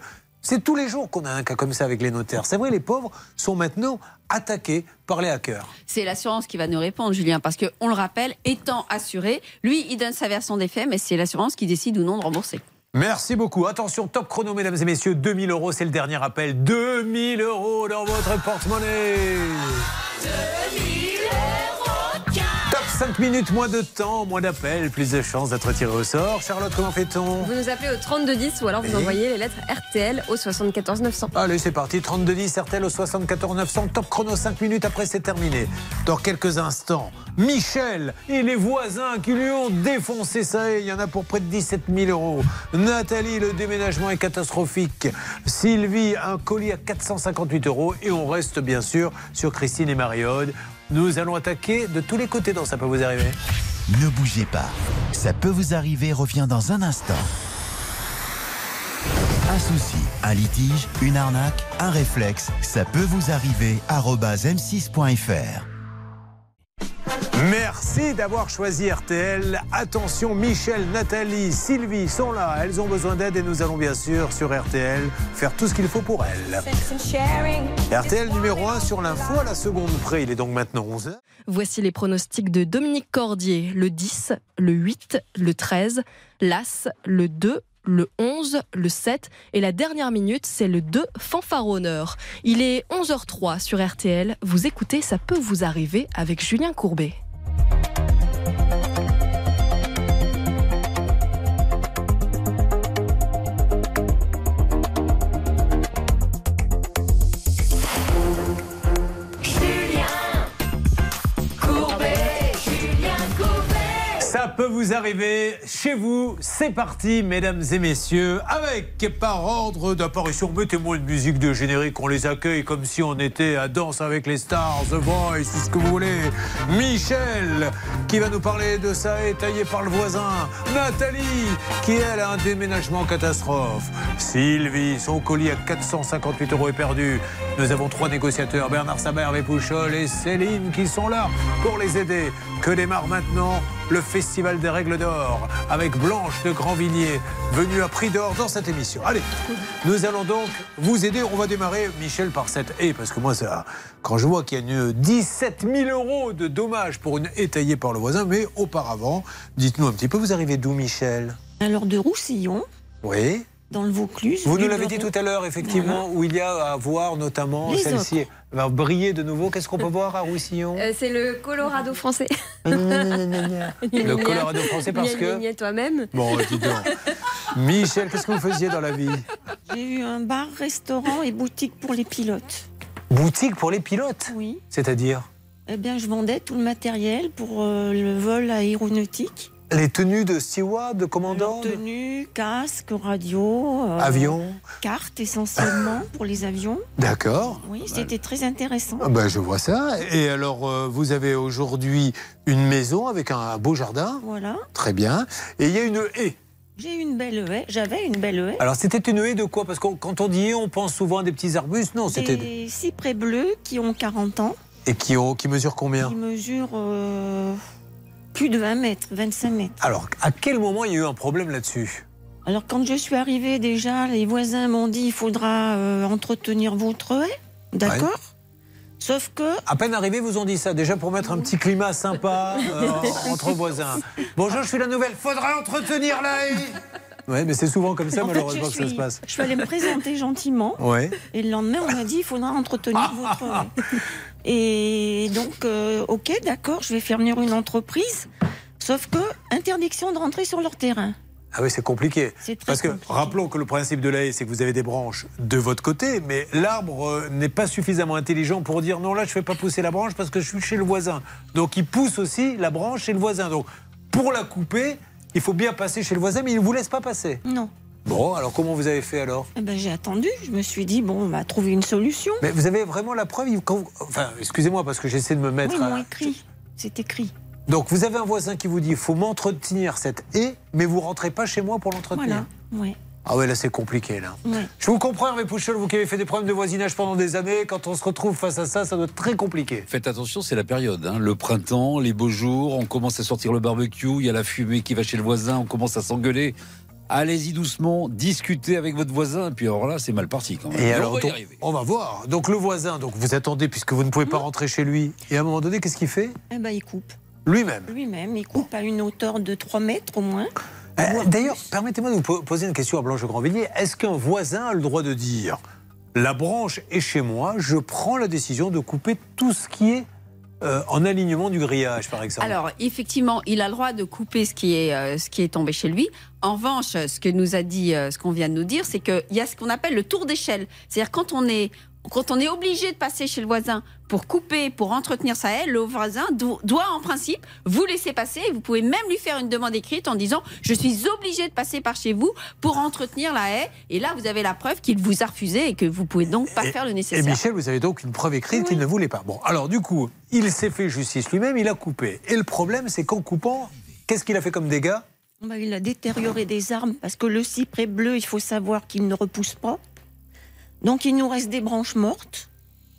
C'est tous les jours qu'on a un cas comme ça avec les notaires. C'est vrai, les pauvres sont maintenant attaqués par les hackers. C'est l'assurance qui va nous répondre, Julien, parce qu'on le rappelle, étant assuré, lui, il donne sa version des faits, mais c'est l'assurance qui décide ou non de rembourser. Merci beaucoup. Attention, top chrono, mesdames et messieurs. deux mille euros, c'est le dernier appel. deux mille euros dans votre porte-monnaie. deux mille euros. Top cinq minutes, moins de temps, moins d'appels, plus de chances d'être tiré au sort. Charlotte, comment fait-on? Vous nous appelez au trente-deux dix ou alors vous Et envoyez les lettres R T L au soixante-quatorze neuf cents. Allez, c'est parti. trente-deux dix, R T L au soixante-quatorze neuf cents. Top chrono, cinq minutes après, c'est terminé. Dans quelques instants, Michel et les voisins qui lui ont défoncé ça. Il y en a pour près de dix-sept mille euros. Nathalie, le déménagement est catastrophique. Sylvie, un colis à quatre cent cinquante-huit euros. Et on reste bien sûr sur Christine et Marie-Aude. Nous allons attaquer de tous les côtés dans Ça peut vous arriver. Ne bougez pas. Ça peut vous arriver revient dans un instant. Un souci, un litige, une arnaque, un réflexe, ça peut vous arriver. arobase m six point f r. Merci d'avoir choisi R T L. Attention, Michel, Nathalie, Sylvie sont là. Elles ont besoin d'aide et nous allons bien sûr sur R T L faire tout ce qu'il faut pour elles. R T L numéro un sur l'info à la seconde près. Il est donc maintenant onze heures. Voici les pronostics de Dominique Cordier. Le dix, le huit, le treize, l'As, le deux, le onze, le sept et la dernière minute, c'est le deux fanfaronneur. Il est onze heures trois sur R T L. Vous écoutez Ça peut vous arriver avec Julien Courbet. Ça peut vous arriver chez vous. C'est parti, mesdames et messieurs, avec par ordre d'apparition. Mettez-moi une musique de générique, on les accueille comme si on était à Danse avec les stars, The Voice, c'est ce que vous voulez. Michel, qui va nous parler de ça, est taillé par le voisin. Nathalie, qui elle a un déménagement catastrophe. Sylvie, son colis à quatre cent cinquante-huit euros est perdu. Nous avons trois négociateurs, Bernard Sabat, Hervé Pouchol et Céline, qui sont là pour les aider. Que démarre maintenant le Festival des Règles d'Or avec Blanche de Grandvilliers, venue à prix d'or dans cette émission. Allez, nous allons donc vous aider. On va démarrer, Michel, par cette haie, parce que moi, ça, quand je vois qu'il y a une dix-sept mille euros de dommages pour une haie taillée par le voisin, mais auparavant, dites-nous un petit peu, vous arrivez d'où, Michel? Alors de Roussillon. Oui. Dans le Vaucluse. Vous nous l'avez dit tout à l'heure, effectivement, voilà. Où il y a à voir notamment les celle-ci. Va briller de nouveau. Qu'est-ce qu'on peut voir à Roussillon? euh, C'est le Colorado français. Le Colorado français parce que... Gna, gna, toi-même. Bon, dis donc. Michel, qu'est-ce que vous faisiez dans la vie? J'ai eu un bar, restaurant et boutique pour les pilotes. Boutique pour les pilotes? Oui. C'est-à-dire? Eh bien, je vendais tout le matériel pour euh, le vol aéronautique. Les tenues de steward, de commandant? Tenues, casque, radio. Euh, Avion? Cartes essentiellement pour les avions. D'accord. Oui, c'était très intéressant. Ah ben, je vois ça. Et alors, euh, vous avez aujourd'hui une maison avec un beau jardin. Voilà. Très bien. Et il y a une haie. J'ai une belle haie. J'avais une belle haie. Alors, c'était une haie de quoi? Parce que quand on dit haie, on pense souvent à des petits arbustes. Non, c'était... Des cyprès bleus qui ont quarante ans. Et qui, ont, qui mesurent combien? Qui mesurent... Euh... Plus de vingt mètres, vingt-cinq mètres. Alors, à quel moment il y a eu un problème là-dessus? Alors, quand je suis arrivée, déjà, les voisins m'ont dit il faudra euh, entretenir votre haie. D'accord. Ouais. Sauf que... À peine arrivé, vous ont dit ça, déjà pour mettre un petit climat sympa euh, entre voisins. Bonjour, je suis la nouvelle. Faudra entretenir la haie. Oui, mais c'est souvent comme ça, en malheureusement, fait, que suis, ça se passe. Je suis allée me présenter gentiment. Ouais. Et le lendemain, on m'a dit il faudra entretenir votre haie. Et donc, euh, ok, d'accord, je vais faire venir une entreprise. Sauf que, interdiction de rentrer sur leur terrain. Ah oui, c'est compliqué. C'est très Parce que, compliqué. rappelons que le principe de la haie, c'est que vous avez des branches de votre côté, mais l'arbre euh, n'est pas suffisamment intelligent pour dire non, là, je ne fais pas pousser la branche parce que je suis chez le voisin. Donc, il pousse aussi la branche chez le voisin. Donc, pour la couper, il faut bien passer chez le voisin, mais il ne vous laisse pas passer. Non. Bon, alors comment vous avez fait alors? Eh ben, j'ai attendu, je me suis dit, bon, on va trouver une solution. Mais vous avez vraiment la preuve quand vous... Enfin, excusez-moi parce que j'essaie de me mettre... Oui, ils m'ont à... écrit, c'est écrit. Donc vous avez un voisin qui vous dit, il faut m'entretenir cette haie, mais vous rentrez pas chez moi pour l'entretenir. Voilà, ouais. Ah ouais, là c'est compliqué là. Ouais. Je vous comprends, Hervé Pouchol, vous qui avez fait des problèmes de voisinage pendant des années, quand on se retrouve face à ça, ça doit être très compliqué. Faites attention, c'est la période. Hein. Le printemps, les beaux jours, on commence à sortir le barbecue, il y a la fumée qui va chez le voisin, on commence à s'engueuler. allez-y doucement, discutez avec votre voisin, et puis alors là, c'est mal parti quand même. Et Mais alors, on va y donc, arriver. on va voir. Donc le voisin, donc vous attendez puisque vous ne pouvez pas rentrer chez lui. Et à un moment donné, qu'est-ce qu'il fait? Eh ben, il coupe. Lui-même. Lui-même, il coupe à une hauteur de trois mètres au moins. Euh, D'ailleurs, permettez-moi de vous po- poser une question à Blanche Grandvilliers. Est-ce qu'un voisin a le droit de dire la branche est chez moi, je prends la décision de couper tout ce qui est euh, en alignement du grillage, par exemple? Alors, effectivement, il a le droit de couper ce qui est, euh, ce qui est tombé chez lui. En revanche, ce que nous a dit, euh, ce qu'on vient de nous dire, c'est qu'il y a ce qu'on appelle le tour d'échelle. C'est-à-dire quand on est, quand on est obligé de passer chez le voisin pour couper, pour entretenir sa haie, le voisin do- doit en principe vous laisser passer. Et vous pouvez même lui faire une demande écrite en disant « Je suis obligé de passer par chez vous pour entretenir la haie ». Et là, vous avez la preuve qu'il vous a refusé et que vous pouvez donc pas et, faire le Et nécessaire. Michel, vous avez donc une preuve écrite qu'il ne voulait pas. Bon, alors du coup, il s'est fait justice lui-même, il a coupé. Et le problème, c'est qu'en coupant, qu'est-ce qu'il a fait comme dégâts? Bah, il a détérioré des arbres parce que le cyprès bleu, il faut savoir qu'il ne repousse pas. Donc il nous reste des branches mortes.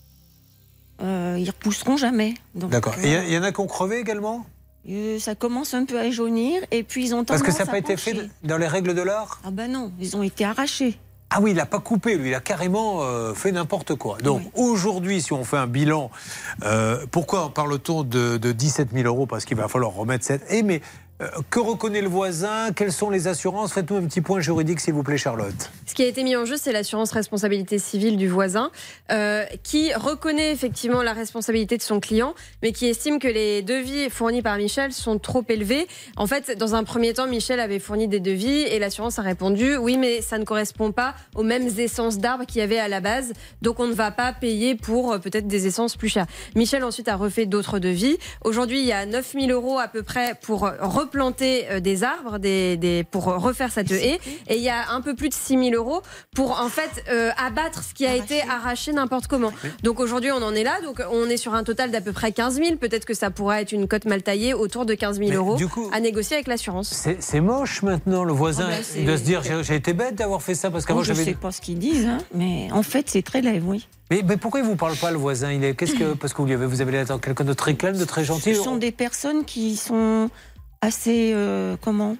Euh, ils ne repousseront jamais. Donc, D'accord. euh, Et il y, y en a qui ont crevé également? euh, ça commence un peu à jaunir et puis ils ont Parce tendance que ça n'a à pas été pencher. fait dans les règles de l'art? Ah ben non, ils ont été arrachés. Ah oui, il n'a pas coupé, lui, il a carrément euh, fait n'importe quoi. Donc aujourd'hui, si on fait un bilan, euh, pourquoi parle-t-on de, de dix-sept mille euros? Parce qu'il va falloir remettre cette... Eh mais euh, que reconnaît le voisin? Quelles sont les assurances? Faites-nous un petit point juridique, s'il vous plaît, Charlotte. Ce qui a été mis en jeu, c'est l'assurance responsabilité civile du voisin, euh, qui reconnaît effectivement la responsabilité de son client, mais qui estime que les devis fournis par Michel sont trop élevés. En fait, dans un premier temps, Michel avait fourni des devis et l'assurance a répondu « Oui, mais ça ne correspond pas aux mêmes essences d'arbres qu'il y avait à la base, donc on ne va pas payer pour euh, peut-être des essences plus chères. » Michel ensuite a refait d'autres devis. Aujourd'hui, il y a neuf mille euros à peu près pour replanter euh, des arbres, des, des, pour refaire cette haie, et il y a un peu plus de six mille euros pour en fait euh, abattre ce qui a été arraché n'importe comment. Donc aujourd'hui, on en est là, donc on est sur un total d'à peu près quinze mille. Peut-être que ça pourrait être une cote mal taillée autour de quinze mille Mais euros du coup, à négocier avec l'assurance. C'est c'est moche maintenant, le voisin, Ah bah, c'est- il doit se dire j'ai j'ai été bête d'avoir fait ça parce qu'avant Oh, je ne j'avais... sais pas ce qu'ils disent, hein, mais en fait, c'est très laid, oui. Mais, mais pourquoi il ne vous parle pas, le voisin? Il est... Qu'est-ce que... Parce que vous, lui avez... vous avez l'air d'être quelqu'un de très calme, de très gentil. Ce sont des personnes qui sont assez... euh, comment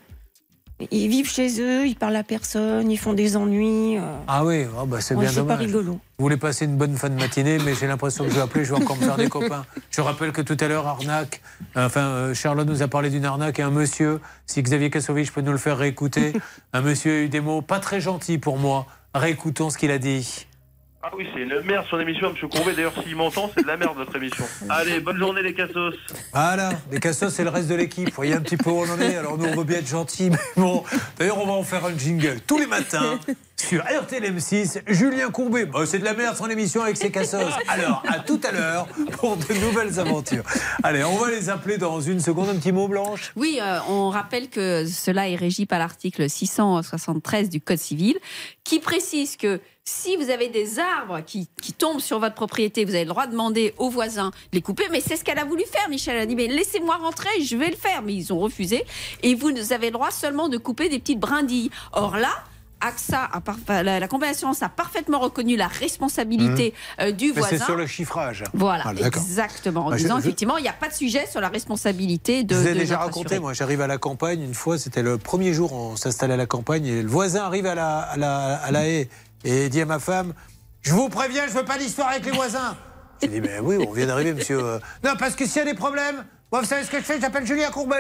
Ils vivent chez eux, ils parlent à personne, ils font des ennuis. euh. Ah oui, oh bah c'est Ouais, bien c'est pas dommage. rigolo. Vous voulez passer une bonne fin de matinée, mais j'ai l'impression que je vais appeler, je vais encore me faire des copains. Je rappelle que tout à l'heure, arnaque, enfin, euh, Charlotte nous a parlé d'une arnaque et un monsieur, si Xavier Kassovitch peut nous le faire réécouter, un monsieur a eu des mots pas très gentils pour moi. Réécoutons ce qu'il a dit. Ah oui, c'est une merde son émission, M. Courbet. D'ailleurs, s'il m'entend, c'est de la merde votre émission. Allez, bonne journée les cassos. Voilà, les cassos, c'est le reste de l'équipe. Vous voyez un petit peu où on en est. Alors nous, on veut bien être gentils, mais bon. D'ailleurs, on va en faire un jingle tous les matins sur R T L M six. Julien Courbet, bah, c'est de la merde son émission avec ses cassos. Alors, à tout à l'heure pour de nouvelles aventures. Allez, on va les appeler dans une seconde. Un petit mot, Blanche? Oui, euh, on rappelle que cela est régi par l'article six cent soixante-treize du Code civil, qui précise que si vous avez des arbres qui, qui tombent sur votre propriété, vous avez le droit de demander aux voisins de les couper. Mais c'est ce qu'elle a voulu faire, Michel. Elle a dit, mais laissez-moi rentrer, je vais le faire. Mais ils ont refusé. Et vous avez le droit seulement de couper des petites brindilles. Or là, A X A, a par- la, la compagnie d'assurance a parfaitement reconnu la responsabilité Mmh. euh, du Mais voisin. c'est sur le chiffrage. Voilà, Ah, d'accord. exactement. En Bah, je- disant, je- effectivement, il n'y a pas de sujet sur la responsabilité de. Je vous ai de déjà notre raconté, assuré. moi j'arrive à la campagne, une fois c'était le premier jour, on s'installait à la campagne et le voisin arrive à la, à la, à la haie et dit à ma femme, je vous préviens, je veux pas d'histoire avec les voisins. J'ai dit, mais oui, on vient d'arriver monsieur. euh. Non, parce que s'il y a des problèmes, moi vous savez ce que je fais, j'appelle Julien Courbet.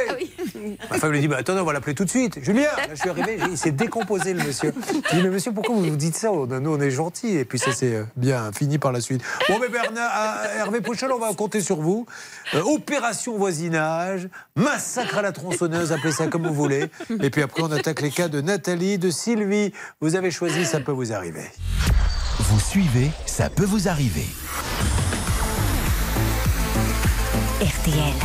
Ma femme lui dit, bah, attendez, on va l'appeler tout de suite. Julien, là, je suis arrivé, il s'est décomposé le monsieur. Je dis, mais monsieur, pourquoi vous vous dites ça? Nous on est gentils. Et puis ça s'est euh, bien fini par la suite. Bon, mais Bernard, euh, Hervé Pouchol, on va compter sur vous. Euh, opération voisinage, massacre à la tronçonneuse, appelez ça comme vous voulez. Et puis après, on attaque les cas de Nathalie, de Sylvie. Vous avez choisi, ça peut vous arriver. Vous suivez, ça peut vous arriver. R T L.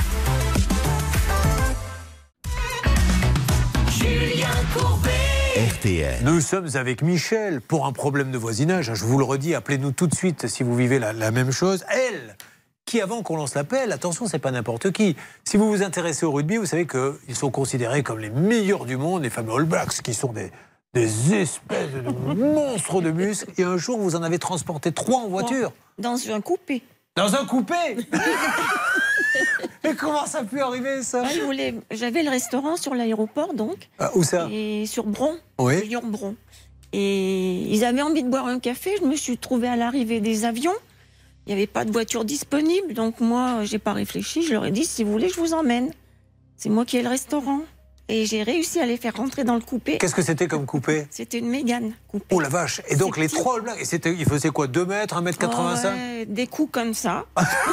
Julien Courbet. R T L. Nous sommes avec Michel pour un problème de voisinage. Je vous le redis, appelez-nous tout de suite si vous vivez la, la même chose. Elle, qui avant qu'on lance l'appel, attention, c'est pas n'importe qui. Si vous vous intéressez au rugby, vous savez qu'ils sont considérés comme les meilleurs du monde, les fameux All Blacks, qui sont des, des espèces de monstres de muscles. Et un jour, vous en avez transporté trois en voiture. Dans un coupé. Dans un coupé. Mais comment ça a pu arriver, ça? Ah, ils voulaient- J'avais le restaurant sur l'aéroport, donc. Ah, où ça? Et sur Bron, Oui. Lyon-Bron. Et ils avaient envie de boire un café. Je me suis trouvée à l'arrivée des avions. Il n'y avait pas de voiture disponible, donc moi, j'ai pas réfléchi. Je leur ai dit, si vous voulez, je vous emmène. C'est moi qui ai le restaurant. Et j'ai réussi à les faire rentrer dans le coupé. Qu'est-ce que c'était comme coupé? C'était une Mégane coupée. Oh la vache. Et donc les trois All Blacks, et c'était, il faisait quoi, deux mètres, un mètre quatre-vingt-cinq? Oh, ouais, des coups comme ça.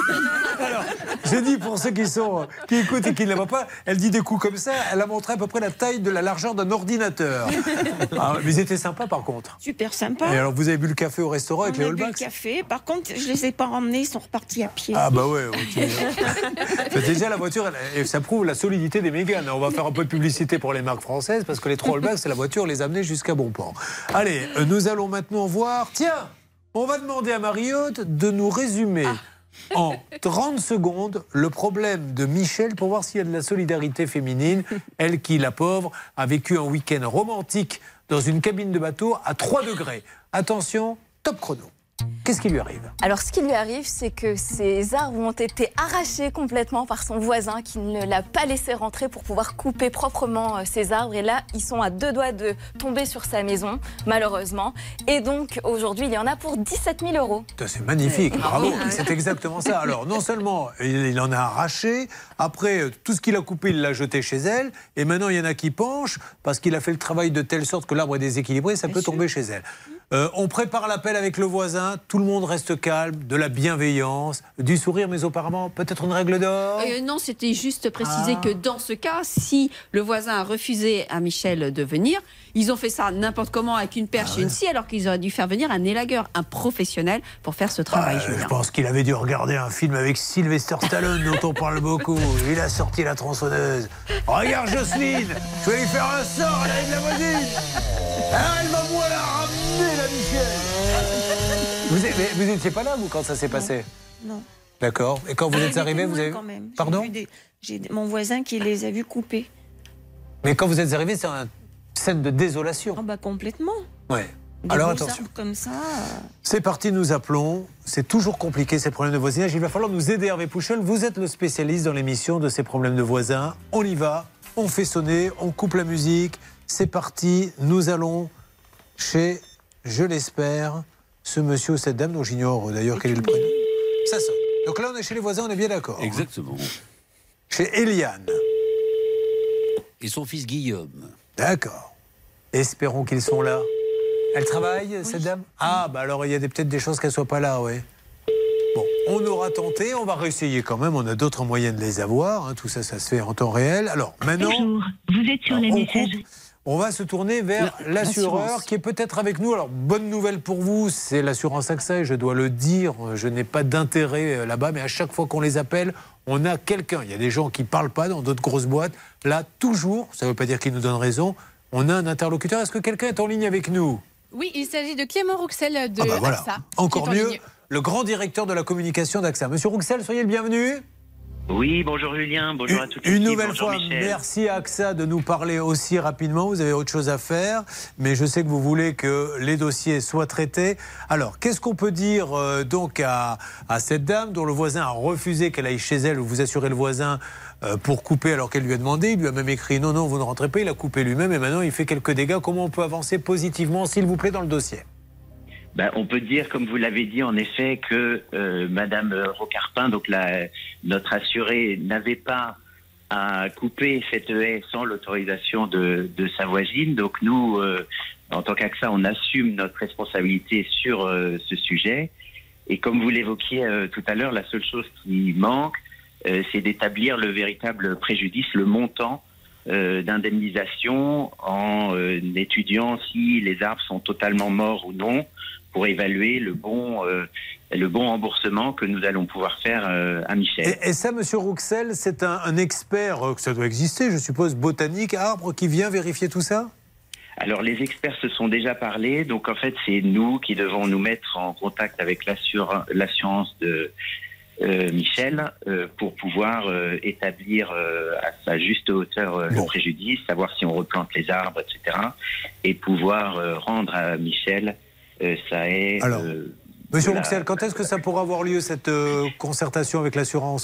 Alors, j'ai dit pour ceux qui sont, qui écoutent et qui ne la voient pas, elle dit des coups comme ça, elle a montré à peu près la taille de la largeur d'un ordinateur. Ah, mais ils étaient sympas par contre. Super sympa. Et alors vous avez bu le café au restaurant avec On les a All bu le Blacks? café. Par contre, je les ai pas ramenés, ils sont repartis à pied. Ah bah ouais, ok. C'est déjà la voiture, elle- et ça prouve la solidité des Mégane. On va faire un peu de publicité pour les marques françaises parce que les trois All Blacks, c'est la voiture les amener jusqu'à bon port. Allez, euh, nous allons maintenant voir. Tiens, on va demander à Marie-Haute de nous résumer en trente secondes le problème de Michel pour voir s'il y a de la solidarité féminine. Elle qui, la pauvre, a vécu un week-end romantique dans une cabine de bateau à trois degrés. Attention, top chrono. Qu'est-ce qui lui arrive? Alors, ce qui lui arrive, c'est que ses arbres ont été arrachés complètement par son voisin qui ne l'a pas laissé rentrer pour pouvoir couper proprement euh, ses arbres. Et là, ils sont à deux doigts de tomber sur sa maison, malheureusement. Et donc, aujourd'hui, il y en a pour dix-sept mille euros. Putain, c'est magnifique, bravo. Ah oui. C'est exactement ça. Alors, non seulement il il en a arraché, après, euh, tout ce qu'il a coupé, il l'a jeté chez elle, et maintenant, il y en a qui penchent, parce qu'il a fait le travail de telle sorte que l'arbre est déséquilibré, ça peut tomber chez elle. Euh, on prépare l'appel avec le voisin, tout le monde reste calme, de la bienveillance, du sourire, mais auparavant, peut-être une règle d'or? Euh, non, c'était juste préciser Ah. que dans ce cas, si le voisin a refusé à Michel de venir, ils ont fait ça n'importe comment avec une perche Ah et une scie, alors qu'ils auraient dû faire venir un élagueur, un professionnel, pour faire ce travail. Euh, Julien. je pense qu'il avait dû regarder un film avec Sylvester Stallone dont on parle beaucoup. Il a sorti la tronçonneuse. Regarde Jocelyne, je vais lui faire un sort à la de la voisine. Alors elle va moi la ramener, la Michel. Vous, êtes- mais vous n'étiez pas là, vous, quand ça s'est passé? Non. D'accord. Et quand vous Ah, êtes des arrivé, vous témoins, avez... quand même. J'ai Pardon? vu des- J'ai mon voisin qui les a vus couper. Mais quand vous êtes arrivé, c'est une scène de désolation. Ah bah complètement. Ouais. Des Alors beaux attention. arbres comme ça. euh, C'est parti, nous appelons. C'est toujours compliqué ces problèmes de voisinage. Il va falloir nous aider, Hervé Pouchel. Vous êtes le spécialiste dans l'émission de ces problèmes de voisins. On y va, on fait sonner, on coupe la musique. C'est parti, nous allons chez, je l'espère, ce monsieur ou cette dame dont j'ignore d'ailleurs quel est le prénom. Ça sonne. Donc là, on est chez les voisins, on est bien d'accord. Exactement. Chez Eliane. Et son fils Guillaume. D'accord. Espérons qu'ils sont là. Elle travaille, cette dame? Ah, bah alors il y a des- peut-être des chances qu'elle ne soit pas là, oui. Bon, on aura tenté, on va réessayer quand même, on a d'autres moyens de les avoir, hein, tout ça, ça se fait en temps réel. Alors maintenant, Bonjour, vous êtes sur alors, la on messagerie. coupe. On va se tourner vers La- l'assureur l'assurance. qui est peut-être avec nous. Alors, bonne nouvelle pour vous, c'est l'assurance A X A et je dois le dire, je n'ai pas d'intérêt euh, là-bas, mais à chaque fois qu'on les appelle, on a quelqu'un. Il y a des gens qui ne parlent pas dans d'autres grosses boîtes. Là, toujours, ça ne veut pas dire qu'ils nous donnent raison, on a un interlocuteur. Est-ce que quelqu'un est en ligne avec nous? Oui, il s'agit de Clément Rouxel de Ah bah voilà. A X A. Encore qui est en mieux, ligne. le grand directeur de la communication d'A X A. Monsieur Rouxel, soyez le bienvenu. Oui, bonjour Julien, bonjour à toutes les Une équipes, nouvelle bonjour fois, Michel. merci à A X A de nous parler aussi rapidement. Vous avez autre chose à faire, mais je sais que vous voulez que les dossiers soient traités. Alors, qu'est-ce qu'on peut dire euh, donc à, à cette dame dont le voisin a refusé qu'elle aille chez elle, ou vous assurez le voisin euh, pour couper alors qu'elle lui a demandé? Il lui a même écrit non, non, vous ne rentrez pas. Il a coupé lui-même et maintenant il fait quelques dégâts. Comment on peut avancer positivement, s'il vous plaît, dans le dossier? Ben, on peut dire, comme vous l'avez dit, en effet, que euh, Madame Rocarpin, donc la, notre assurée, n'avait pas à couper cette haie sans l'autorisation de, de sa voisine. Donc nous, euh, en tant qu'A X A, on assume notre responsabilité sur euh, ce sujet. Et comme vous l'évoquiez euh, tout à l'heure, la seule chose qui manque, euh, c'est d'établir le véritable préjudice, le montant euh, d'indemnisation en euh, étudiant si les arbres sont totalement morts ou non, pour évaluer le bon, euh, le bon remboursement que nous allons pouvoir faire euh, à Michel. Et, et ça, Monsieur Rouxel, c'est un, un expert, euh, que ça doit exister, je suppose, botanique, arbre, qui vient vérifier tout ça? Alors les experts se sont déjà parlé, donc en fait c'est nous qui devons nous mettre en contact avec l'assur- l'assurance de euh, Michel euh, pour pouvoir euh, établir euh, à sa juste hauteur euh, le préjudice, savoir si on replante les arbres, et cetera. Et pouvoir euh, rendre à Michel euh, sa haie. Alors, euh, Monsieur de la- Rouxel, quand est-ce que ça pourra avoir lieu, cette euh, concertation avec l'assurance?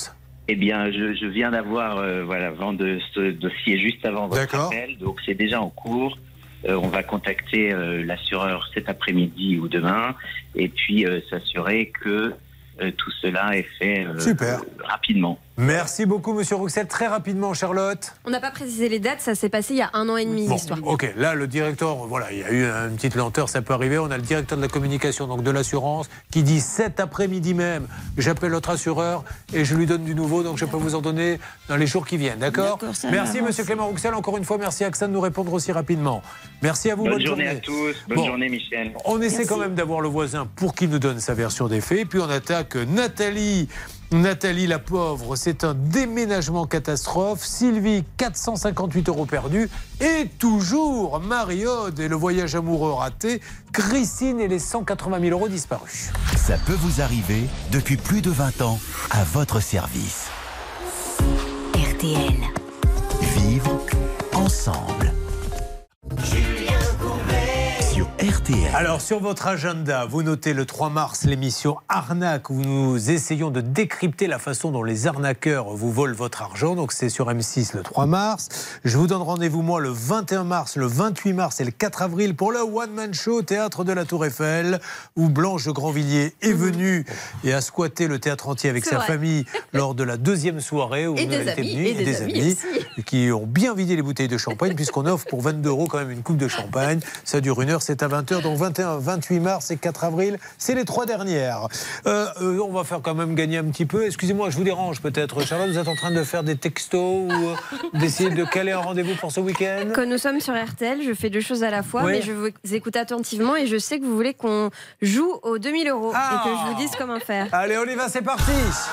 Eh bien, je, je viens d'avoir euh, voilà, vent de ce dossier juste avant votre D'accord. appel, donc c'est déjà en cours. Euh, on va contacter euh, l'assureur cet après-midi ou demain, et puis euh, s'assurer que euh, tout cela est fait euh, Super. euh, rapidement. Merci beaucoup, Monsieur Rouxel. Très rapidement, Charlotte. On n'a pas précisé les dates, ça s'est passé il y a un an et demi, Bon, l'histoire. ok, là le directeur, voilà, il y a eu une petite lenteur, ça peut arriver. On a le directeur de la communication, donc de l'assurance, qui dit cet après-midi même, j'appelle notre assureur et je lui donne du nouveau, donc je peux vous en donner dans les jours qui viennent, d'accord? D'accord, ça Merci avance. Monsieur Clément Rouxel, encore une fois, merci Axel de nous répondre aussi rapidement. Merci à vous, Bonne, bonne, journée, à tous, bonne Bon, journée Michel. On essaie Merci. quand même d'avoir le voisin pour qu'il nous donne sa version des faits, puis on attaque Nathalie. Nathalie la pauvre, c'est un déménagement catastrophe. Sylvie, quatre cent cinquante-huit euros perdus. Et toujours Marie-Aude et le voyage amoureux raté. Christine et les cent quatre-vingt mille euros disparus. Ça peut vous arriver depuis plus de vingt ans à votre service. R T L. Vivre ensemble. Julien Courbet. Sur R T L. Alors, sur votre agenda, vous notez le trois mars l'émission Arnaque où nous essayons de décrypter la façon dont les arnaqueurs vous volent votre argent. Donc, c'est sur M six le trois mars. Je vous donne rendez-vous, moi, le vingt et un mars, le vingt-huit mars et le quatre avril pour le One Man Show au Théâtre de la Tour Eiffel où Blanche de Grandvilliers est venue et a squatté le théâtre entier avec C'est sa vrai. famille lors de la deuxième soirée où Et elle des était amis, venue, et des amis aussi. qui ont bien vidé les bouteilles de champagne puisqu'on offre pour vingt-deux euros quand même une coupe de champagne. Ça dure une heure, c'est à vingt heures. Donc vingt et un, vingt-huit mars et quatre avril, c'est les trois dernières. Euh, euh, on va faire quand même gagner un petit peu. Excusez-moi, je vous dérange peut-être. Charlotte, vous êtes en train de faire des textos ou euh, d'essayer de caler un rendez-vous pour ce week-end? Quand nous sommes sur R T L, je fais deux choses à la fois, Oui. mais je vous écoute attentivement et je sais que vous voulez qu'on joue aux deux mille euros Ah. et que je vous dise comment faire. Allez, on y va, c'est parti.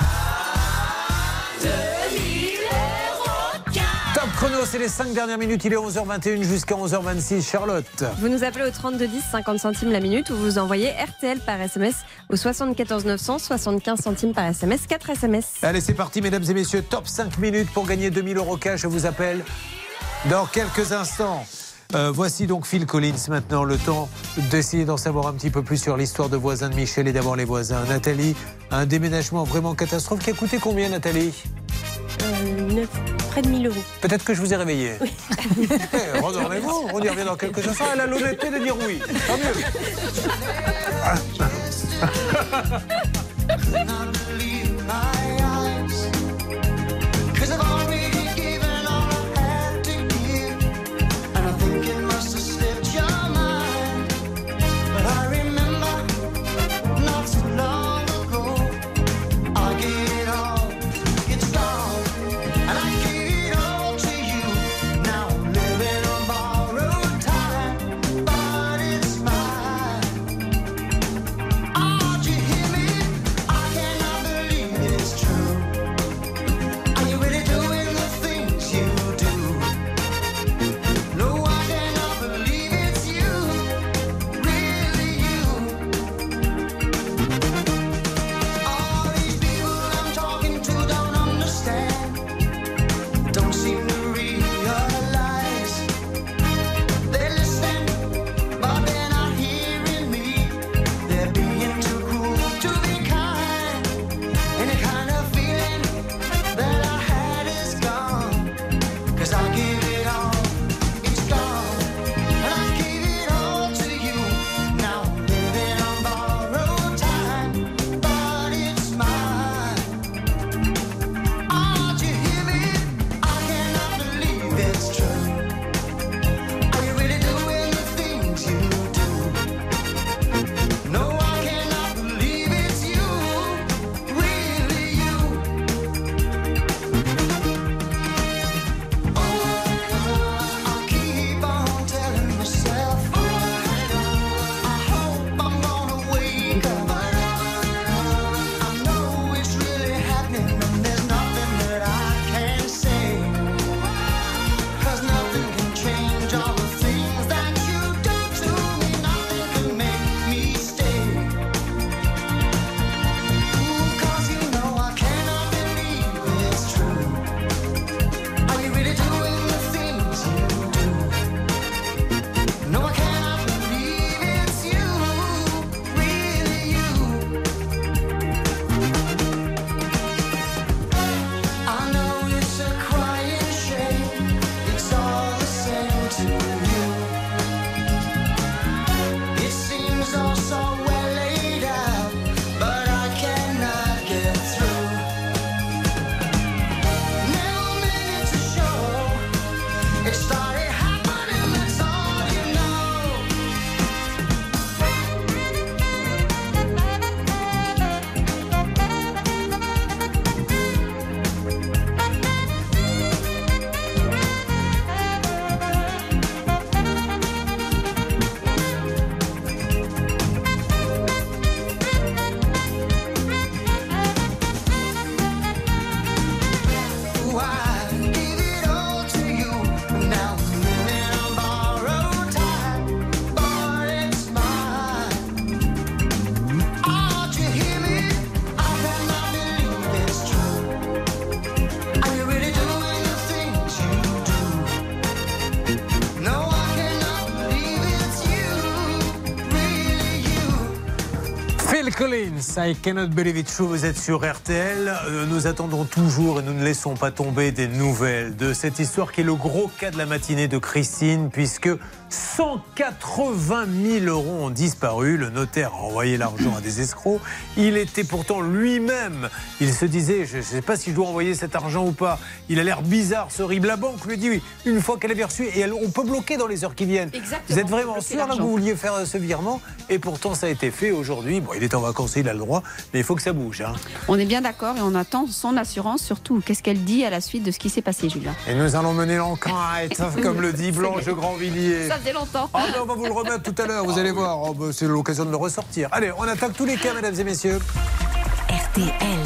Top chrono, c'est les cinq dernières minutes. Il est onze heures vingt et une jusqu'à onze heures vingt-six. Charlotte. Vous nous appelez au trente-deux dix, cinquante centimes la minute, ou vous envoyez R T L par S M S au soixante-quatorze neuf cents, soixante-quinze centimes par S M S, quatre S M S. Allez, c'est parti, mesdames et messieurs. Top cinq minutes pour gagner deux mille euros cash. Je vous appelle dans quelques instants. Euh, voici donc Phil Collins maintenant, le temps d'essayer d'en savoir un petit peu plus sur l'histoire de voisins de Michel et d'avoir les voisins. Nathalie, un déménagement vraiment catastrophe qui a coûté combien, Nathalie? neuf, près de mille euros. Peut-être que je vous ai réveillé. Eh, redormez-vous, on y revient dans quelques instants. Elle a l'honnêteté de dire oui. Tant mieux. Collins, I cannot believe it true, vous êtes sur R T L. Euh, nous attendons toujours et nous ne laissons pas tomber des nouvelles de cette histoire qui est le gros cas de la matinée de Christine, puisque cent quatre-vingt mille euros ont disparu. Le notaire a envoyé l'argent à des escrocs. Il était pourtant lui-même, il se disait, je ne sais pas si je dois envoyer cet argent ou pas. Il a l'air bizarre, ce RIB. La banque lui dit oui, une fois qu'elle avait reçu, et elle, on peut bloquer dans les heures qui viennent. Exactement. Vous êtes vraiment sûr là, que vous vouliez faire ce virement? Et pourtant, ça a été fait aujourd'hui. Bon, il est en vacances, il a le droit, mais il faut que ça bouge. Hein. On est bien d'accord et on attend son assurance surtout. Qu'est-ce qu'elle dit à la suite de ce qui s'est passé, Julien? Et nous allons mener l'enquête, comme le dit Blanche Grandvilliers. Ça faisait longtemps. Ah ben on va vous le remettre tout à l'heure, vous allez voir. Oh, ben, c'est l'occasion de le ressortir. Allez, on attaque tous les cas, mesdames et messieurs. R T L.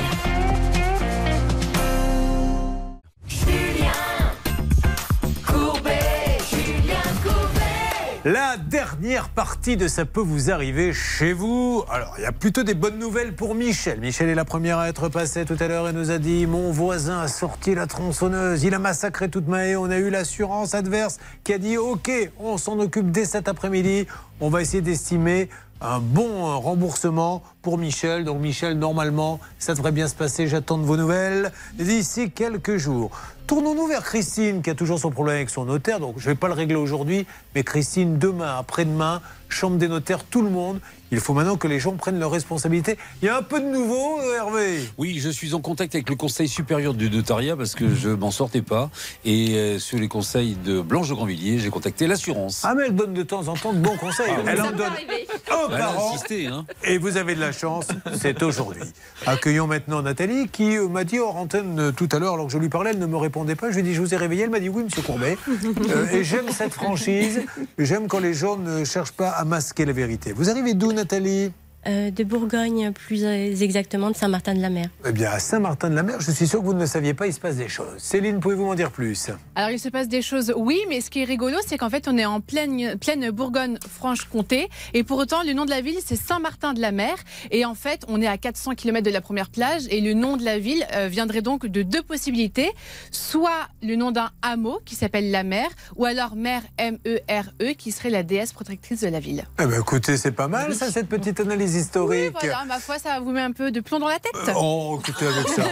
La dernière partie de Ça peut vous arriver chez vous. Alors, il y a plutôt des bonnes nouvelles pour Michel. Michel est la première à être passée tout à l'heure et nous a dit « Mon voisin a sorti la tronçonneuse, il a massacré toute ma haie. On a eu l'assurance adverse qui a dit « Ok, on s'en occupe dès cet après-midi. On va essayer d'estimer un bon remboursement pour Michel. » Donc Michel, normalement, ça devrait bien se passer. J'attends de vos nouvelles d'ici quelques jours. Tournons-nous vers Christine qui a toujours son problème avec son notaire. Donc je ne vais pas le régler aujourd'hui, mais Christine, demain, après-demain, chambre des notaires, tout le monde. Il faut maintenant que les gens prennent leurs responsabilités. Il y a un peu de nouveau, Hervé. Oui, je suis en contact avec le Conseil supérieur du notariat parce que je m'en sortais pas. Et euh, sur les conseils de Blanche de Grandvilliers, j'ai contacté l'assurance. Ah, mais elle donne de temps en temps de bons conseils. Ah, elle en donne un elle par a an. insisté, hein. Et vous avez de la chance, c'est aujourd'hui. Accueillons maintenant Nathalie qui euh, m'a dit hors antenne euh, tout à l'heure, alors que je lui parlais, elle ne me répondait pas. Je lui ai dit, je vous ai réveillé. Elle m'a dit, oui, monsieur Courbet. Euh, et j'aime cette franchise. J'aime quand les gens ne cherchent pas à masquer la vérité. Vous arrivez d'où, Nathalie? Euh, de Bourgogne, plus exactement de Saint-Martin-de-la-Mer. Eh bien, à Saint-Martin-de-la-Mer, je suis sûr que vous ne le saviez pas, il se passe des choses. Céline, pouvez-vous m'en dire plus? Alors, il se passe des choses, oui, mais ce qui est rigolo, c'est qu'en fait, on est en pleine, pleine Bourgogne-Franche-Comté. Et pour autant, le nom de la ville, c'est Saint-Martin-de-la-Mer. Et en fait, on est à quatre cents kilomètres de la première plage. Et le nom de la ville euh, viendrait donc de deux possibilités. Soit le nom d'un hameau qui s'appelle la Mer, ou alors Mer, M E R E, qui serait la déesse protectrice de la ville. Eh bien, écoutez, c'est pas mal, ça, cette petite analyse historique. Oui, voilà, ma foi, ça vous met un peu de plomb dans la tête. Euh, oh, écoutez, avec ça.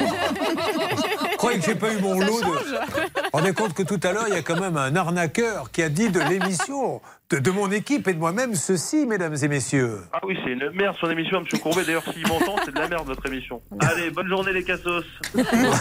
Je croyais que j'ai pas eu mon Ça lot change. de... Rendez compte que tout à l'heure, il y a quand même un arnaqueur qui a dit de l'émission, de, de mon équipe et de moi-même, ceci, mesdames et messieurs. Ah oui, c'est une merde son émission, M. Courbet. D'ailleurs, s'il m'entend, c'est de la merde votre émission. Allez, bonne journée les cassos. On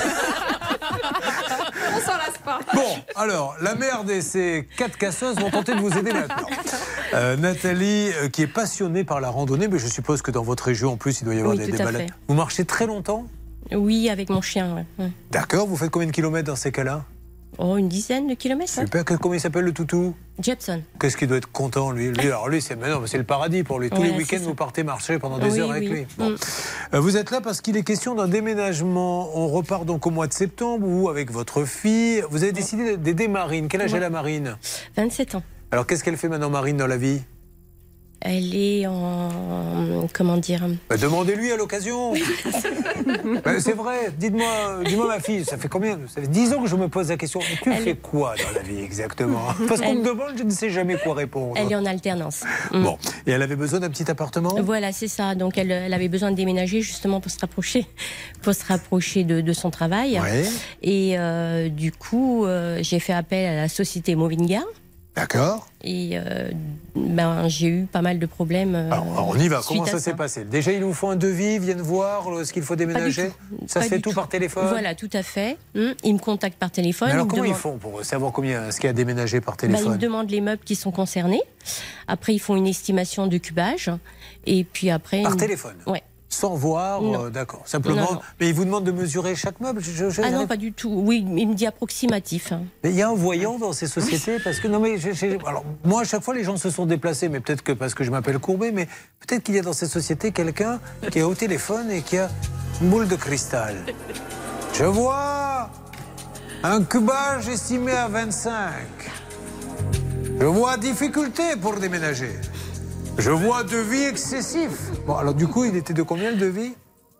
s'en lasse pas. Bon, alors, la merde et ses quatre casseuses vont tenter de vous aider maintenant. Euh, Nathalie, euh, qui est passionnée par la randonnée, mais je suppose que dans votre région, en plus, il doit y avoir Oui, des, tout des à balades. fait. Vous marchez très longtemps? Oui, avec mon chien, ouais. Ouais. D'accord, vous faites combien de kilomètres dans ces cas-là? Oh, une dizaine de kilomètres. Super, que- comment il s'appelle le toutou? Jepson. Qu'est-ce qu'il doit être content, lui, lui Alors lui, c'est mais non, mais c'est le paradis pour lui. Tous Ouais, les c'est week-ends, ça. vous partez marcher pendant des Oui, heures avec oui. lui. Bon. Mm. Euh, Vous êtes là parce qu'il est question d'un déménagement. On repart donc au mois de septembre ou avec votre fille. Vous avez décidé d'aider Marine. Quel âge Ouais. a la Marine? vingt-sept ans. Alors qu'est-ce qu'elle fait maintenant, Marine, dans la vie? Elle est en... Comment dire Bah, demandez-lui à l'occasion. Bah, c'est vrai. Dites-moi, dis-moi ma fille, ça fait combien? Ça fait dix ans que je me pose la question. Mais tu Elle fais est- quoi dans la vie exactement? Parce qu'on Elle- me demande, je ne sais jamais quoi répondre. Elle est en alternance. Mm. Bon, et elle avait besoin d'un petit appartement? Voilà, c'est ça. Donc, elle, elle avait besoin de déménager justement pour se rapprocher, pour se rapprocher de, de son travail. Ouais. Et euh, du coup, euh, j'ai fait appel à la société Movinga. D'accord. Et euh, ben, j'ai eu pas mal de problèmes. euh, Alors, on y va. suite Comment à ça s'est passé? Déjà, il vous faut un devis, ils viennent voir euh, ce qu'il faut déménager? Ça Pas se fait du tout, par téléphone? Voilà, tout à fait. Hum, Ils me contactent par téléphone. Mais alors, me comment ils demandent- font pour savoir combien ce qu'il y a à déménager par Bah, ils téléphone? me demandent les meubles qui sont concernés. Après, ils font une estimation de cubage. Et puis après. Par ils- téléphone? Ouais. Sans voir, Non. euh, d'accord. Simplement. Non, non. Mais ils vous demandent de mesurer chaque meuble? Je- je- Ah non, pas du tout. Oui, il me dit approximatif. hein. Mais il y a un voyant dans ces sociétés parce que non mais j'ai- j'ai- alors moi à chaque fois les gens se sont déplacés, mais peut-être que parce que je m'appelle Courbet, mais peut-être qu'il y a dans ces sociétés quelqu'un qui est au téléphone et qui a une boule de cristal. Je vois un cubage estimé à vingt-cinq. Je vois difficulté pour déménager. Je vois devis excessif. Bon alors du coup il était de combien le devis?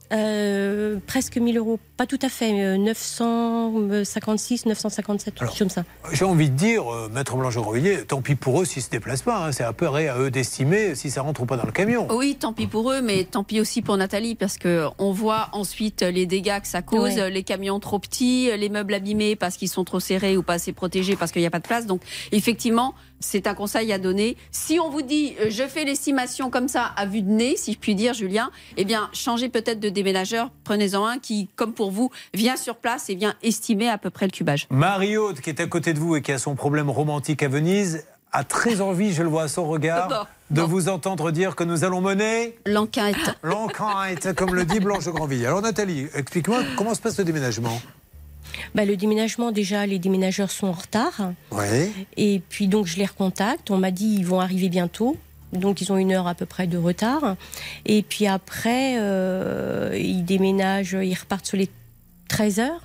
Euh, presque mille euros, pas tout à fait, euh, neuf cent cinquante-six, neuf cent cinquante-sept, quelque chose comme ça. J'ai envie de dire, euh, Maître Blanche-Grandvilliers, tant pis pour eux s'ils ne se déplacent pas, hein, c'est à peu près à eux d'estimer si ça rentre ou pas dans le camion. Oui, tant pis pour eux, mais tant pis aussi pour Nathalie, parce qu'on voit ensuite les dégâts que ça cause, ouais. Les camions trop petits, les meubles abîmés parce qu'ils sont trop serrés ou pas assez protégés parce qu'il n'y a pas de place. Donc effectivement, c'est un conseil à donner. Si on vous dit, je fais l'estimation comme ça, à vue de nez, si je puis dire, Julien, eh bien, changez peut-être de déménageur. Prenez-en un qui, comme pour vous, vient sur place et vient estimer à peu près le cubage. Marie-Aude, qui est à côté de vous et qui a son problème romantique à Venise, a très envie, je le vois à son regard, bon, de bon. vous entendre dire que nous allons mener... L'enquête. L'enquête, comme le dit Blanche de Grandvilliers. Alors Nathalie, explique-moi comment se passe le déménagement. Bah, le déménagement, déjà, les déménageurs sont en retard. Ouais. Et puis, donc, je les recontacte. On m'a dit ils vont arriver bientôt. Donc, ils ont une heure à peu près de retard. Et puis après, euh, ils déménagent, ils repartent sur les treize heures.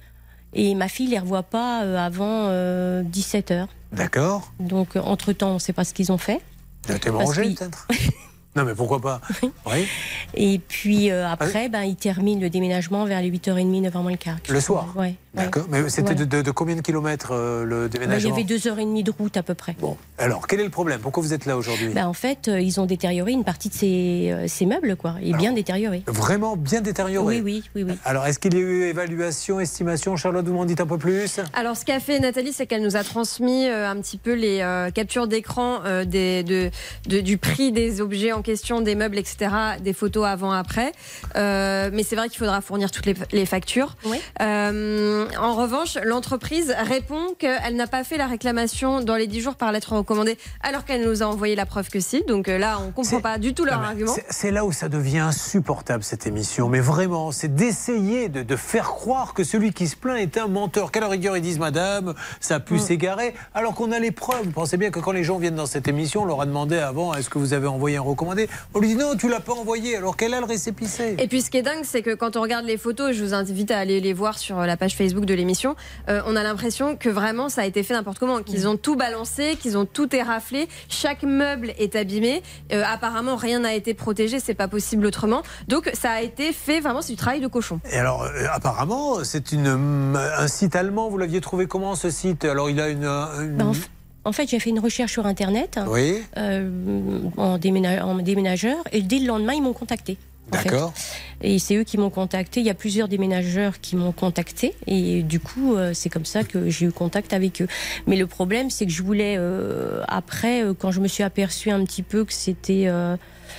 Et ma fille ne les revoit pas avant euh, dix-sept heures. D'accord. Donc, entre-temps, on ne sait pas ce qu'ils ont fait. Ils ont été mangés, peut-être. Non, mais pourquoi pas. Oui. Et puis euh, après, ben, ils terminent le déménagement vers les huit heures trente, neuf heures moins le quart. Le soir. Ouais. D'accord. Mais c'était ouais. de, de, de combien de kilomètres euh, le déménagement? Ben, il y avait deux heures trente de route à peu près. Bon. Alors, quel est le problème? Pourquoi vous êtes là aujourd'hui? Ben, en fait, euh, ils ont détérioré une partie de ces, euh, ces meubles, quoi. Et Alors, bien détérioré. Vraiment bien détérioré? Oui, oui, oui, oui. Alors, est-ce qu'il y a eu évaluation, estimation? Charlotte, vous m'en dites un peu plus? Alors, ce qu'a fait Nathalie, c'est qu'elle nous a transmis euh, un petit peu les euh, captures d'écran euh, des, de, de, du prix des objets en question, des meubles, et cetera, des photos avant-après. Euh, mais c'est vrai qu'il faudra fournir toutes les, les factures. Oui. Euh, en revanche, l'entreprise répond qu'elle n'a pas fait la réclamation dans les dix jours par lettre recommandée, alors qu'elle nous a envoyé la preuve que si. Donc là, on ne comprend pas du tout leur non, argument. C'est là où ça devient insupportable, cette émission. Mais vraiment, c'est d'essayer de, de faire croire que celui qui se plaint est un menteur. Qu'à la rigueur, ils disent, madame, ça a pu mmh. s'égarer, alors qu'on a les preuves. Vous pensez bien que quand les gens viennent dans cette émission, on leur a demandé avant, est-ce que vous avez envoyé un recommandé? On lui dit, non, tu l'as pas envoyé, alors qu'elle a le récépissé. Et puis ce qui est dingue, c'est que quand on regarde les photos, je vous invite à aller les voir sur la page Facebook de l'émission, euh, on a l'impression que vraiment ça a été fait n'importe comment, qu'ils ont tout balancé, qu'ils ont tout éraflé, chaque meuble est abîmé, euh, apparemment rien n'a été protégé, c'est pas possible autrement, donc ça a été fait, vraiment c'est du travail de cochon. Et alors euh, apparemment c'est une, un site allemand, vous l'aviez trouvé comment ce site? Alors il a une... une... Ben, En fait, j'ai fait une recherche sur Internet oui. euh, en, déménage, en déménageur et dès le lendemain, ils m'ont contacté. D'accord. Et c'est eux qui m'ont contacté. Il y a plusieurs déménageurs qui m'ont contacté et du coup, euh, c'est comme ça que j'ai eu contact avec eux. Mais le problème, c'est que je voulais, euh, après, euh, quand je me suis aperçue un petit peu que c'était... Euh,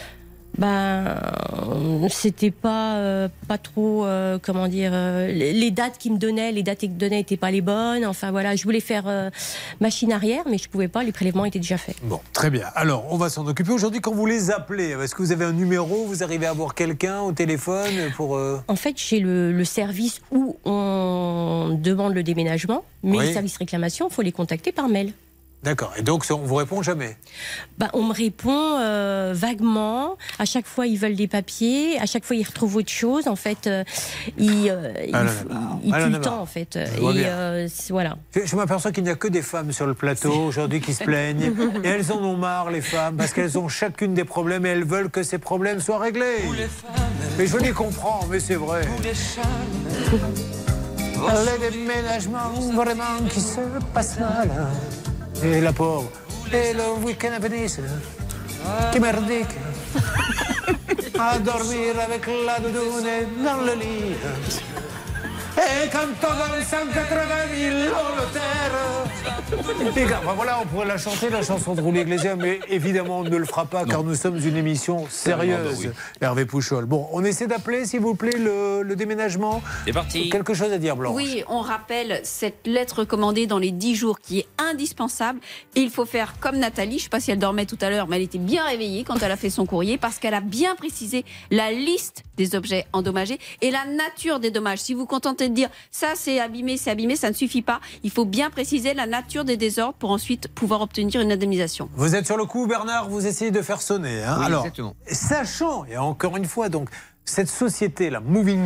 ben, c'était pas euh, pas trop euh, comment dire euh, les dates qu'ils me donnaient, les dates qu'ils me donnaient étaient pas les bonnes. Enfin voilà, je voulais faire euh, machine arrière, mais je pouvais pas. Les prélèvements étaient déjà faits. Bon, très bien. Alors, on va s'en occuper aujourd'hui. Quand vous les appelez, est-ce que vous avez un numéro? Vous arrivez à avoir quelqu'un au téléphone pour euh... En fait, j'ai le, le service où on demande le déménagement, mais oui. le service réclamation, il faut les contacter par mail. D'accord. Et donc, on vous répond jamais? Bah, on me répond euh, vaguement. À chaque fois, ils veulent des papiers. À chaque fois, ils retrouvent autre chose. En fait, euh, ils, euh, ah, ils, ils tuent le temps, en fait. Et euh, voilà. Je, je m'aperçois qu'il n'y a que des femmes sur le plateau aujourd'hui qui se plaignent. Et elles en ont marre, les femmes, parce qu'elles ont chacune des problèmes et elles veulent que ces problèmes soient réglés. Mais je les comprends, mais c'est vrai. Les déménagements vraiment qui se passent mal. Et la pauvre. Et le week-end à Venise. Qui merdique. À dormir avec la doudoune dans le lit. Et quand on donne cent quatre-vingt mille Angleterre. Et enfin, voilà, on pourrait la chanter, la chanson de Roulier Iglesias, mais évidemment, on ne le fera pas, non. Car nous sommes une émission sérieuse. Oui. Hervé Pouchol. Bon, on essaie d'appeler, s'il vous plaît, le, le déménagement. C'est parti. Quelque chose à dire, Blanche? Oui, on rappelle cette lettre recommandée dans les dix jours qui est indispensable. Et il faut faire comme Nathalie, je ne sais pas si elle dormait tout à l'heure, mais elle était bien réveillée quand elle a fait son courrier, parce qu'elle a bien précisé la liste des objets endommagés et la nature des dommages. Si vous contentez de dire ça c'est abîmé, c'est abîmé, ça ne suffit pas. Il faut bien préciser la nature des désordres pour ensuite pouvoir obtenir une indemnisation. Vous êtes sur le coup, Bernard, vous essayez de faire sonner. Hein. Oui, alors, exactement. Sachant, et encore une fois, donc, cette société, la Moving,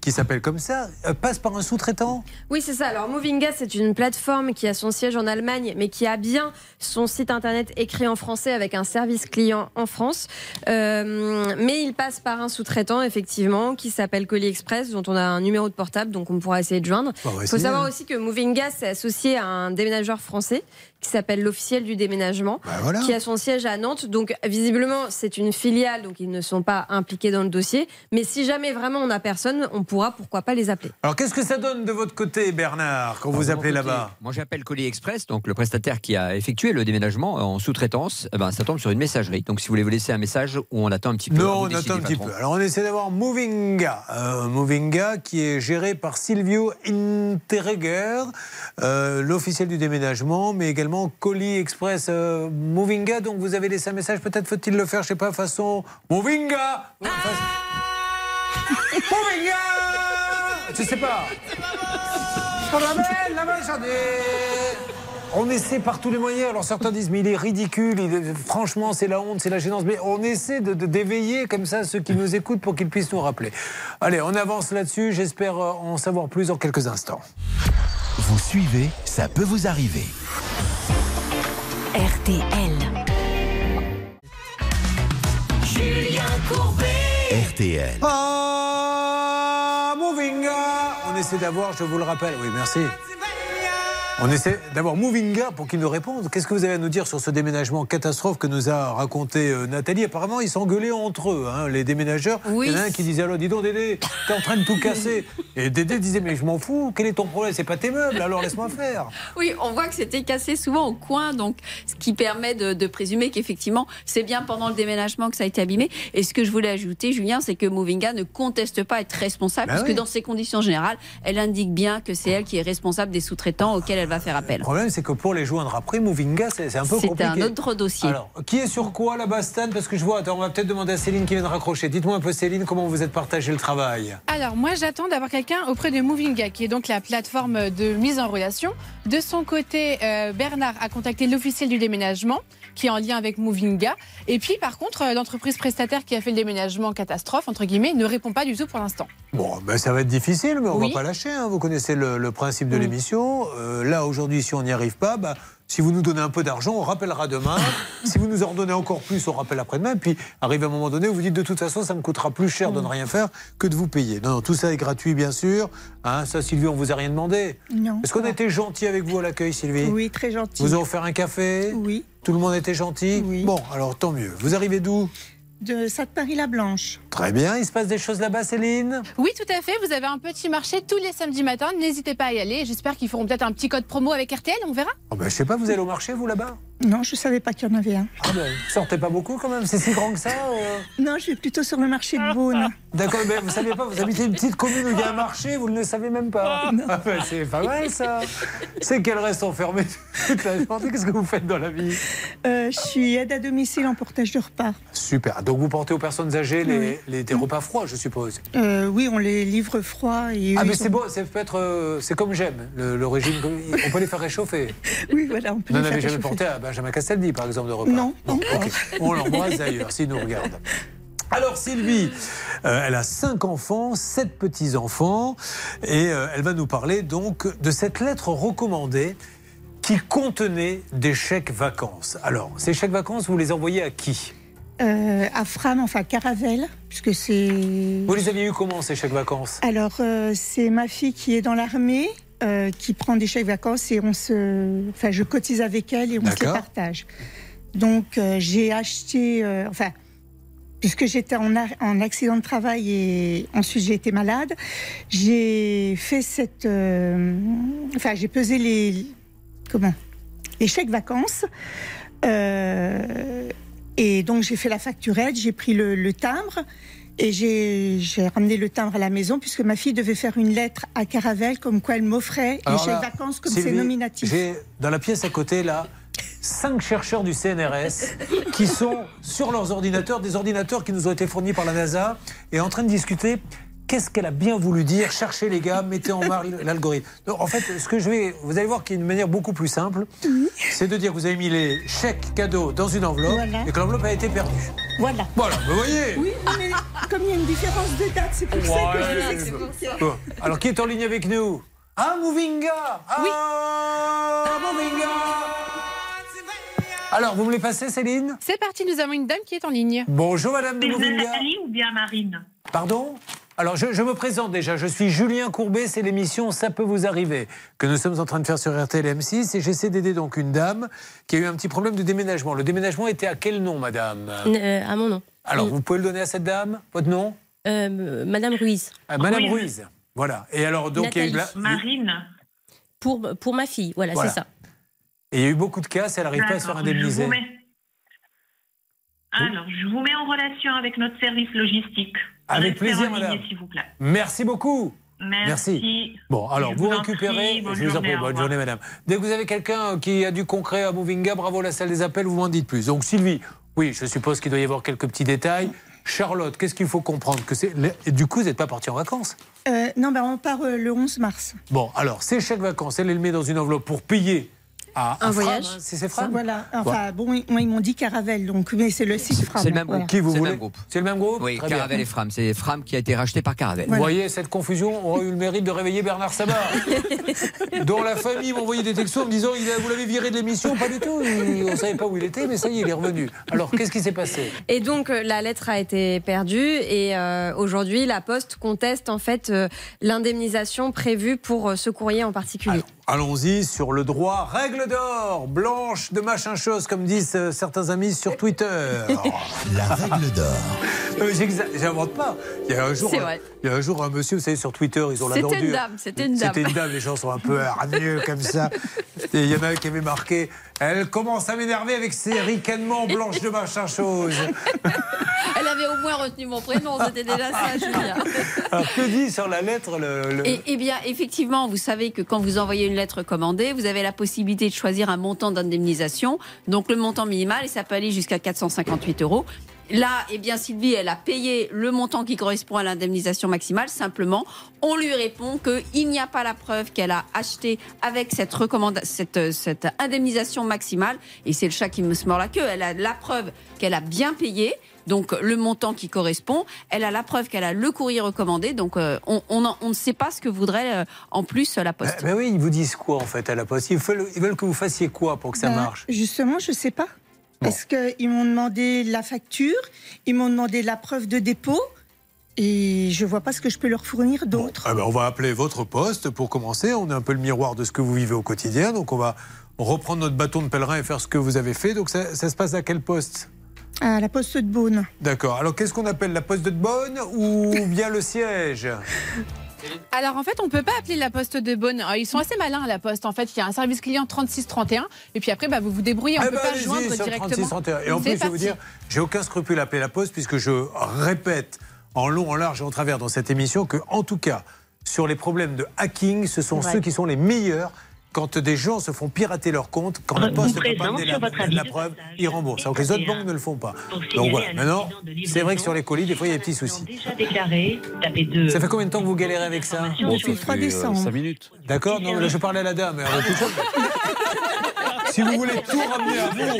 qui s'appelle comme ça, euh, passe par un sous-traitant? Oui, c'est ça. Alors, Movinga, c'est une plateforme qui a son siège en Allemagne, mais qui a bien son site internet écrit en français avec un service client en France. Euh, mais il passe par un sous-traitant, effectivement, qui s'appelle Colis Express, dont on a un numéro de portable, donc on pourra essayer de joindre. Il faut savoir aussi que Movinga, c'est associé à un déménageur français qui s'appelle l'Officiel du déménagement, bah voilà. qui a son siège à Nantes. Donc, visiblement, c'est une filiale, donc ils ne sont pas impliqués dans le dossier. Mais si jamais vraiment on n'a personne, on pourra, pourquoi pas, les appeler. Alors, qu'est-ce que ça donne de votre côté, Bernard, quand vous appelez là-bas? Moi, j'appelle Colis Express, donc le prestataire qui a effectué le déménagement en sous-traitance. Eh ben, ça tombe sur une messagerie. Donc, si vous voulez vous laisser un message où on attend un petit peu. Non, on attend un petit peu. Alors, on essaie d'avoir Movinga. Euh, Movinga, qui est géré par Silvio Interreger, euh, l'officiel du déménagement, mais également Colis Express euh, Movinga. Donc, vous avez laissé un message. Peut-être faut-il le faire, je sais pas, façon Movinga. Ah Movinga. Je sais pas. On ramène la marchandise. On essaie par tous les moyens. Alors certains disent mais il est ridicule, il est... franchement c'est la honte, c'est la gênance. Mais on essaie de, de d'éveiller comme ça ceux qui nous écoutent pour qu'ils puissent nous rappeler. Allez, on avance là-dessus. J'espère en savoir plus dans quelques instants. Vous suivez, ça peut vous arriver. R T L. Julien Courbet. R T L. Ah, Movinga. On essaie d'avoir, je vous le rappelle. Oui, merci. On essaie d'avoir Movinga pour qu'il nous réponde. Qu'est-ce que vous avez à nous dire sur ce déménagement catastrophe que nous a raconté euh, Nathalie? Apparemment, ils s'engueulaient entre eux, hein, les déménageurs. Oui. Il y en a un qui disait alors, dis donc Dédé, t'es en train de tout casser. Et Dédé disait, mais je m'en fous, quel est ton problème? C'est pas tes meubles, alors laisse-moi faire. Oui, on voit que c'était cassé souvent au coin, donc ce qui permet de, de présumer qu'effectivement, c'est bien pendant le déménagement que ça a été abîmé. Et ce que je voulais ajouter, Julien, c'est que Movinga ne conteste pas être responsable, bah puisque oui. dans ses conditions générales, elle indique bien que c'est elle qui est responsable des sous-traitants auxquels elle va faire appel. Le problème, c'est que pour les joindre après, Movinga, c'est, c'est un peu compliqué. C'est un autre dossier. Alors, qui est sur quoi là-bas, Stan? Parce que je vois, attends, on va peut-être demander à Céline qui vient de raccrocher. Dites-moi un peu, Céline, comment vous êtes partagé le travail? Alors, moi, j'attends d'avoir quelqu'un auprès de Movinga, qui est donc la plateforme de mise en relation. De son côté, euh, Bernard a contacté l'officiel du déménagement, qui est en lien avec Movinga. Et puis, par contre, l'entreprise prestataire qui a fait le déménagement catastrophe, entre guillemets, ne répond pas du tout pour l'instant. Bon, ben ça va être difficile, mais on Oui. va pas lâcher. Hein. Vous connaissez le, le principe de Oui. l'émission. Euh, là, aujourd'hui, si on n'y arrive pas, bah, si vous nous donnez un peu d'argent, on rappellera demain. Si vous nous en donnez encore plus, on rappelle après-demain. Puis, arrive un moment donné où vous dites, de toute façon, ça me coûtera plus cher de ne rien faire que de vous payer. Non, non, tout ça est gratuit, bien sûr. Hein, ça, Sylvie, on vous a rien demandé. Non. Est-ce qu'on a été gentil avec vous à l'accueil, Sylvie? Oui, très gentil. Vous avez offert un café? Oui. Tout le monde était gentil? Oui. Bon, alors tant mieux. Vous arrivez d'où? De Sainte-Marie-la-Blanche. Très bien. Il se passe des choses là-bas, Céline? Oui, tout à fait. Vous avez un petit marché tous les samedis matins. N'hésitez pas à y aller. J'espère qu'ils feront peut-être un petit code promo avec R T L. On verra. Oh ben, je sais pas, vous allez au marché, vous, là-bas? Non, je ne savais pas qu'il y en avait un. Ah ben, sortez pas beaucoup quand même, c'est si grand que ça euh... Non, je vais plutôt sur le marché de Beaune. D'accord, mais vous ne saviez pas, vous habitez une petite commune où il y a un marché, vous ne le savez même pas. Ah ben, c'est pas mal ça. C'est qu'elle reste enfermée toute la journée. Qu'est-ce que vous faites dans la vie? euh, Je suis aide à domicile en portage de repas. Super, donc vous portez aux personnes âgées les, Oui. les, des repas froids, je suppose. Euh, oui, on les livre froids. Et Ah eux, mais ils c'est ont- beau, c'est peut-être, euh, c'est comme j'aime, le, le régime, on peut les faire réchauffer. Oui, voilà, on peut Vous les n'en faire avez jamais réchauffer. porté à Benjamin Castaldi, par exemple, de repas? Non, Bon, ok. On l'embrasse d'ailleurs, s'il nous regarde. Alors Sylvie, euh, elle a cinq enfants, sept petits-enfants, et euh, elle va nous parler donc de cette lettre recommandée qui contenait des chèques vacances. Alors, ces chèques vacances, vous les envoyez à qui? Euh, à Fram, enfin Caravelle, puisque c'est... Vous les aviez eu comment, ces chèques vacances? Alors, euh, c'est ma fille qui est dans l'armée, euh, qui prend des chèques vacances et on se... Enfin, je cotise avec elle et on se les D'accord. partage. Donc, euh, j'ai acheté... euh, enfin, puisque j'étais en, ar- en accident de travail et ensuite j'ai été malade, j'ai fait cette... euh, enfin, j'ai pesé les... Comment? Les chèques vacances. Euh, et donc, j'ai fait la facturette, j'ai pris le, le timbre. Et j'ai j'ai ramené le timbre à la maison puisque ma fille devait faire une lettre à Caravelle comme quoi elle m'offrait les Alors chèques là, vacances comme Sylvie, c'est nominatif. J'ai dans la pièce à côté là cinq chercheurs du C N R S qui sont sur leurs ordinateurs, des ordinateurs qui nous ont été fournis par la NASA, et en train de discuter. Qu'est-ce qu'elle a bien voulu dire? Cherchez les gars, mettez en marge l'algorithme. Donc, en fait, ce que je vais, vous allez voir qu'il y a une manière beaucoup plus simple, c'est de dire que vous avez mis les chèques cadeaux dans une enveloppe, Voilà. et que l'enveloppe a été perdue. Voilà. Voilà, vous voyez. Oui, mais comme il y a une différence de date, c'est pour ça que je vous explique. Bon. Alors, qui est en ligne avec nous? Ah, Mouvinga. Ah, Oui. Mouvinga. Alors, vous me les passez, Céline? C'est parti, nous avons une dame qui est en ligne. Bonjour, madame de Mouvinga. Ali ou bien Marine? Pardon? Alors, je, je me présente déjà. Je suis Julien Courbet. C'est l'émission Ça peut vous arriver que nous sommes en train de faire sur R T L M six. Et j'essaie d'aider donc une dame qui a eu un petit problème de déménagement. Le déménagement était à quel nom, madame? Euh, à mon nom. Alors, vous pouvez le donner à cette dame? Votre nom? euh, Madame Ruiz. Ah, madame Ruiz. Ruiz. Voilà. Et alors, donc, il y a eu la- Marine. Pour, pour ma fille, voilà, Voilà. c'est ça. Et il y a eu beaucoup de cas, elle n'arrive pas à se faire D'accord, je indemniser. vous mets- Alors, je vous mets en relation avec notre service logistique. Avec Restez plaisir, en ligne, madame. s'il vous plaît. Merci beaucoup. Merci. Bon, alors Je vous vous en récupérez. prie, bonne je vous en journée, prie, au bonne revoir. journée, madame. Dès que vous avez quelqu'un qui a du concret à Mouvinga, bravo la salle des appels, vous m'en dites plus. Donc Sylvie, oui, je suppose qu'il doit y avoir quelques petits détails. Charlotte, qu'est-ce qu'il faut comprendre que c'est... Et du coup, vous n'êtes pas parti en vacances? Euh, non, ben on part euh, le onze mars. Bon, alors, ces chèques vacances, elle les met dans une enveloppe pour payer à Un à voyage. Fram, hein, c'est Fram. Voilà. Enfin, bon, ils- moi, ils m'ont dit Caravelle, donc, mais c'est le site Fram. C'est le même voilà. groupe. Qui vous C'est le voulez même groupe. C'est le même groupe? Oui, Très Caravelle bien. et Fram. C'est Fram qui a été racheté par Caravelle. Vous voyez, cette confusion aurait eu le mérite de réveiller Bernard Sabat, dont la famille m'envoyait des textos en me disant il a- vous l'avez viré de l'émission. Pas du tout, il- on ne savait pas où il était, mais ça y est, il est revenu. Alors, qu'est-ce qui s'est passé? Et donc euh, la lettre a été perdue et euh, aujourd'hui la Poste conteste en fait euh, l'indemnisation prévue pour euh, ce courrier en particulier. Allons-y sur le droit. Règle d'or, blanche de machin chose, comme disent euh, certains amis sur Twitter. La règle d'or. Euh, j'exa- J'invente pas. Il y a un jour, C'est un- vrai. il y a un jour un monsieur, vous savez, sur Twitter, ils ont la C'était dent une dure. dame, c'était une dame. C'était une dame. Les gens sont un peu hargneux comme ça. Et il y en a un qui avait marqué. Elle commence à m'énerver avec ses ricanements blanches de machin chose. Elle avait au moins retenu mon prénom, c'était déjà ça, Julien. Alors que dit sur la lettre le, le- Et, eh bien, effectivement, vous savez que quand vous envoyez une lettre commandée, vous avez la possibilité de choisir un montant d'indemnisation. Donc, le montant minimal, et ça peut aller jusqu'à quatre cent cinquante-huit euros. Là, eh bien, Sylvie, elle a payé le montant qui correspond à l'indemnisation maximale. Simplement, on lui répond qu'il n'y a pas la preuve qu'elle a acheté avec cette, recommanda- cette, cette indemnisation maximale. Et c'est le chat qui me se mord la queue. Elle a la preuve qu'elle a bien payé. Donc le montant qui correspond, elle a la preuve qu'elle a le courrier recommandé. Donc euh, on, on, en- on ne sait pas ce que voudrait euh, en plus euh, la Poste. Mais oui, ils vous disent quoi en fait à la Poste? Ils veulent, ils veulent que vous fassiez quoi pour que ça Ben, marche? Justement, je ne sais pas. Parce qu'ils m'ont demandé la facture, ils m'ont demandé la preuve de dépôt, et je ne vois pas ce que je peux leur fournir d'autre. Ah ben, on va appeler votre poste pour commencer. On est un peu le miroir de ce que vous vivez au quotidien. Donc on va reprendre notre bâton de pèlerin et faire ce que vous avez fait. Donc ça, ça se passe à quel poste? À la Poste de Beaune. D'accord. Alors qu'est-ce qu'on appelle la poste de Bonne ou bien le siège? Alors en fait, on ne peut pas appeler la Poste de Beaune. Alors, ils sont assez malins à la Poste. En fait, il y a un service client trente-six trente et un. Et puis après, bah, vous vous débrouillez. On ne Eh peut ben, pas allez-y, joindre sur directement. trente-six trente et un. Et en C'est plus, je vais vous parti. dire, j'ai aucun scrupule à appeler la poste puisque je répète en long, en large et en travers dans cette émission que, en tout cas, sur les problèmes de hacking, ce sont Ouais. ceux qui sont les meilleurs. Quand des gens se font pirater leur compte, quand la Vous poste ne peut pas présente donner sur la, votre avis la de preuve, ils remboursent. Alors que les autres banques ne le font pas. Pour signaler Donc voilà. un Maintenant, accident de c'est vrai que livraison, sur les colis, des fois, il y a des petits soucis. Déjà déclaré, tapez deux. Ça fait combien de temps que vous galérez avec ça? Bon, Depuis le trois décembre. cinq minutes. D'accord. Non, mais là, je parlais à la dame. Elle aurait pu tout- Si vous voulez tout ramener à vous,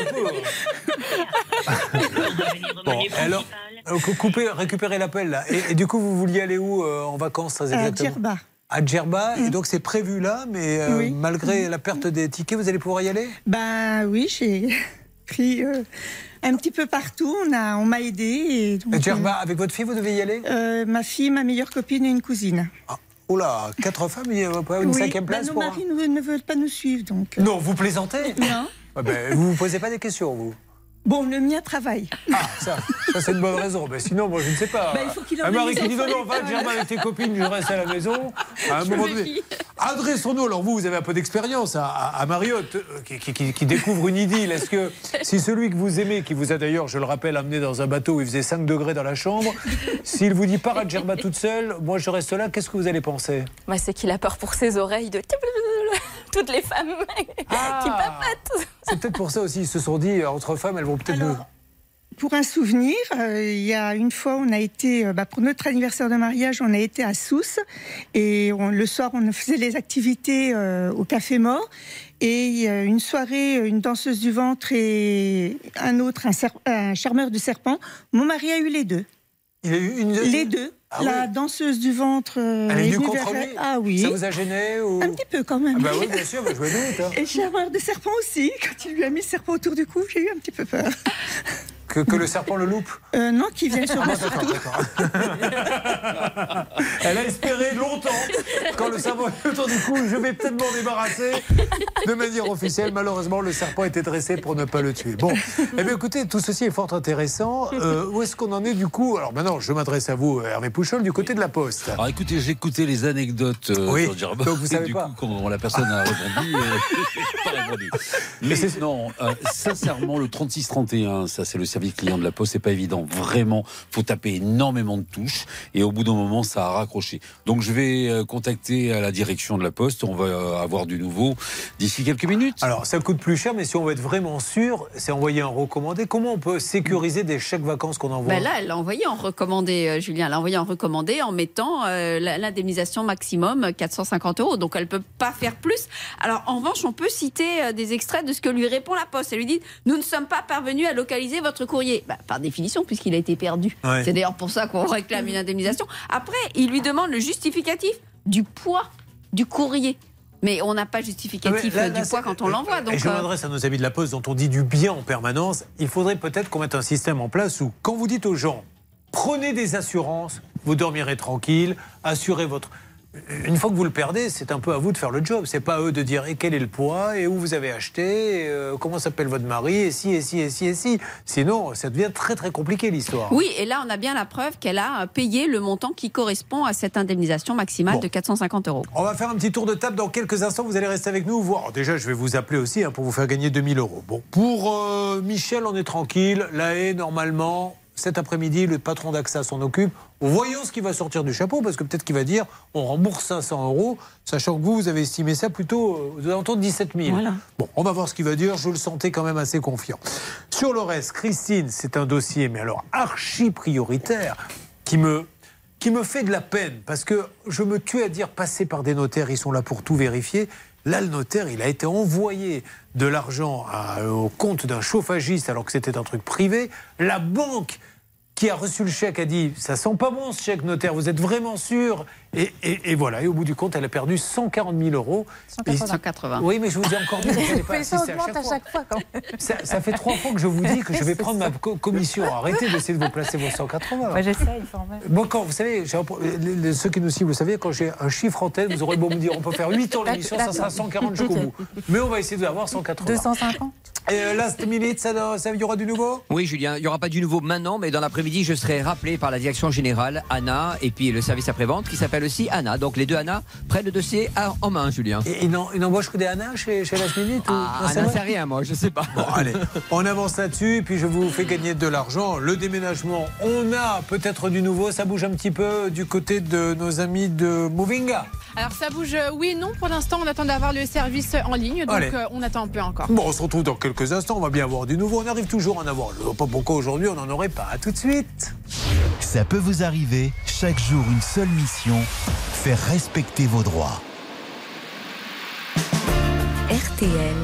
on peut. Bon, alors, euh, coupez, récupérez l'appel là. Et, et du coup, vous vouliez aller où euh, en vacances très À exactement? Djerba. À Djerba. Et donc, c'est prévu là, mais euh, Oui. malgré la perte des tickets, vous allez pouvoir y aller? Ben oui, j'ai pris euh, un petit peu partout. On a, on m'a aidé. Et donc, À Djerba, avec votre fille, vous devez y aller? euh, ma fille, ma meilleure copine et une cousine. Oh là, quatre femmes, il n'y a pas une Oui, cinquième ben, place nos pour un- maris ne, ne veulent pas nous suivre, donc. euh, Non, vous plaisantez? Non. Ah ben, vous ne vous posez pas des questions, vous? Bon, le mien travaille. Ah, ça, ça c'est une bonne raison. Mais sinon, moi, je ne sais pas. Bah, il faut qu'il un mari organise qui dit non, son non, va à Djerba avec tes copines, je reste à la maison. À un Je moment me donné, fie. adressons-nous. Alors vous, vous avez un peu d'expérience à, à, à Mariotte, euh, qui, qui- qui- qui découvre une idylle. Est-ce que si celui que vous aimez, qui vous a d'ailleurs, je le rappelle, amené dans un bateau où il faisait cinq degrés dans la chambre, s'il vous dit pars à Djerba toute seule, moi je reste là, qu'est-ce que vous allez penser? Bah, c'est qu'il a peur pour ses oreilles de toutes les femmes qui papotent. C'est peut-être pour ça aussi, ils se sont dit, euh, entre femmes, elles vont peut-être nous... Pour un souvenir, euh, il y a une fois, on a été, euh, bah, pour notre anniversaire de mariage, on a été à Sousse. Et on- le soir, on faisait les activités euh, au Café Mort. Et il y a une soirée, une danseuse du ventre et un autre, un, ser- un charmeur de serpent. Mon mari a eu les deux. Il a eu une... Les deux. Ah la oui. danseuse du ventre. euh, Elle est venue venue contre vers- lui. Ah oui. Ça vous a gêné ou... Un petit peu quand même. Ah bah oui, bien sûr, bah, je me doute. Hein. Et j'ai avoir de serpent aussi. Quand il lui a mis le serpent autour du cou, j'ai eu un petit peu peur. Que, que le serpent le loupe euh, Non, qu'il vienne sur Ah, moi d'accord, surtout. d'accord. Elle a espéré longtemps, quand le serpent est autour du cou, je vais peut-être m'en débarrasser. De manière officielle, malheureusement, le serpent était dressé pour ne pas le tuer. Bon, eh bien écoutez, tout ceci est fort intéressant. Euh, où est-ce qu'on en est du coup? Alors maintenant, je m'adresse à vous, Hervé Pouchol, du côté de la Poste. Alors écoutez, j'ai écouté les anecdotes. Euh, Oui, sur Djerba, donc vous savez et du pas. coup, quand la personne a répondu, euh, j'ai pas répondu. Mais non, euh, sincèrement, le trente-six trente et un, ça c'est le service client de la Poste, c'est pas évident. Vraiment, faut taper énormément de touches et au bout d'un moment, ça a raccroché. Donc je vais euh, contacter à la direction de la Poste. On va euh, avoir du nouveau d'ici quelques minutes. Alors ça coûte plus cher, mais si on veut être vraiment sûr, c'est envoyer un recommandé. Comment on peut sécuriser des chèques vacances qu'on envoie? Ben là, elle l'a envoyé en recommandé, euh, Julien. Elle l'a envoyé en recommandé en mettant euh, la- l'indemnisation maximum quatre cent cinquante euros. Donc elle ne peut pas faire plus. Alors en revanche, on peut citer euh, des extraits de ce que lui répond la Poste. Elle lui dit « Nous ne sommes pas parvenus à localiser votre courrier. Ben, » Par définition, puisqu'il a été perdu. Ouais. C'est d'ailleurs pour ça qu'on réclame une indemnisation. Après, il lui demande le justificatif du poids du courrier. Mais on n'a pas justificatif Là, euh, là, du poids c'est- quand on l'envoie. Et Donc, je euh, m'adresse à nos amis de la Poste dont on dit du bien en permanence. Il faudrait peut-être qu'on mette un système en place où, quand vous dites aux gens, prenez des assurances, vous dormirez tranquille, assurez votre... Une fois que vous le perdez, c'est un peu à vous de faire le job. C'est pas à eux de dire et quel est le poids, et où vous avez acheté, et, euh, comment s'appelle votre mari, et si, et si, et si, et si. Sinon, ça devient très très compliqué l'histoire. Oui, et là, on a bien la preuve qu'elle a payé le montant qui correspond à cette indemnisation maximale Bon. de quatre cent cinquante euros. On va faire un petit tour de table dans quelques instants. Vous allez rester avec nous. Voir. Alors déjà, je vais vous appeler aussi hein, pour vous faire gagner deux mille euros. Bon, pour euh, Michel, on est tranquille. La haie, normalement, cet après-midi, le patron d'Axa s'en occupe. Voyons ce qui va sortir du chapeau, parce que peut-être qu'il va dire on rembourse cinq cents euros, sachant que vous, vous avez estimé ça plutôt euh, aux alentours de dix-sept mille. Voilà. Bon, on va voir ce qu'il va dire. Je le sentais quand même assez confiant. Sur le reste, Christine, c'est un dossier, mais alors archi prioritaire, qui me qui me fait de la peine, parce que je me tue à dire passer par des notaires, ils sont là pour tout vérifier. Là, le notaire, il a été envoyé de l'argent à- au compte d'un chauffagiste alors que c'était un truc privé. La banque qui a reçu le chèque a dit « ça sent pas bon ce chèque notaire, vous êtes vraiment sûr ?» et, et, et voilà, et au bout du compte, elle a perdu cent quarante mille euros. Et- cent quatre-vingts. Oui, mais je vous ai encore dit que vous n'allez pas Mais ça assister à augmente chaque à fois. chaque fois quand même. Ça, ça fait trois fois que je vous dis que je vais prendre ma co- commission. Arrêtez d'essayer de vous placer vos cent quatre-vingts. Moi, j'essaye quand même. Moi, quand, vous savez, j'ai un pro- les- les- ceux qui nous suivent, vous savez, quand j'ai un chiffre en tête, vous aurez beau me dire, on peut faire huit ans l'émission, ça sera cent quarante jusqu'au bout. Mais on va essayer d'avoir cent quatre-vingts. deux cent cinquante. Et euh, last minute, ça, doit- ça, il y aura du nouveau? Oui, Julien, il n'y aura pas du nouveau maintenant, mais dans l'après-midi, je serai rappelé par la direction générale, Anna, et puis le service après-vente qui s'appelle aussi Anna. Donc les deux Anna prennent le dossier à- en main, Julien. Et ils n'en- ils n'embauchent que des Anna chez, chez Last Minute ou... Ah, Non, c'est Anna, vrai c'est rien, moi, je sais pas. Bon, allez, on avance là-dessus, et puis je vous fais gagner de l'argent. Le déménagement, on a peut-être du nouveau, ça bouge un petit peu du côté de nos amis de Movinga. Alors ça bouge, euh, oui et non. Pour l'instant, on attend d'avoir le service en ligne, donc Allez. euh, on attend un peu encore. Bon, on se retrouve dans quelques instants, on va bien avoir du nouveau. On arrive toujours à en avoir. Je ne vois pas pourquoi aujourd'hui on n'en aurait pas. À tout de suite. Ça peut vous arriver, chaque jour une seule mission, faire respecter vos droits. R T L.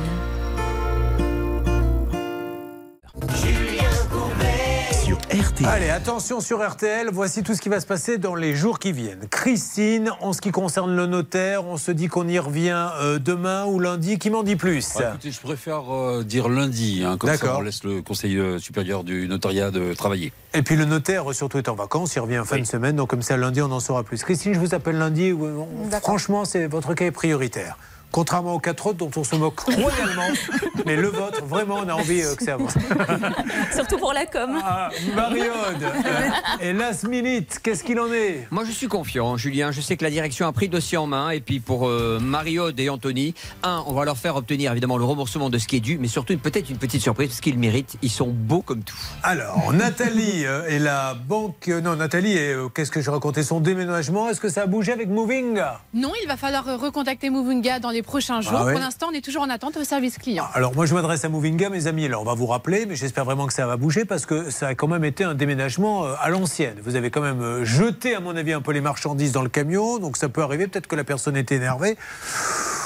Sur R T L. Allez, attention sur R T L, voici tout ce qui va se passer dans les jours qui viennent. Christine, en ce qui concerne le notaire, on se dit qu'on y revient euh, demain ou lundi. Qui m'en dit plus? Ah, écoutez, je préfère euh, dire lundi, hein, comme ça D'accord. on laisse le Conseil euh, supérieur du notariat de travailler. Et puis le notaire, surtout, est en vacances, il revient en fin Oui. de semaine, donc comme ça, lundi, on en saura plus. Christine, je vous appelle lundi. où- on- franchement, c'est votre cas est prioritaire. Contrairement aux quatre autres dont on se moque royalement, mais le vôtre, vraiment, on a envie euh, que ça avance. Surtout pour la com. Ah, Mariode, euh, et last minute, qu'est-ce qu'il en est? Moi, je suis confiant, Julien. Je sais que la direction a pris le dossier en main. Et puis, pour euh, Marie-Aude et Anthony, un, on va leur faire obtenir évidemment le remboursement de ce qui est dû, mais surtout une- peut-être une petite surprise, parce qu'ils méritent. Ils sont beaux comme tout. Alors, Nathalie euh, et la banque... euh, non, Nathalie, et, euh, qu'est-ce que je racontais? Son déménagement, est-ce que ça a bougé avec Moving? Non, il va falloir euh, recontacter Movinga dans les prochains jours. Ah ouais. Pour l'instant, on est toujours en attente au service client. Alors, moi, je m'adresse à Movinga, mes amis. Là, on va vous rappeler, mais j'espère vraiment que ça va bouger parce que ça a quand même été un déménagement euh, à l'ancienne. Vous avez quand même euh, jeté, à mon avis, un peu les marchandises dans le camion, donc ça peut arriver. Peut-être que la personne est énervée.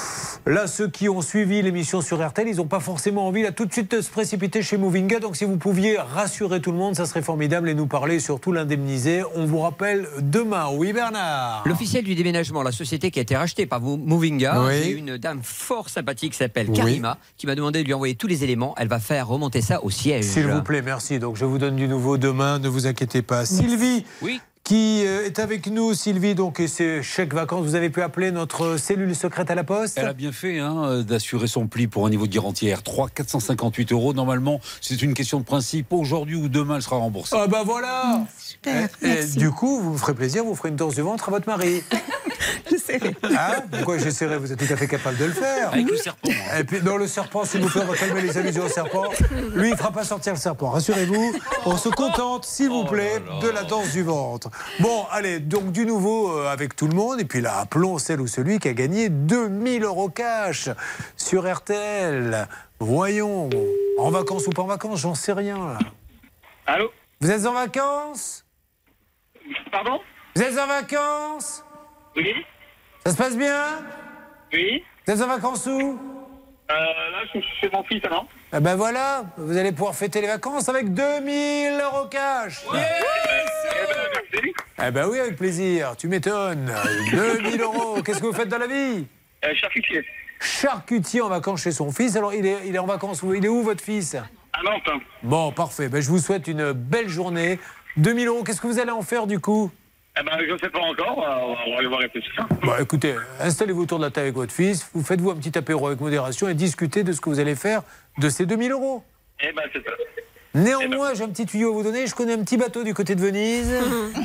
Là, ceux qui ont suivi l'émission sur R T L, ils n'ont pas forcément envie là tout de suite de se précipiter chez Movinga. Donc si vous pouviez rassurer tout le monde, ça serait formidable et nous parler, surtout l'indemniser. On vous rappelle demain. Oui, Bernard. L'officiel du déménagement, la société qui a été rachetée par Movinga, Oui. j'ai une dame fort sympathique qui s'appelle Oui. Karima, qui m'a demandé de lui envoyer tous les éléments. Elle va faire remonter ça au siège. S'il vous plaît, merci. Donc je vous donne du nouveau demain, ne vous inquiétez pas. Sylvie, oui. qui euh, est avec nous. Sylvie, donc et c'est chèque vacances. Vous avez pu appeler notre cellule secrète à la Poste. Elle a bien fait hein, d'assurer son pli pour un niveau de garantie R trois, quatre cent cinquante-huit euros. Normalement, c'est une question de principe. Aujourd'hui ou demain, elle sera remboursée. Ah bah voilà. Mmh, super, et, et merci. du coup, vous me ferez plaisir, vous ferez une danse du ventre à votre mari. J'essaierai. Hein? Pourquoi j'essaierai? Vous êtes tout à fait capable de le faire. Avec le serpent. hein. Et puis, non, le serpent, s'il vous plaît, on va calmer les allusions au serpent. Lui, il ne fera pas sortir le serpent, rassurez-vous. On se contente, s'il vous plaît, de la danse du ventre. Bon, allez, donc du nouveau euh, avec tout le monde. Et puis là, appelons celle ou celui qui a gagné deux mille euros cash sur R T L. Voyons, en vacances ou pas en vacances, j'en sais rien. Là. Allô? Vous êtes en vacances? Pardon? Vous êtes en vacances? Oui? Ça se passe bien? Oui? Vous êtes en vacances où? Euh, là, je suis chez mon fils, alors. Eh ben voilà, vous allez pouvoir fêter les vacances avec deux mille euros cash. Eh ben oui, avec plaisir, tu m'étonnes. deux mille euros, qu'est-ce que vous faites dans la vie? Euh, charcutier. Charcutier en vacances chez son fils. Alors, il est, il est en vacances où? Il est où, votre fils? À Nantes. Bon, parfait. Ben, je vous souhaite une belle journée. deux mille euros, qu'est-ce que vous allez en faire, du coup? Eh ben, je ne sais pas encore, on va aller réfléchir. Bon, écoutez, installez-vous autour de la table avec votre fils, vous faites-vous un petit apéro avec modération et discutez de ce que vous allez faire de ces deux mille euros. Eh ben, c'est ça. Néanmoins, j'ai un petit tuyau à vous donner. Je connais un petit bateau du côté de Venise.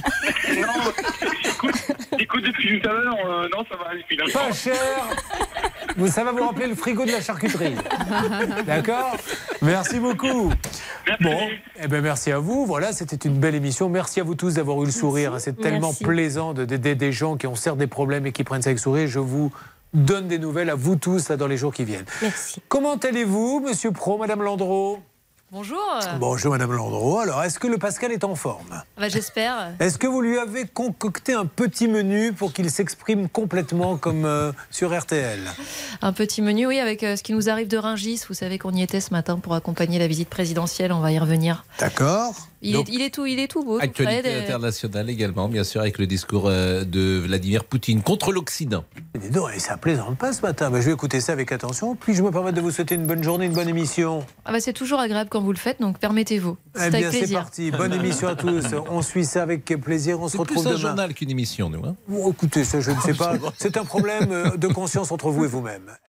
Écoute, depuis tout à l'heure, euh, non, ça va aller finalement. Pas cher. Vous, ça va vous rappeler le frigo de la charcuterie. D'accord? Merci beaucoup. Merci. Bon, eh ben merci à vous. Voilà, c'était une belle émission. Merci à vous tous d'avoir eu le sourire. C'est tellement Merci. plaisant de- d'aider des gens qui ont certes des problèmes et qui prennent ça avec sourire. Je vous donne des nouvelles à vous tous là, dans les jours qui viennent. Merci. Comment allez-vous, Monsieur Pro, Madame Landreau? Bonjour. Bonjour, Madame Landreau. Alors, est-ce que le Pascal est en forme? Bah, j'espère. Est-ce que vous lui avez concocté un petit menu pour qu'il s'exprime complètement comme euh, sur R T L? Un petit menu, oui, avec euh, ce qui nous arrive de Rungis. Vous savez qu'on y était ce matin pour accompagner la visite présidentielle. On va y revenir. D'accord. Il, Donc, est, il est tout, il est tout beau. Actualité Fred, euh, internationale également, bien sûr, avec le discours euh, de Vladimir Poutine contre l'Occident. Dis donc, et ça plaisante pas ce matin. Ben, je vais écouter ça avec attention. Puis je me permets de vous souhaiter une bonne journée, une bonne émission. Ah bah, c'est toujours agréable quand vous le faites, donc permettez-vous. Eh C'est avec bien, c'est plaisir. parti. Bonne émission à tous. On suit ça avec plaisir. On se C'est retrouve plus un demain. journal qu'une émission, nous. Hein. Bon, écoutez, ça, je ne sais pas. C'est un problème euh, de conscience entre vous et vous-même.